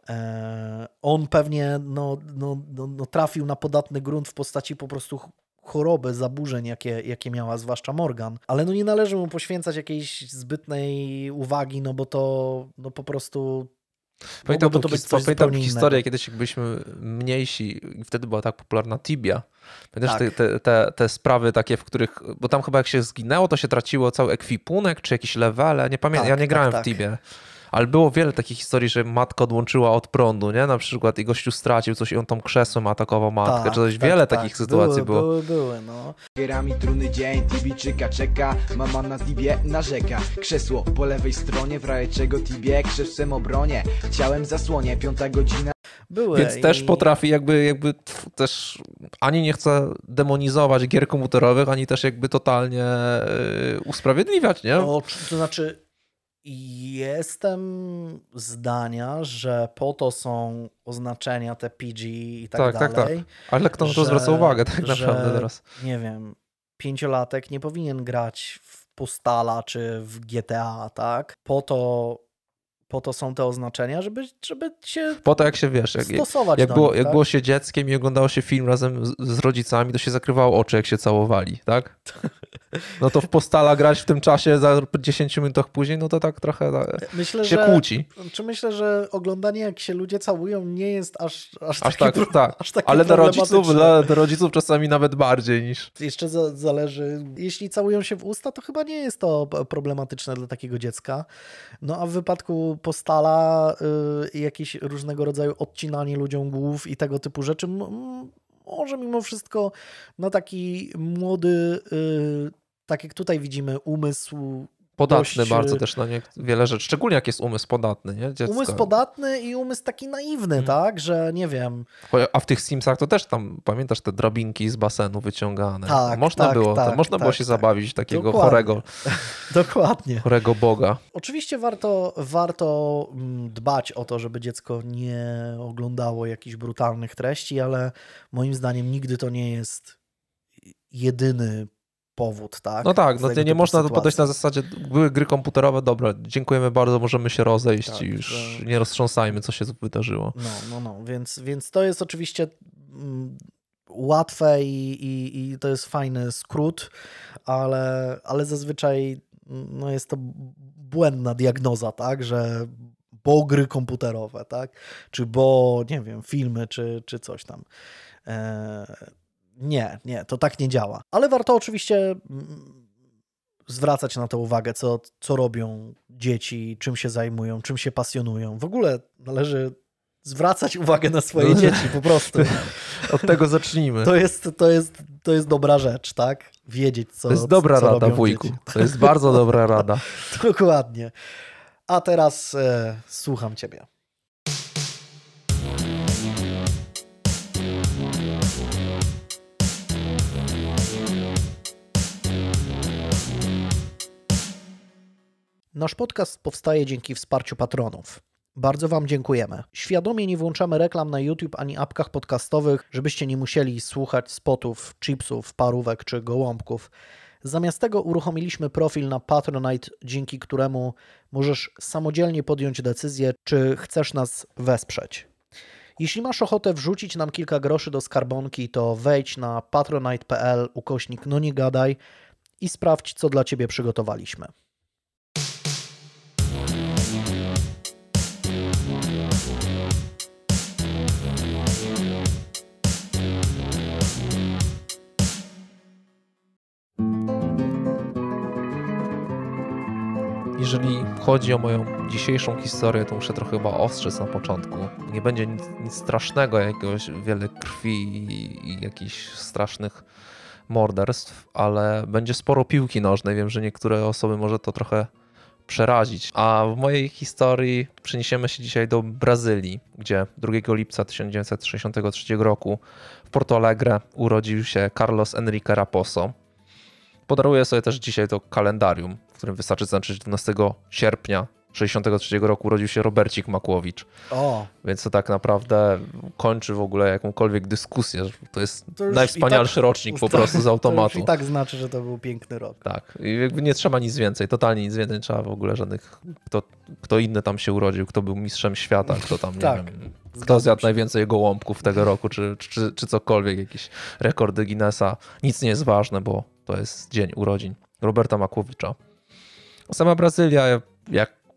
On pewnie trafił na podatny grunt w postaci po prostu choroby, zaburzeń, jakie miała, zwłaszcza Morgan. Ale nie należy mu poświęcać jakiejś zbytnej uwagi, bo to po prostu Mogłoby to być coś Pamiętam zupełnie historię, innego. kiedyś jak byliśmy mniejsi i wtedy była tak popularna Tibia. Pamiętasz Tak. te sprawy takie, w których, bo tam chyba jak się zginęło, to się traciło cały ekwipunek czy jakieś levele, nie pamiętam, ja nie grałem w Tibię. Ale było wiele takich historii, że matka odłączyła od prądu, nie? Na przykład i gościu stracił coś i on tą krzesłem atakował matkę, czy coś. Wiele takich sytuacji było. Były, no. Gierami trudny dzień, Tibijczyka czeka. Mama na Tibie narzeka. Krzesło po lewej stronie, w razie czego Tibie krzesłem obronie. Ciałem zasłonie, 5 godzina. Były. Więc też potrafi jakby też ani nie chce demonizować gier komputerowych, ani też jakby totalnie usprawiedliwiać, nie? No, to znaczy jestem zdania, że po to są oznaczenia te PG i tak dalej. Tak. Ale kto na to zwraca uwagę tak naprawdę teraz? Nie wiem, 5-latek nie powinien grać w Postala czy w GTA, tak? Po to są te oznaczenia, żeby się po to jak się wiesz, stosować jak do było, nich, jak tak? było się dzieckiem i oglądało się film razem z rodzicami, to się zakrywało oczy, jak się całowali, tak? No to w Postala grać w tym czasie za 10 minutach później, no to tak trochę kłóci. Myślę, że oglądanie jak się ludzie całują nie jest aż takie Ale problematyczne. dla rodziców czasami nawet bardziej niż... Jeszcze zależy, jeśli całują się w usta, to chyba nie jest to problematyczne dla takiego dziecka. No a w wypadku Postala jakieś różnego rodzaju odcinanie ludziom głów i tego typu rzeczy może mimo wszystko na taki młody, tak jak tutaj widzimy, umysł podatny bardzo też na wiele rzeczy, szczególnie jak jest umysł podatny, nie? Dziecka. Umysł podatny i umysł taki naiwny, tak? Że nie wiem. A w tych Simsach to też tam, pamiętasz te drabinki z basenu wyciągane? Tak, można było się zabawić takiego chorego boga. Oczywiście warto dbać o to, żeby dziecko nie oglądało jakichś brutalnych treści, ale moim zdaniem nigdy to nie jest jedyny powód, tak? No tak, no nie można podejść na zasadzie, były gry komputerowe, dobra, dziękujemy bardzo, możemy się rozejść i już nie roztrząsajmy, co się wydarzyło. No, więc to jest oczywiście łatwe i to jest fajny skrót, ale zazwyczaj no jest to błędna diagnoza, tak, że bo gry komputerowe, tak, czy bo, nie wiem, filmy, czy coś tam. Nie, to tak nie działa. Ale warto oczywiście zwracać na to uwagę, co robią dzieci, czym się zajmują, czym się pasjonują. W ogóle należy zwracać uwagę na swoje dzieci po prostu. Od tego zacznijmy. To jest dobra rzecz, tak? Wiedzieć, co robią. To jest dobra rada, wujku. To jest bardzo dobra rada. Dokładnie. A teraz słucham ciebie. Nasz podcast powstaje dzięki wsparciu patronów. Bardzo Wam dziękujemy. Świadomie nie włączamy reklam na YouTube ani apkach podcastowych, żebyście nie musieli słuchać spotów, chipsów, parówek czy gołąbków. Zamiast tego uruchomiliśmy profil na Patronite, dzięki któremu możesz samodzielnie podjąć decyzję, czy chcesz nas wesprzeć. Jeśli masz ochotę wrzucić nam kilka groszy do skarbonki, to wejdź na patronite.pl/no nie gadaj i sprawdź, co dla Ciebie przygotowaliśmy. Jeżeli chodzi o moją dzisiejszą historię, to muszę trochę chyba ostrzec na początku. Nie będzie nic strasznego, jakiegoś wiele krwi i jakichś strasznych morderstw, ale będzie sporo piłki nożnej. Wiem, że niektóre osoby może to trochę przerazić. A w mojej historii przeniesiemy się dzisiaj do Brazylii, gdzie 2 lipca 1963 roku w Porto Alegre urodził się Carlos Henrique Raposo. Podaruję sobie też dzisiaj to kalendarium, w którym wystarczy zaznaczyć 12 sierpnia 1963 roku urodził się Robercik Makłowicz. Więc to tak naprawdę kończy w ogóle jakąkolwiek dyskusję. To jest najwspanialszy rocznik po prostu z automatu. To już i tak znaczy, że to był piękny rok. Tak. I jakby nie trzeba nic więcej, totalnie nic więcej. Nie trzeba w ogóle żadnych... Kto inny tam się urodził, kto był mistrzem świata, kto tam, nie wiem... Kto zjadł najwięcej gołąbków tego roku, czy cokolwiek, jakieś rekordy Guinnessa. Nic nie jest ważne, bo to jest dzień urodzin Roberta Makłowicza. Sama Brazylia, jak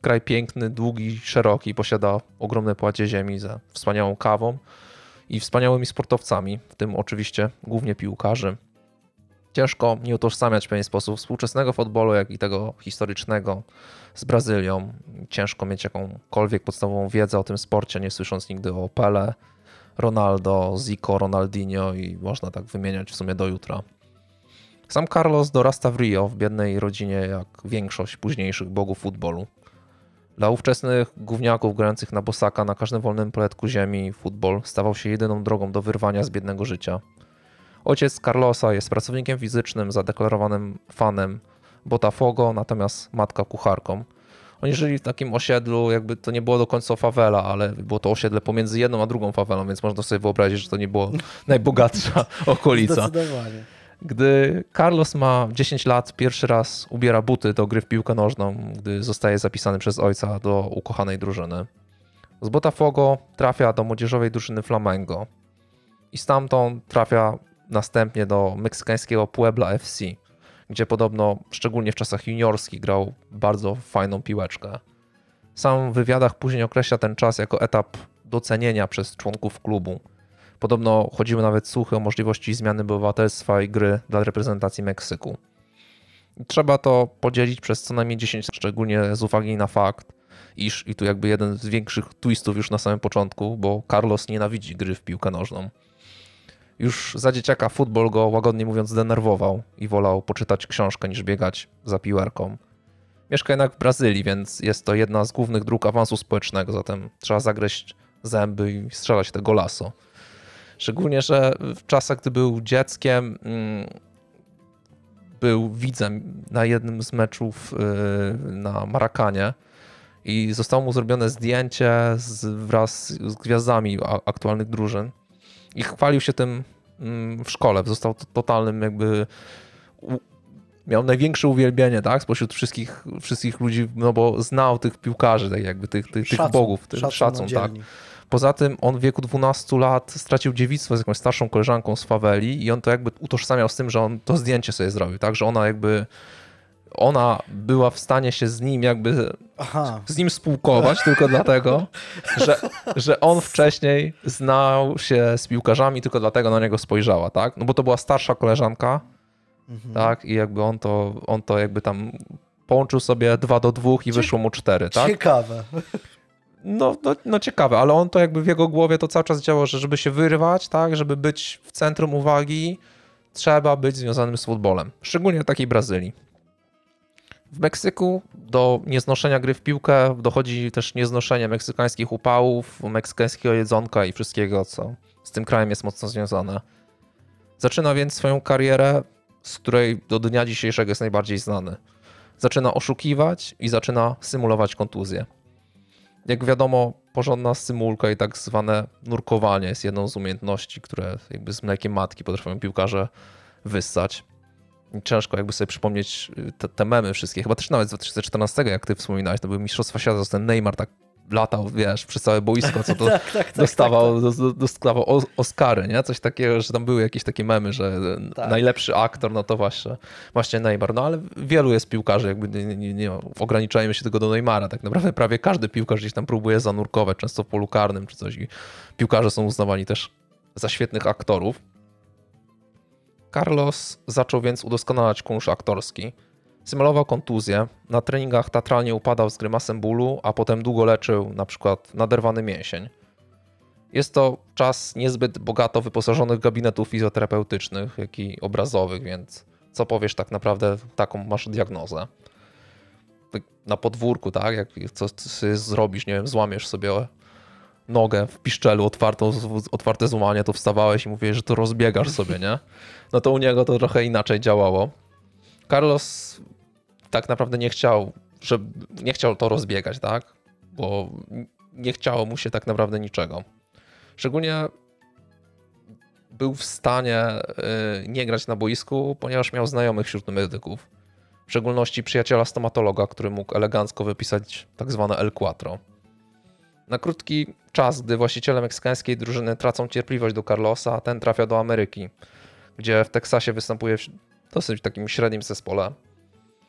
kraj piękny, długi, szeroki, posiada ogromne płacie ziemi ze wspaniałą kawą i wspaniałymi sportowcami, w tym oczywiście głównie piłkarzy. Ciężko nie utożsamiać w pewien sposób współczesnego futbolu, jak i tego historycznego z Brazylią. Ciężko mieć jakąkolwiek podstawową wiedzę o tym sporcie, nie słysząc nigdy o Pele, Ronaldo, Zico, Ronaldinho i można tak wymieniać w sumie do jutra. Sam Carlos dorasta w Rio, w biednej rodzinie jak większość późniejszych bogów futbolu. Dla ówczesnych gówniaków grających na bosaka na każdym wolnym poletku ziemi futbol stawał się jedyną drogą do wyrwania z biednego życia. Ojciec Carlosa jest pracownikiem fizycznym, zadeklarowanym fanem Botafogo, natomiast matka kucharką. Oni żyli w takim osiedlu, jakby to nie było do końca fawela, ale było to osiedle pomiędzy jedną a drugą fawelą, więc można sobie wyobrazić, że to nie było najbogatsza okolica. Zdecydowanie. Gdy Carlos ma 10 lat, pierwszy raz ubiera buty do gry w piłkę nożną, gdy zostaje zapisany przez ojca do ukochanej drużyny. Z Botafogo trafia do młodzieżowej drużyny Flamengo i stamtąd trafia następnie do meksykańskiego Puebla FC, gdzie podobno, szczególnie w czasach juniorskich, grał bardzo fajną piłeczkę. Sam w wywiadach później określa ten czas jako etap docenienia przez członków klubu. Podobno chodziły nawet słuchy o możliwości zmiany obywatelstwa i gry dla reprezentacji Meksyku. Trzeba to podzielić przez co najmniej 10, szczególnie z uwagi na fakt, iż, i tu jakby jeden z większych twistów już na samym początku, bo Carlos nienawidzi gry w piłkę nożną. Już za dzieciaka futbol go, łagodnie mówiąc, denerwował i wolał poczytać książkę niż biegać za piłerką. Mieszka jednak w Brazylii, więc jest to jedna z głównych dróg awansu społecznego, zatem trzeba zagryźć zęby i strzelać te golasso. Szczególnie, że w czasach, gdy był dzieckiem, był widzem na jednym z meczów na Maracanie i zostało mu zrobione zdjęcie wraz z gwiazdami aktualnych drużyn i chwalił się tym w szkole. Został totalnym jakby... Miał największe uwielbienie, tak, spośród wszystkich ludzi, no bo znał tych piłkarzy, tak jakby tych bogów, szacun, tak. Poza tym on w wieku 12 lat stracił dziewictwo z jakąś starszą koleżanką z faweli i on to jakby utożsamiał z tym, że on to zdjęcie sobie zrobił, tak, że ona była w stanie się z nim jakby z nim spółkować tylko dlatego, że on wcześniej znał się z piłkarzami, tylko dlatego na niego spojrzała, tak, no bo to była starsza koleżanka, tak, i jakby on to jakby tam połączył sobie 2 do 2 i wyszło mu 4, tak? Ciekawe. No ciekawe, ale on to jakby w jego głowie to cały czas działo, że żeby się wyrwać, tak, żeby być w centrum uwagi, trzeba być związanym z futbolem. Szczególnie w takiej Brazylii. W Meksyku do nieznoszenia gry w piłkę dochodzi też nieznoszenie meksykańskich upałów, meksykańskiego jedzonka i wszystkiego, co z tym krajem jest mocno związane. Zaczyna więc swoją karierę, z której do dnia dzisiejszego jest najbardziej znany. Zaczyna oszukiwać i zaczyna symulować kontuzję. Jak wiadomo, porządna symulka i tak zwane nurkowanie jest jedną z umiejętności, które jakby z mlekiem matki potrafią piłkarze wyssać. I ciężko jakby sobie przypomnieć te memy wszystkie. Chyba też nawet z 2014, jak ty wspominałeś, to były Mistrzostwa Świata, ten Neymar tak latał, wiesz, przez całe boisko, co to dostawał Oscary, nie? Coś takiego, że tam były jakieś takie memy, że najlepszy aktor, no to właśnie Neymar. No ale wielu jest piłkarzy, jakby nie ograniczajmy się tylko do Neymara. Tak naprawdę prawie każdy piłkarz gdzieś tam próbuje zanurkować, często w polu karnym czy coś. I piłkarze są uznawani też za świetnych aktorów. Carlos zaczął więc udoskonalać kunsz aktorski. Symulował kontuzję, na treningach teatralnie upadał z grymasem bólu, a potem długo leczył na przykład naderwany mięsień. Jest to czas niezbyt bogato wyposażonych gabinetów fizjoterapeutycznych, jak i obrazowych, więc co powiesz tak naprawdę, taką masz diagnozę. Na podwórku, tak, jak co sobie zrobisz, nie wiem, złamiesz sobie nogę w piszczelu, otwarte złamanie, to wstawałeś i mówiłeś, że to rozbiegasz sobie, nie? No to u niego to trochę inaczej działało. Carlos tak naprawdę nie chciał to rozbiegać, tak? Bo nie chciało mu się tak naprawdę niczego. Szczególnie był w stanie nie grać na boisku, ponieważ miał znajomych wśród medyków. W szczególności przyjaciela stomatologa, który mógł elegancko wypisać tak zwane El Cuatro. Na krótki czas, gdy właściciele meksykańskiej drużyny tracą cierpliwość do Carlosa, ten trafia do Ameryki, gdzie w Teksasie występuje w dosyć takim średnim zespole.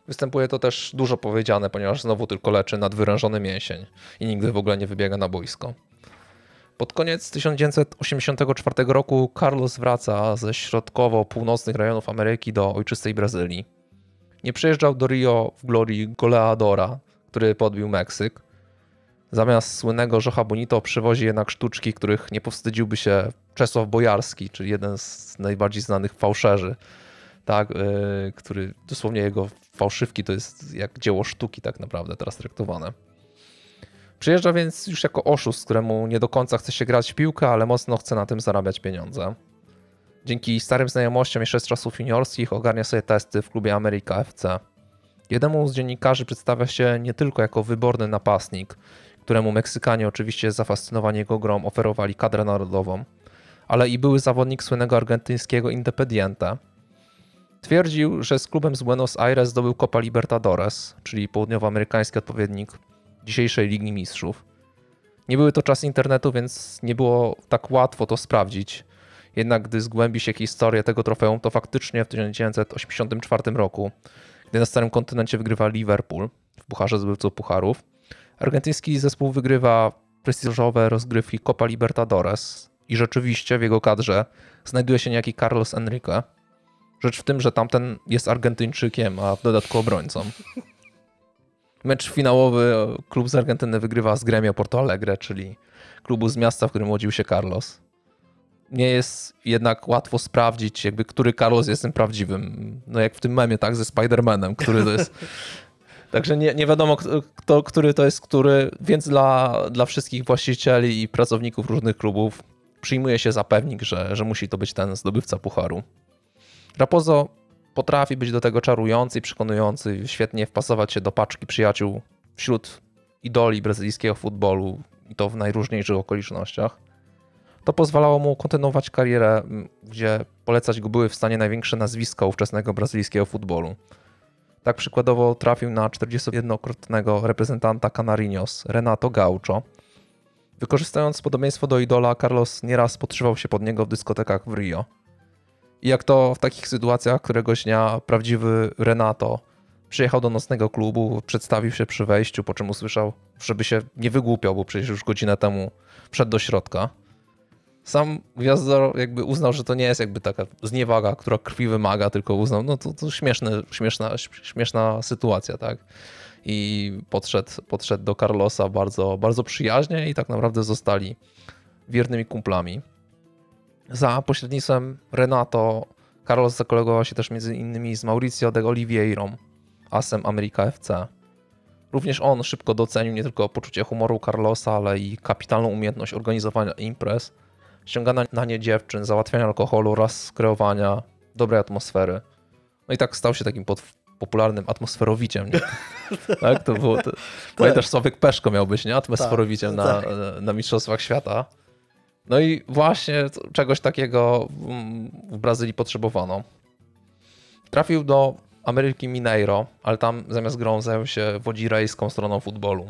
Występuje to też dużo powiedziane, ponieważ znowu tylko leczy nadwyrężony mięsień i nigdy w ogóle nie wybiega na boisko. Pod koniec 1984 roku Carlos wraca ze środkowo-północnych rejonów Ameryki do ojczystej Brazylii. Nie przyjeżdżał do Rio w glorii goleadora, który podbił Meksyk. Zamiast słynnego Jocha Bonito przywozi jednak sztuczki, których nie powstydziłby się Czesław Bojarski, czyli jeden z najbardziej znanych fałszerzy, tak, który dosłownie jego fałszywki to jest jak dzieło sztuki tak naprawdę teraz traktowane. Przyjeżdża więc już jako oszust, któremu nie do końca chce się grać w piłkę, ale mocno chce na tym zarabiać pieniądze. Dzięki starym znajomościom jeszcze z czasów juniorskich ogarnia sobie testy w klubie Ameryka FC. Jednemu z dziennikarzy przedstawia się nie tylko jako wyborny napastnik, któremu Meksykanie oczywiście zafascynowani jego grą oferowali kadrę narodową, ale i były zawodnik słynnego argentyńskiego Independiente. Twierdził, że z klubem z Buenos Aires zdobył Copa Libertadores, czyli południowoamerykański odpowiednik dzisiejszej Ligi Mistrzów. Nie były to czasy internetu, więc nie było tak łatwo to sprawdzić. Jednak gdy zgłębi się historię tego trofeum, to faktycznie w 1984 roku, gdy na Starym Kontynencie wygrywa Liverpool w Pucharze Zdobywców Pucharów, argentyński zespół wygrywa prestiżowe rozgrywki Copa Libertadores i rzeczywiście w jego kadrze znajduje się niejaki Carlos Enrique. Rzecz w tym, że tamten jest Argentyńczykiem, a w dodatku obrońcą. Mecz finałowy klub z Argentyny wygrywa z Gremio Porto Alegre, czyli klubu z miasta, w którym urodził się Carlos. Nie jest jednak łatwo sprawdzić, jakby który Carlos jest tym prawdziwym. No jak w tym memie, tak, ze Spider-Manem, który to jest. Także nie wiadomo, który to jest który, więc dla wszystkich właścicieli i pracowników różnych klubów przyjmuje się za pewnik, że musi to być ten zdobywca pucharu. Raposo potrafi być do tego czarujący i przekonujący, świetnie wpasować się do paczki przyjaciół wśród idoli brazylijskiego futbolu i to w najróżniejszych okolicznościach. To pozwalało mu kontynuować karierę, gdzie polecać go były w stanie największe nazwiska ówczesnego brazylijskiego futbolu. Tak przykładowo trafił na 41-krotnego reprezentanta Canarinhos, Renato Gaucho. Wykorzystując podobieństwo do idola, Carlos nieraz podszywał się pod niego w dyskotekach w Rio. I jak to w takich sytuacjach, któregoś dnia prawdziwy Renato przyjechał do nocnego klubu, przedstawił się przy wejściu, po czym usłyszał, żeby się nie wygłupiał, bo przecież już godzinę temu wszedł do środka. Sam gwiazdor jakby uznał, że to nie jest jakby taka zniewaga, która krwi wymaga, tylko uznał, no to śmieszna sytuacja, tak? I podszedł do Carlosa bardzo, bardzo przyjaźnie i tak naprawdę zostali wiernymi kumplami. Za pośrednictwem Renato Carlos zakolegował się też między innymi z Mauricio de Oliveirą, asem Ameryka FC. Również on szybko docenił nie tylko poczucie humoru Carlosa, ale i kapitalną umiejętność organizowania imprez, ściągania na nie dziewczyn, załatwiania alkoholu oraz kreowania dobrej atmosfery. No i tak stał się takim popularnym atmosferowiciem. Nie? Tak, to było. Pamiętasz, Sławek Peszko miał być, nie? Atmosferowiciem na Mistrzostwach Świata. No i właśnie czegoś takiego w Brazylii potrzebowano. Trafił do Ameryki Mineiro, ale tam zamiast grą zajął się wodzirejską stroną futbolu.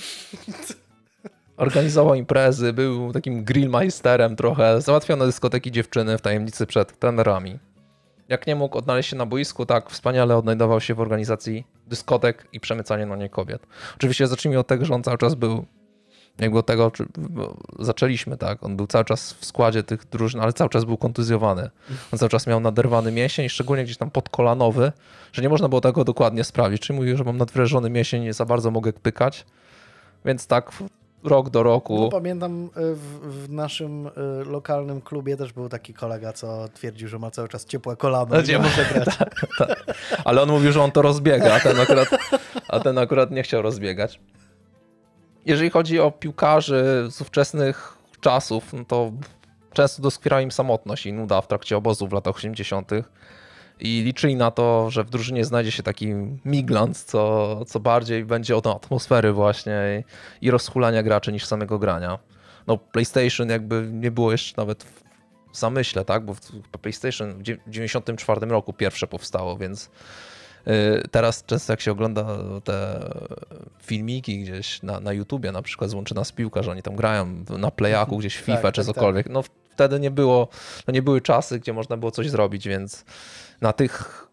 Organizował imprezy, był takim grillmeisterem trochę, załatwiał na dyskoteki dziewczyny w tajemnicy przed trenerami. Jak nie mógł odnaleźć się na boisku, tak wspaniale odnajdował się w organizacji dyskotek i przemycaniu na nie kobiet. Oczywiście zacznijmy od tego, że on cały czas był, jakby od tego zaczęliśmy, tak, on był cały czas w składzie tych drużyn, ale cały czas był kontuzjowany. On cały czas miał naderwany mięsień, szczególnie gdzieś tam podkolanowy, że nie można było tego dokładnie sprawdzić. Czyli mówił, że mam nadwyrężony mięsień, nie za bardzo mogę pykać, więc tak rok do roku. No, pamiętam w naszym lokalnym klubie też był taki kolega, co twierdził, że ma cały czas ciepłe kolano i nie może grać. Tak. Ale on mówił, że on to rozbiega, a ten akurat nie chciał rozbiegać. Jeżeli chodzi o piłkarzy z ówczesnych czasów, no to często doskwierała im samotność i nuda w trakcie obozu w latach 80. I liczyli na to, że w drużynie znajdzie się taki miglant, co bardziej będzie o tą atmosfery właśnie i rozhulania graczy niż samego grania. No PlayStation jakby nie było jeszcze nawet w zamyśle, tak? Bo PlayStation w 1994 roku pierwsze powstało, więc teraz często jak się ogląda te filmiki gdzieś na YouTubie, na przykład złączy nas piłka, że oni tam grają na playaku gdzieś FIFA czy cokolwiek, no wtedy nie były czasy, gdzie można było coś zrobić, więc na tych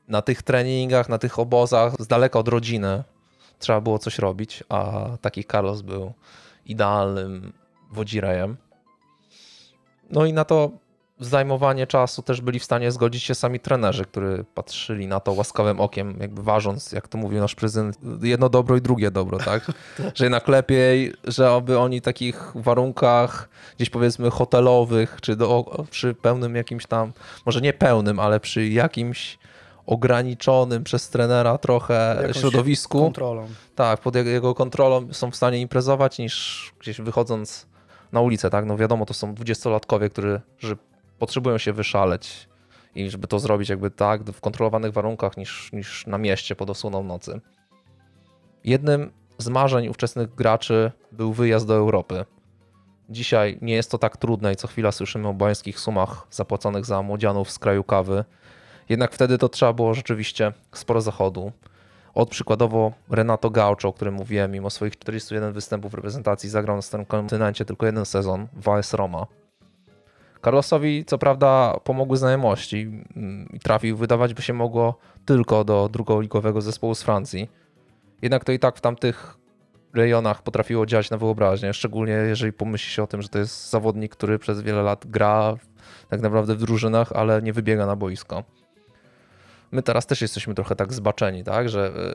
na tych treningach, na tych obozach, z daleka od rodziny trzeba było coś robić, a taki Carlos był idealnym wodzirejem. No i na to zajmowanie czasu też byli w stanie zgodzić się sami trenerzy, którzy patrzyli na to łaskawym okiem, jakby ważąc, jak to mówił nasz prezydent, jedno dobro i drugie dobro, tak? Że jednak lepiej, że aby oni w takich warunkach gdzieś powiedzmy hotelowych, czy przy pełnym jakimś tam, może nie pełnym, ale przy jakimś ograniczonym przez trenera trochę Jakąś środowisku. Kontrolą. Tak, pod jego kontrolą są w stanie imprezować, niż gdzieś wychodząc na ulicę, tak? No wiadomo, to są 20-latkowie, którzy potrzebują się wyszaleć i żeby to zrobić jakby tak w kontrolowanych warunkach niż na mieście pod osłoną nocy. Jednym z marzeń ówczesnych graczy był wyjazd do Europy. Dzisiaj nie jest to tak trudne i co chwila słyszymy o bojańskich sumach zapłaconych za młodzianów z kraju kawy. Jednak wtedy to trzeba było rzeczywiście sporo zachodu. Od przykładowo Renato Gaucho, o którym mówiłem, mimo swoich 41 występów w reprezentacji zagrał na starym kontynencie tylko jeden sezon w AS Roma. Carlosowi co prawda pomogły znajomości i trafił, wydawać by się mogło, tylko do drugoligowego zespołu z Francji. Jednak to i tak w tamtych rejonach potrafiło działać na wyobraźnię, szczególnie jeżeli pomyśli się o tym, że to jest zawodnik, który przez wiele lat gra tak naprawdę w drużynach, ale nie wybiega na boisko. My teraz też jesteśmy trochę tak zbaczeni, tak?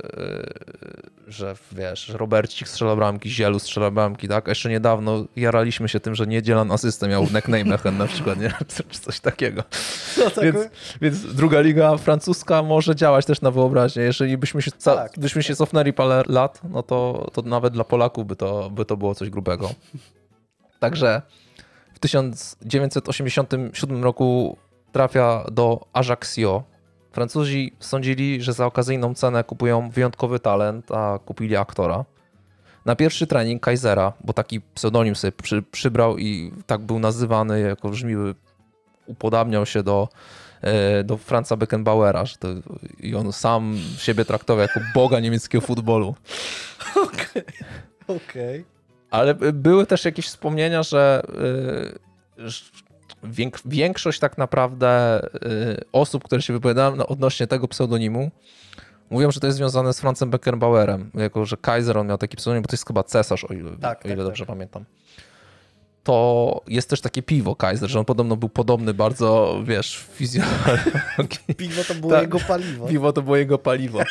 Że wiesz, że Robercik strzela bramki, Zielu strzela bramki, tak? A jeszcze niedawno jaraliśmy się tym, że Niedzielan asystę miał Neckname na przykład, nie? Czy coś takiego. Więc druga liga francuska może działać też na wyobraźnię. Jeżeli byśmy się cofnęli parę lat, no to nawet dla Polaków by to było coś grubego. Także w 1987 roku trafia do Ajaccio. Francuzi sądzili, że za okazyjną cenę kupują wyjątkowy talent, a kupili aktora. Na pierwszy trening Kaisera, bo taki pseudonim sobie przybrał i tak był nazywany jako brzmiły, upodabniał się do Franza Beckenbauera, i on sam siebie traktował jako boga niemieckiego futbolu. Okej. Ale były też jakieś wspomnienia, że większość tak naprawdę osób, które się wypowiadają odnośnie tego pseudonimu, mówią, że to jest związane z Franzem Beckenbauerem, jako że Kaiser on miał taki pseudonim, bo to jest chyba cesarz, o ile dobrze pamiętam. To jest też takie piwo Kaiser, że on podobno był podobny bardzo, wiesz, fizjologii. Piwo to było jego paliwo. Piwo to było jego paliwo.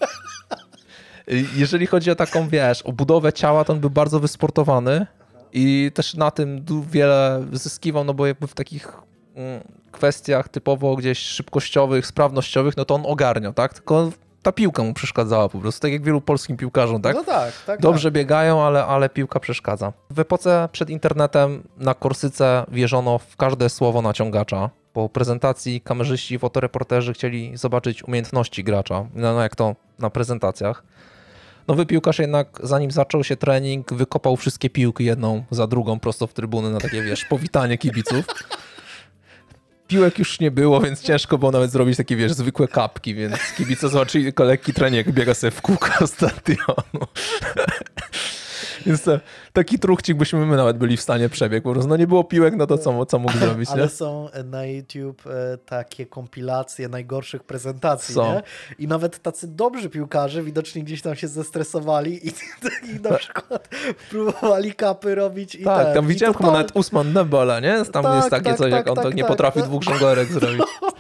Jeżeli chodzi o taką, wiesz, o budowę ciała, to on był bardzo wysportowany. I też na tym wiele zyskiwał, no bo jakby w takich kwestiach typowo gdzieś szybkościowych, sprawnościowych, no to on ogarniał, tak? Tylko ta piłka mu przeszkadzała po prostu, tak jak wielu polskim piłkarzom, tak? No tak. Dobrze biegają, ale piłka przeszkadza. W epoce przed internetem na Korsyce wierzono w każde słowo naciągacza. Po prezentacji kamerzyści, fotoreporterzy chcieli zobaczyć umiejętności gracza, no jak to na prezentacjach. Nowy piłkarz jednak, zanim zaczął się trening, wykopał wszystkie piłki jedną za drugą prosto w trybuny na takie, wiesz, powitanie kibiców. Piłek już nie było, więc ciężko było nawet zrobić takie, wiesz, zwykłe kapki, więc kibice zobaczyli tylko lekki trening, jak biega sobie w kółko stadionu. Więc taki truchcik byśmy my nawet byli w stanie przebieg. Po prostu no nie było piłek, no to co mógł zrobić, nie? Ale są na YouTube takie kompilacje najgorszych prezentacji, Są. nie? I nawet tacy dobrzy piłkarze widocznie gdzieś tam się zestresowali i na przykład próbowali kapy robić i tak, tam I widziałem to chyba nawet Usman Dembele, nie? Tam jest takie coś, jak on to nie potrafił dwóch żonglerek zrobić.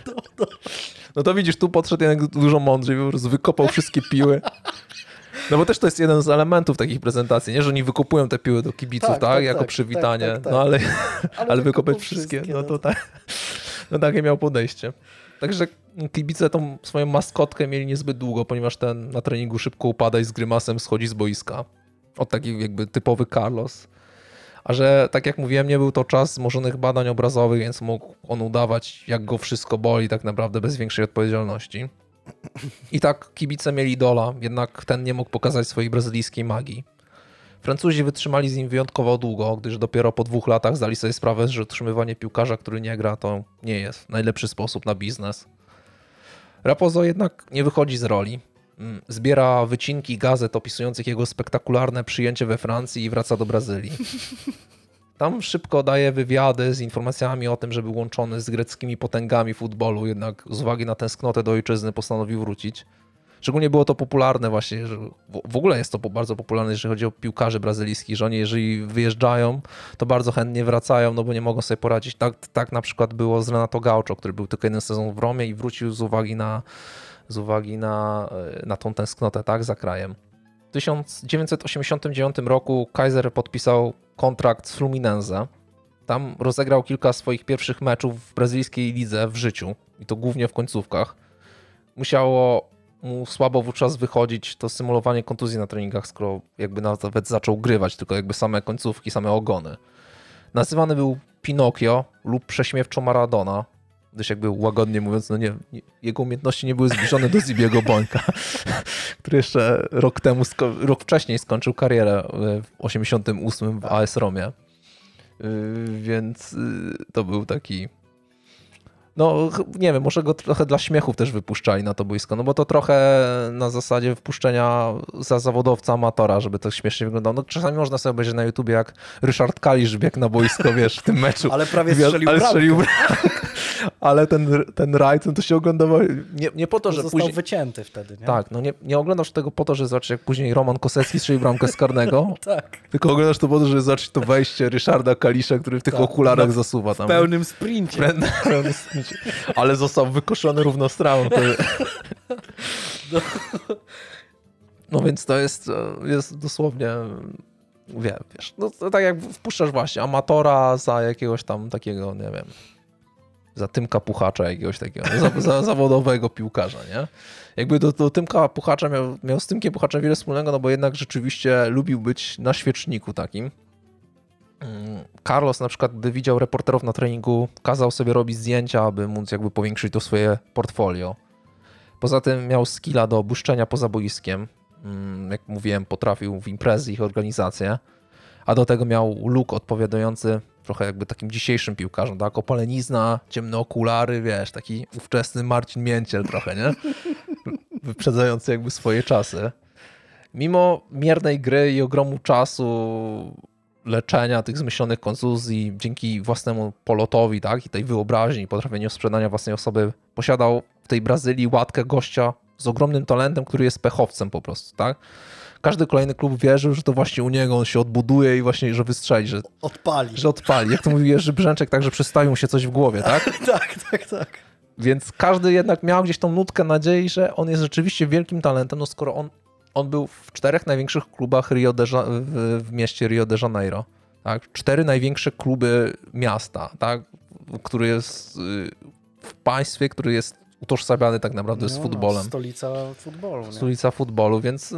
No to widzisz, tu podszedł jednak dużo mądrzej, po prostu wykopał wszystkie piły. No bo też to jest jeden z elementów takich prezentacji, nie? Że oni wykopują te piły do kibiców, tak? Jako przywitanie. Tak. No ale wykopać wszystkie. No to tak. No takie miał podejście. Także kibice tą swoją maskotkę mieli niezbyt długo, ponieważ ten na treningu szybko upada i z grymasem schodzi z boiska. Od takich jakby typowy Carlos. A że, tak jak mówiłem, nie był to czas wzmożonych badań obrazowych, więc mógł on udawać, jak go wszystko boli, tak naprawdę bez większej odpowiedzialności. I tak kibice mieli idola, jednak ten nie mógł pokazać swojej brazylijskiej magii. Francuzi wytrzymali z nim wyjątkowo długo, gdyż dopiero po 2 latach zdali sobie sprawę, że utrzymywanie piłkarza, który nie gra, to nie jest najlepszy sposób na biznes. Raposo jednak nie wychodzi z roli. Zbiera wycinki gazet opisujących jego spektakularne przyjęcie we Francji i wraca do Brazylii. Tam szybko daje wywiady z informacjami o tym, że był łączony z greckimi potęgami futbolu, jednak z uwagi na tęsknotę do ojczyzny postanowił wrócić. Szczególnie było to popularne właśnie, że w ogóle jest to bardzo popularne, jeżeli chodzi o piłkarzy brazylijskich, że oni jeżeli wyjeżdżają, to bardzo chętnie wracają, no bo nie mogą sobie poradzić. Tak na przykład było z Renato Gaucho, który był tylko jeden sezon w Romie i wrócił z uwagi na tą tęsknotę, tak, za krajem. W 1989 roku Kaiser podpisał kontrakt z Fluminense. Tam rozegrał kilka swoich pierwszych meczów w brazylijskiej lidze w życiu i to głównie w końcówkach. Musiało mu słabo wówczas wychodzić to symulowanie kontuzji na treningach, skoro jakby nawet zaczął grywać, tylko jakby same końcówki, same ogony. Nazywany był Pinokio lub prześmiewczo Maradona, gdyż jakby łagodnie mówiąc, no jego umiejętności nie były zbliżone do Zibiego Bońka, który jeszcze rok wcześniej skończył karierę w 88 w AS Romie. Więc to był taki... No nie wiem, może go trochę dla śmiechów też wypuszczali na to boisko, no bo to trochę na zasadzie wpuszczenia za zawodowca amatora, żeby to śmiesznie wyglądało. No czasami można sobie obejrzeć na YouTubie, jak Ryszard Kalisz biegł na boisko, wiesz, w tym meczu. Ale prawie strzelił bramkę. Ale ten rajd, no to się oglądało nie po to, że został później... wycięty wtedy, nie? Tak, no nie oglądasz tego po to, że zobaczysz, jak później Roman Kosecki strzelił bramkę z karnego, Tak. tylko oglądasz to po to, żeby zobaczyć to wejście Ryszarda Kalisza, który w tych okularach zasuwa tam. W pełnym sprincie. Ale został wykoszony równostraną. No więc to jest dosłownie, wiesz, no to tak jak wpuszczasz właśnie amatora za jakiegoś tam takiego, nie wiem, za Tymka Puchacza jakiegoś takiego, za zawodowego piłkarza, nie? Jakby do Tymka Puchacza miał z Tymkiem Puchaczem wiele wspólnego, no bo jednak rzeczywiście lubił być na świeczniku takim. Carlos na przykład, gdy widział reporterów na treningu, kazał sobie robić zdjęcia, aby móc jakby powiększyć to swoje portfolio. Poza tym miał skilla do błyszczenia poza boiskiem. Jak mówiłem, potrafił w imprezy ich organizację, a do tego miał look odpowiadający trochę jakby takim dzisiejszym piłkarzom, tak? Opalenizna, ciemne okulary, wiesz, taki ówczesny Marcin Mięciel trochę, nie? Wyprzedzający jakby swoje czasy. Mimo miernej gry i ogromu czasu, leczenia tych zmyślonych kontuzji, dzięki własnemu polotowi, tak, i tej wyobraźni, potrafieniu sprzedania własnej osoby, posiadał w tej Brazylii łatkę gościa z ogromnym talentem, który jest pechowcem po prostu, tak? Każdy kolejny klub wierzył, że to właśnie u niego on się odbuduje i właśnie, że wystrzeli, że odpali. Jak to mówi Jerzy Brzęczek, tak, że przestawił mu się coś w głowie, tak? Tak. Więc każdy jednak miał gdzieś tą nutkę nadziei, że on jest rzeczywiście wielkim talentem, no skoro on był w 4 największych klubach w mieście Rio de Janeiro. Tak? 4 największe kluby miasta, tak? Który jest w państwie, który jest utożsamiany tak naprawdę z futbolem. Stolica futbolu. Nie? Stolica futbolu, więc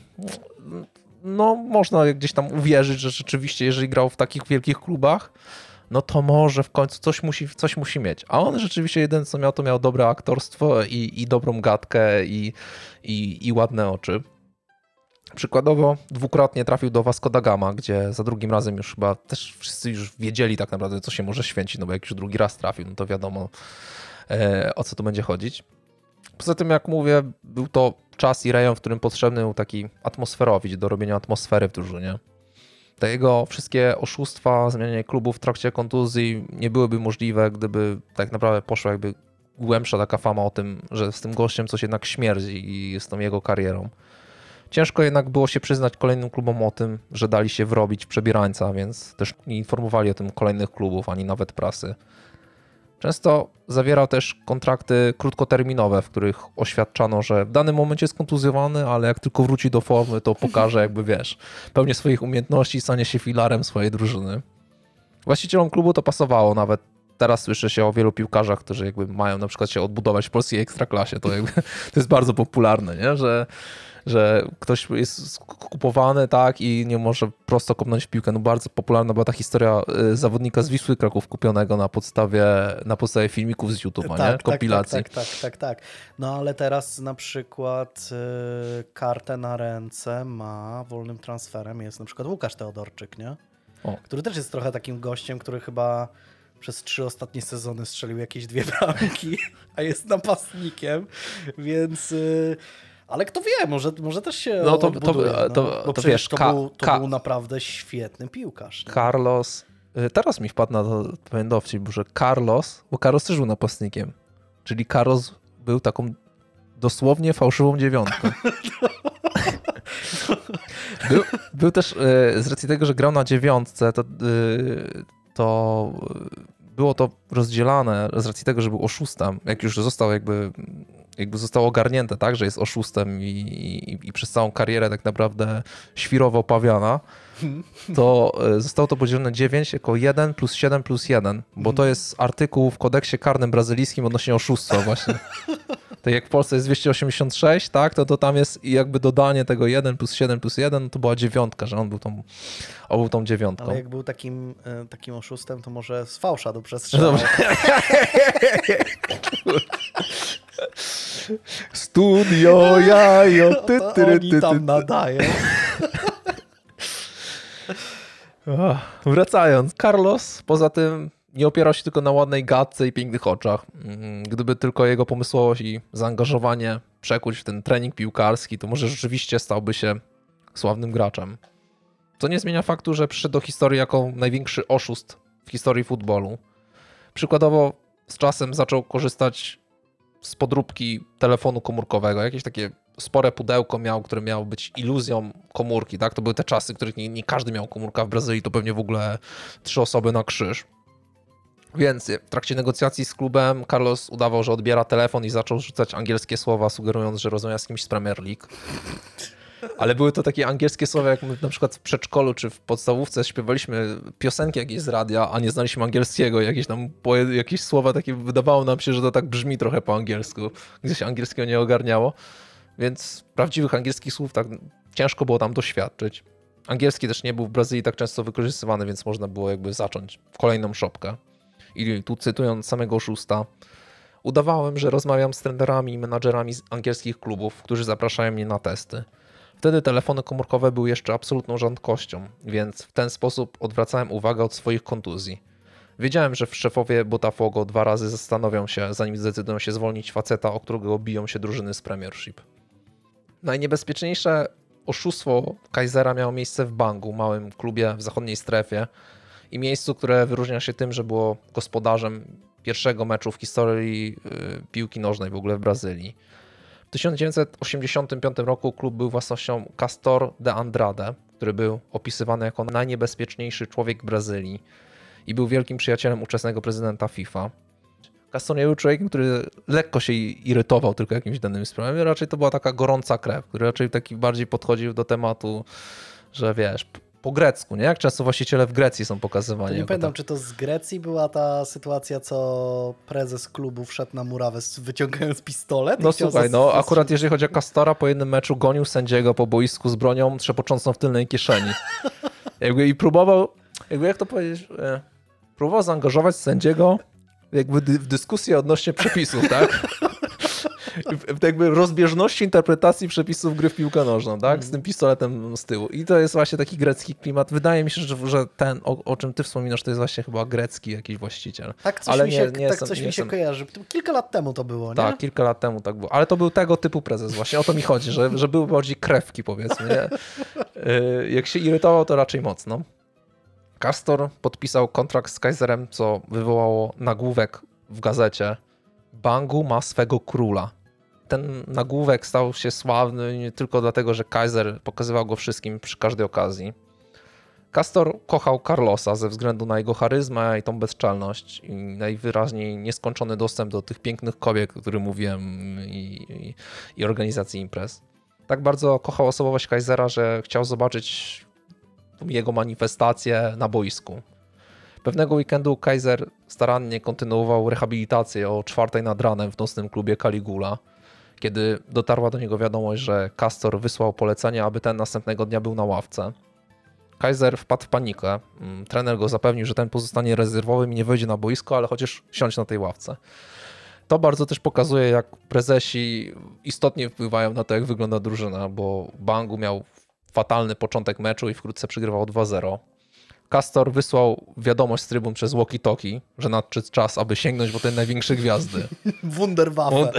no można gdzieś tam uwierzyć, że rzeczywiście jeżeli grał w takich wielkich klubach, no to może w końcu coś musi mieć. A on rzeczywiście jedyne co miał, to miał dobre aktorstwo i dobrą gadkę i ładne oczy. Przykładowo 2-krotnie trafił do Vasco da Gama, gdzie za drugim razem już chyba też wszyscy już wiedzieli tak naprawdę, co się może święcić, no bo jak już drugi raz trafił, no to wiadomo o co tu będzie chodzić. Poza tym, jak mówię, był to czas i rejon, w którym potrzebny był taki atmosferowicz do robienia atmosfery w drużynie. Te jego wszystkie oszustwa, zmienianie klubów w trakcie kontuzji nie byłyby możliwe, gdyby tak naprawdę poszła jakby głębsza taka fama o tym, że z tym gościem coś jednak śmierdzi i z tą jego karierą. Ciężko jednak było się przyznać kolejnym klubom o tym, że dali się wrobić w przebierańca, więc też nie informowali o tym kolejnych klubów, ani nawet prasy. Często zawierał też kontrakty krótkoterminowe, w których oświadczano, że w danym momencie jest kontuzjowany, ale jak tylko wróci do formy, to pokaże jakby, wiesz, pełnię swoich umiejętności i stanie się filarem swojej drużyny. Właścicielom klubu to pasowało, nawet teraz słyszy się o wielu piłkarzach, którzy jakby mają na przykład się odbudować w polskiej ekstraklasie. To jest bardzo popularne, nie? Że ktoś jest kupowany, tak, i nie może prosto kopnąć w piłkę. No bardzo popularna była ta historia zawodnika z Wisły Kraków kupionego na podstawie filmików z YouTube'a, tak, nie? Kompilacji. Tak. No ale teraz na przykład kartę na ręce ma wolnym transferem jest na przykład Łukasz Teodorczyk, nie? Który też jest trochę takim gościem, który chyba przez 3 ostatnie sezony strzelił jakieś 2 bramki, a jest napastnikiem, więc... Ale kto wie, może też się odbuduje. Bo przecież wiesz, to był naprawdę świetny piłkarz. Nie? Carlos Teraz mi wpadł na to pewien dowcip, że Carlos, bo Carlos też był napastnikiem, czyli Carlos był taką dosłownie fałszywą dziewiątką. Był też, z racji tego, że grał na dziewiątce, to było to rozdzielane z racji tego, że był oszustem, jak już został jakby zostało ogarnięte, tak, że jest oszustem i przez całą karierę tak naprawdę świrował pawiana, to zostało to podzielone 9 jako 1 plus 7 plus 1, bo to jest artykuł w kodeksie karnym brazylijskim odnośnie oszustwa właśnie. Tak jak w Polsce jest 286, tak, to tam jest jakby dodanie tego 1 plus 7 plus 1, to była dziewiątka, że on był tą dziewiątką. Ale jak był takim oszustem, to może z fałsza do przestrzelał. Studio jajo, Oni tam nadaje. Wracając, Carlos poza tym nie opierał się tylko na ładnej gadce i pięknych oczach. Gdyby tylko jego pomysłowość i zaangażowanie przekuć w ten trening piłkarski, to może rzeczywiście stałby się sławnym graczem. Co nie zmienia faktu, że przyszedł do historii jako największy oszust w historii futbolu. Przykładowo z czasem zaczął korzystać z podróbki telefonu komórkowego. Jakieś takie spore pudełko miał, które miało być iluzją komórki. Tak? To były te czasy, w których nie każdy miał komórkę. W Brazylii to pewnie w ogóle 3 osoby na krzyż. Więc w trakcie negocjacji z klubem Carlos udawał, że odbiera telefon i zaczął rzucać angielskie słowa, sugerując, że rozmawia z kimś z Premier League. Ale były to takie angielskie słowa, jak my na przykład w przedszkolu czy w podstawówce śpiewaliśmy piosenki jakieś z radia, a nie znaliśmy angielskiego. Jakieś słowa takie wydawało nam się, że to tak brzmi trochę po angielsku, gdzie się angielskiego nie ogarniało. Więc prawdziwych angielskich słów tak ciężko było tam doświadczyć. Angielski też nie był w Brazylii tak często wykorzystywany, więc można było jakby zacząć kolejną szopkę. I tu cytując samego oszusta, udawałem, że rozmawiam z trenerami i menadżerami z angielskich klubów, którzy zapraszają mnie na testy. Wtedy telefony komórkowe były jeszcze absolutną rzadkością, więc w ten sposób odwracałem uwagę od swoich kontuzji. Wiedziałem, że szefowie Botafogo 2 razy zastanowią się, zanim zdecydują się zwolnić faceta, o którego biją się drużyny z Premiership. Najniebezpieczniejsze oszustwo Kaisera miało miejsce w Bangu, małym klubie w zachodniej strefie i miejscu, które wyróżnia się tym, że było gospodarzem pierwszego meczu w historii piłki nożnej w ogóle w Brazylii. W 1985 roku klub był własnością Castor de Andrade, który był opisywany jako najniebezpieczniejszy człowiek Brazylii i był wielkim przyjacielem ówczesnego prezydenta FIFA. Castor nie był człowiekiem, który lekko się irytował tylko jakimś danym sprawami, raczej to była taka gorąca krew, który raczej taki bardziej podchodził do tematu, że wiesz, po grecku, nie? Jak często właściciele w Grecji są pokazywani. To nie pamiętam, czy to z Grecji była ta sytuacja, co prezes klubu wszedł na murawę wyciągając pistolet? No słuchaj, akurat jeżeli chodzi o Castora, po jednym meczu gonił sędziego po boisku z bronią trzepoczącą w tylnej kieszeni. I próbował, jak to powiedzieć, próbował zaangażować sędziego jakby w dyskusję odnośnie przepisów, tak? Jakby rozbieżności interpretacji przepisów gry w piłkę nożną, tak? Z tym pistoletem z tyłu. I to jest właśnie taki grecki klimat. Wydaje mi się, że ten, o czym ty wspominasz, to jest właśnie chyba grecki jakiś właściciel. Tak coś mi się kojarzy. Kilka lat temu to było, nie? Tak, kilka lat temu tak było. Ale to był tego typu prezes właśnie. O to mi chodzi, że były bardziej krewki, powiedzmy, nie? Jak się irytował, to raczej mocno. Castor podpisał kontrakt z Kaiserem, co wywołało nagłówek w gazecie. Bangu ma swego króla. Ten nagłówek stał się sławny nie tylko dlatego, że Kaiser pokazywał go wszystkim przy każdej okazji. Castor kochał Carlosa ze względu na jego charyzmę i tą bezczelność i najwyraźniej nieskończony dostęp do tych pięknych kobiet, o których mówiłem i organizacji imprez. Tak bardzo kochał osobowość Kaisera, że chciał zobaczyć jego manifestację na boisku. Pewnego weekendu Kaiser starannie kontynuował rehabilitację o 4:00 nad ranem w nocnym klubie Caligula, kiedy dotarła do niego wiadomość, że Castor wysłał polecenie, aby ten następnego dnia był na ławce. Kaiser wpadł w panikę. Trener go zapewnił, że ten pozostanie rezerwowym i nie wejdzie na boisko, ale chociaż siądź na tej ławce. To bardzo też pokazuje, jak prezesi istotnie wpływają na to, jak wygląda drużyna, bo Bangu miał fatalny początek meczu i wkrótce przegrywał 2-0. Castor wysłał wiadomość z trybun przez walkie-talkie, że nadszedł czas, aby sięgnąć po te największe gwiazdy. Wunderwaffe.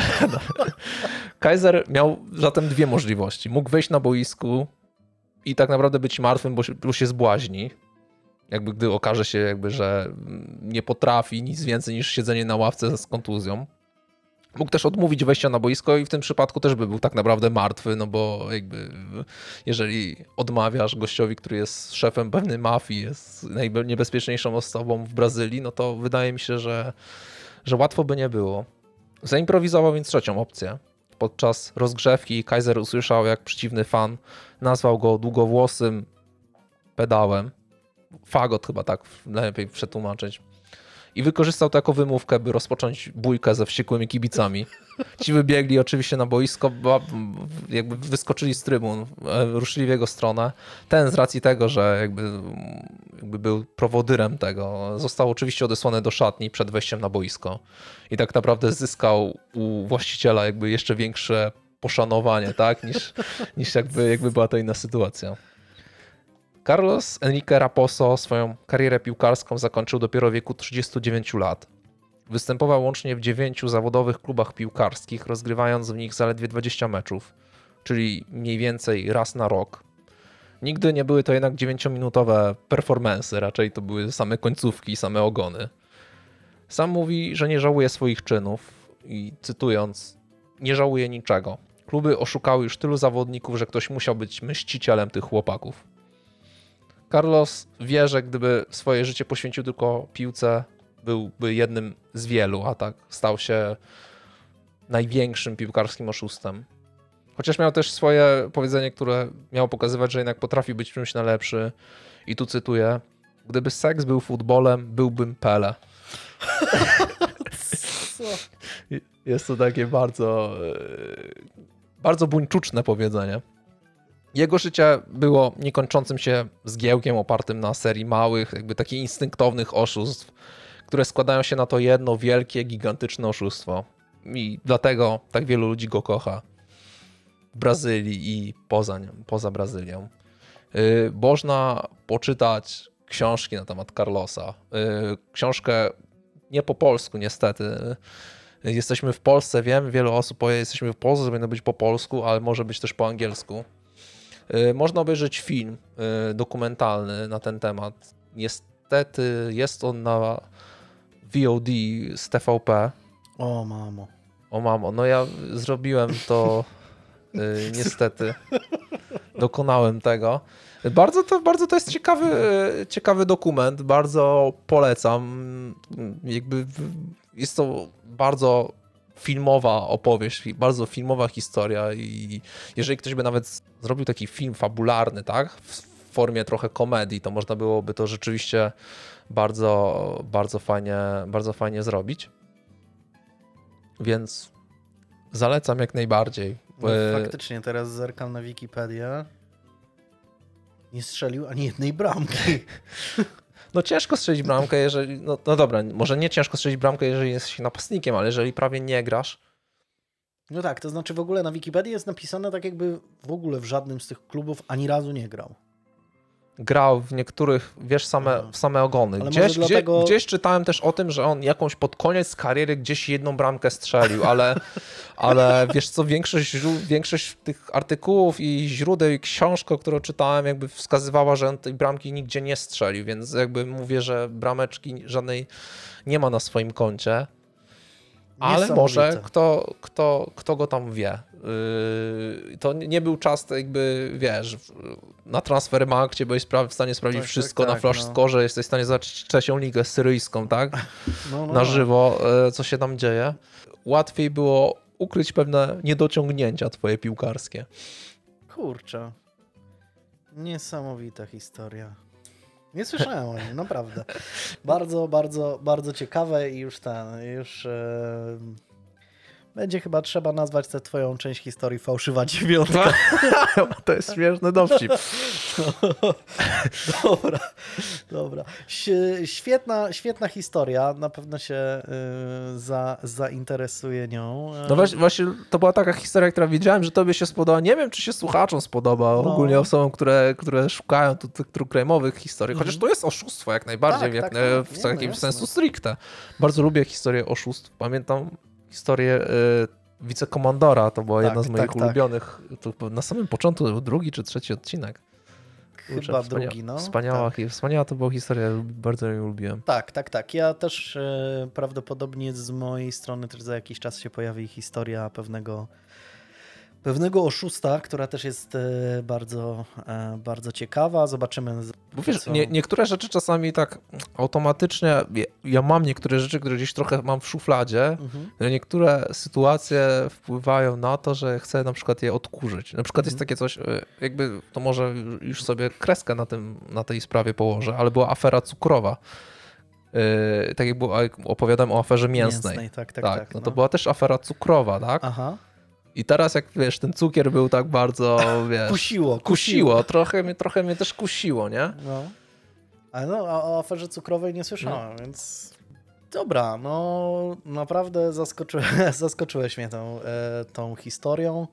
Kaiser miał zatem 2 możliwości. Mógł wejść na boisku i tak naprawdę być martwym, bo się zbłaźni. jakby gdy okaże się jakby, że nie potrafi nic więcej niż siedzenie na ławce z kontuzją. Mógł też odmówić wejścia na boisko i w tym przypadku też by był tak naprawdę martwy, no bo jakby jeżeli odmawiasz gościowi, który jest szefem pewnej mafii, jest najniebezpieczniejszą osobą w Brazylii, no to wydaje mi się, że łatwo by nie było. Zaimprowizował więc trzecią opcję. Podczas rozgrzewki Kaiser usłyszał, jak przeciwny fan nazwał go długowłosym pedałem. Fagot chyba tak najlepiej przetłumaczyć. I wykorzystał to jako wymówkę, by rozpocząć bójkę ze wściekłymi kibicami. Ci wybiegli oczywiście na boisko, jakby wyskoczyli z trybun, ruszyli w jego stronę. Ten z racji tego, że jakby był prowodyrem tego, został oczywiście odesłany do szatni przed wejściem na boisko. I tak naprawdę zyskał u właściciela jakby jeszcze większe poszanowanie, tak, niż jakby była to inna sytuacja. Carlos Enrique Raposo swoją karierę piłkarską zakończył dopiero w wieku 39 lat. Występował łącznie w 9 zawodowych klubach piłkarskich, rozgrywając w nich zaledwie 20 meczów, czyli mniej więcej raz na rok. Nigdy nie były to jednak 9-minutowe performance'y, raczej to były same końcówki, same ogony. Sam mówi, że nie żałuje swoich czynów i cytując, nie żałuje niczego. Kluby oszukały już tylu zawodników, że ktoś musiał być mścicielem tych chłopaków. Carlos wie, że gdyby swoje życie poświęcił tylko piłce, byłby jednym z wielu, a tak stał się największym piłkarskim oszustem. Chociaż miał też swoje powiedzenie, które miało pokazywać, że jednak potrafi być czymś najlepszy. I tu cytuję: gdyby seks był futbolem, byłbym Pele. Jest to takie bardzo buńczuczne powiedzenie. Jego życie było niekończącym się zgiełkiem opartym na serii małych, jakby takich instynktownych oszustw, które składają się na to jedno wielkie, gigantyczne oszustwo. I dlatego tak wielu ludzi go kocha w Brazylii i poza Brazylią. Można poczytać książki na temat Carlosa. Książkę nie po polsku niestety. Jesteśmy w Polsce, wiem, wielu osób powie, jesteśmy w Polsce, powinno być po polsku, ale może być też po angielsku. Można obejrzeć film dokumentalny na ten temat. Niestety jest on na VOD z TVP. O mamo. O mamo, no ja zrobiłem to niestety. Dokonałem tego. Bardzo to jest ciekawy dokument, bardzo polecam. Jakby jest to bardzo filmowa opowieść, bardzo filmowa historia i jeżeli ktoś by nawet zrobił taki film fabularny, tak, w formie trochę komedii, to można byłoby to rzeczywiście bardzo fajnie zrobić. Więc zalecam jak najbardziej. No, faktycznie teraz zerkam na Wikipedię. Nie strzelił ani jednej bramki. No ciężko strzelić bramkę, jeżeli... No dobra, może nie ciężko strzelić bramkę, jeżeli jesteś napastnikiem, ale jeżeli prawie nie grasz... No tak, to znaczy w ogóle na Wikipedii jest napisane tak jakby w ogóle w żadnym z tych klubów ani razu nie grał. Grał w niektórych, wiesz, same ogony. Gdzieś czytałem też o tym, że on jakąś pod koniec kariery gdzieś jedną bramkę strzelił, ale wiesz co, większość tych artykułów i źródeł i książek, które czytałem, jakby wskazywała, że on tej bramki nigdzie nie strzelił, więc jakby mówię, że brameczki żadnej nie ma na swoim koncie. Ale może kto go tam wie. To nie był czas jakby, wiesz, na Transfermarkcie byłeś w stanie sprawdzić wszystko, na Flashscore, jesteś w stanie zobaczyć trzecią ligę syryjską, tak? Na żywo, co się tam dzieje. Łatwiej było ukryć pewne niedociągnięcia twoje piłkarskie. Kurczę. Niesamowita historia. Nie słyszałem o nim, naprawdę. Bardzo ciekawe i już będzie chyba trzeba nazwać tę twoją część historii fałszywa dziewiątka. To jest śmieszny dowcip. Dobra. Świetna historia. Na pewno się zainteresuję nią. No właśnie, to była taka historia, która wiedziałem, że tobie się spodoba. Nie wiem, czy się słuchaczom spodoba, ogólnie osobom, które szukają tych true crime'owych historii. Chociaż to jest oszustwo jak najbardziej, w jakimś sensu stricte. Bardzo lubię historię oszustw. Pamiętam historię wicekomandora, to była jedna z moich ulubionych. To na samym początku był drugi czy trzeci odcinek. chyba drugi, no. Wspaniała to była historia, bardzo ją lubiłem. Tak. Ja też prawdopodobnie z mojej strony też za jakiś czas się pojawi historia pewnego oszusta, która też jest bardzo ciekawa. Zobaczymy. Bo wiesz, niektóre rzeczy czasami tak automatycznie, ja mam niektóre rzeczy, które gdzieś trochę mam w szufladzie, niektóre sytuacje wpływają na to, że chcę na przykład je odkurzyć. Na przykład jest takie coś, jakby to może już sobie kreskę na tej sprawie położę, ale była afera cukrowa. Tak jak opowiadam o aferze mięsnej. Tak. No to była też afera cukrowa, tak? Aha. I teraz jak wiesz, ten cukier był tak bardzo, wiesz... Kusiło. Trochę mnie też kusiło, nie? No. Ale o aferze cukrowej nie słyszałem, więc... Dobra, no naprawdę zaskoczyłeś mnie tą historią.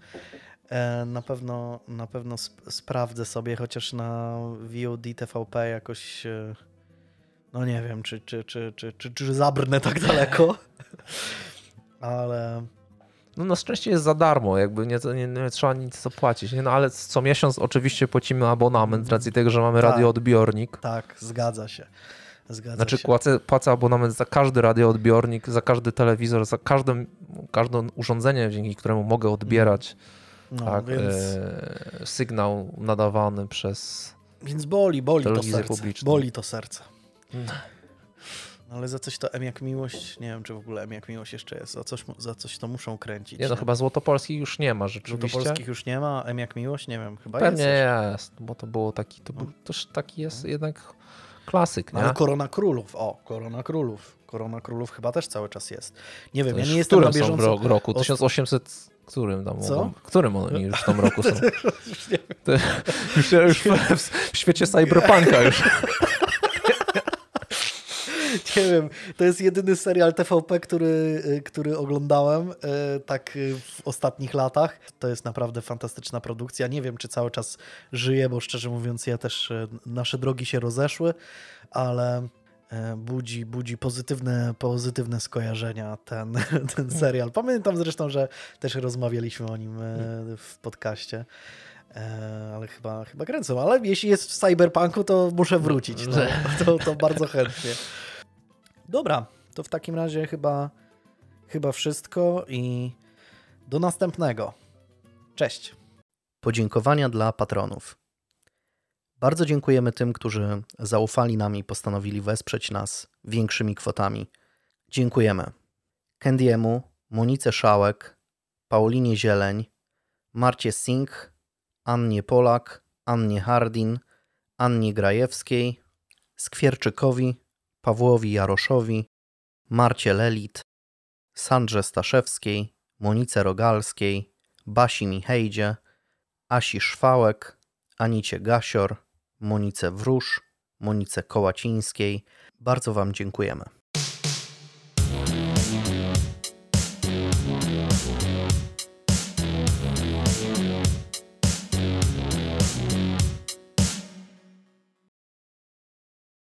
Na pewno sprawdzę sobie, chociaż na VOD TVP jakoś... No nie wiem, czy zabrnę tak daleko, ale... No na szczęście jest za darmo, jakby nie trzeba nic zapłacić, nie? No ale co miesiąc oczywiście płacimy abonament z racji tego, że mamy radioodbiornik. Tak, zgadza się. Znaczy płacę abonament za każdy radioodbiornik, za każdy telewizor, za każde urządzenie, dzięki któremu mogę odbierać więc... sygnał nadawany przez Więc boli telewizję to serce. publiczną. Boli to serce. Ale za coś to M jak miłość, nie wiem, czy w ogóle M jak miłość jeszcze jest, za coś to muszą kręcić. Nie, no chyba Złotopolskich już nie ma rzeczywiście. Złotopolskich już nie ma, M jak miłość, nie wiem, chyba pewnie jest. Bo to było taki, był też taki jest jednak klasyk, nie? Ale Korona Królów chyba też cały czas jest. Nie wiem, ja nie w jestem którym na bieżąco. są w roku? 1800... Którym tam Co? W którym oni już w tym roku są? Już w świecie cyberpunka już. Nie wiem, to jest jedyny serial TVP, który oglądałem tak w ostatnich latach. To jest naprawdę fantastyczna produkcja. Nie wiem, czy cały czas żyje, bo szczerze mówiąc ja też, nasze drogi się rozeszły, ale budzi pozytywne skojarzenia ten serial. Pamiętam zresztą, że też rozmawialiśmy o nim w podcaście. Ale chyba kręcą. Ale jeśli jest w cyberpunku, to muszę wrócić. No, to bardzo chętnie. Dobra, to w takim razie chyba wszystko i do następnego. Cześć. Podziękowania dla patronów. Bardzo dziękujemy tym, którzy zaufali nam i postanowili wesprzeć nas większymi kwotami. Dziękujemy Candy'emu, Monice Szałek, Paulinie Zieleń, Marcie Singh, Annie Polak, Annie Hardin, Annie Grajewskiej, Skwierczykowi, Pawłowi Jaroszowi, Marcie Lelit, Sandrze Staszewskiej, Monice Rogalskiej, Basi Michejdzie, Asi Szwałek, Anicie Gasior, Monice Wróż, Monice Kołacińskiej. Bardzo Wam dziękujemy.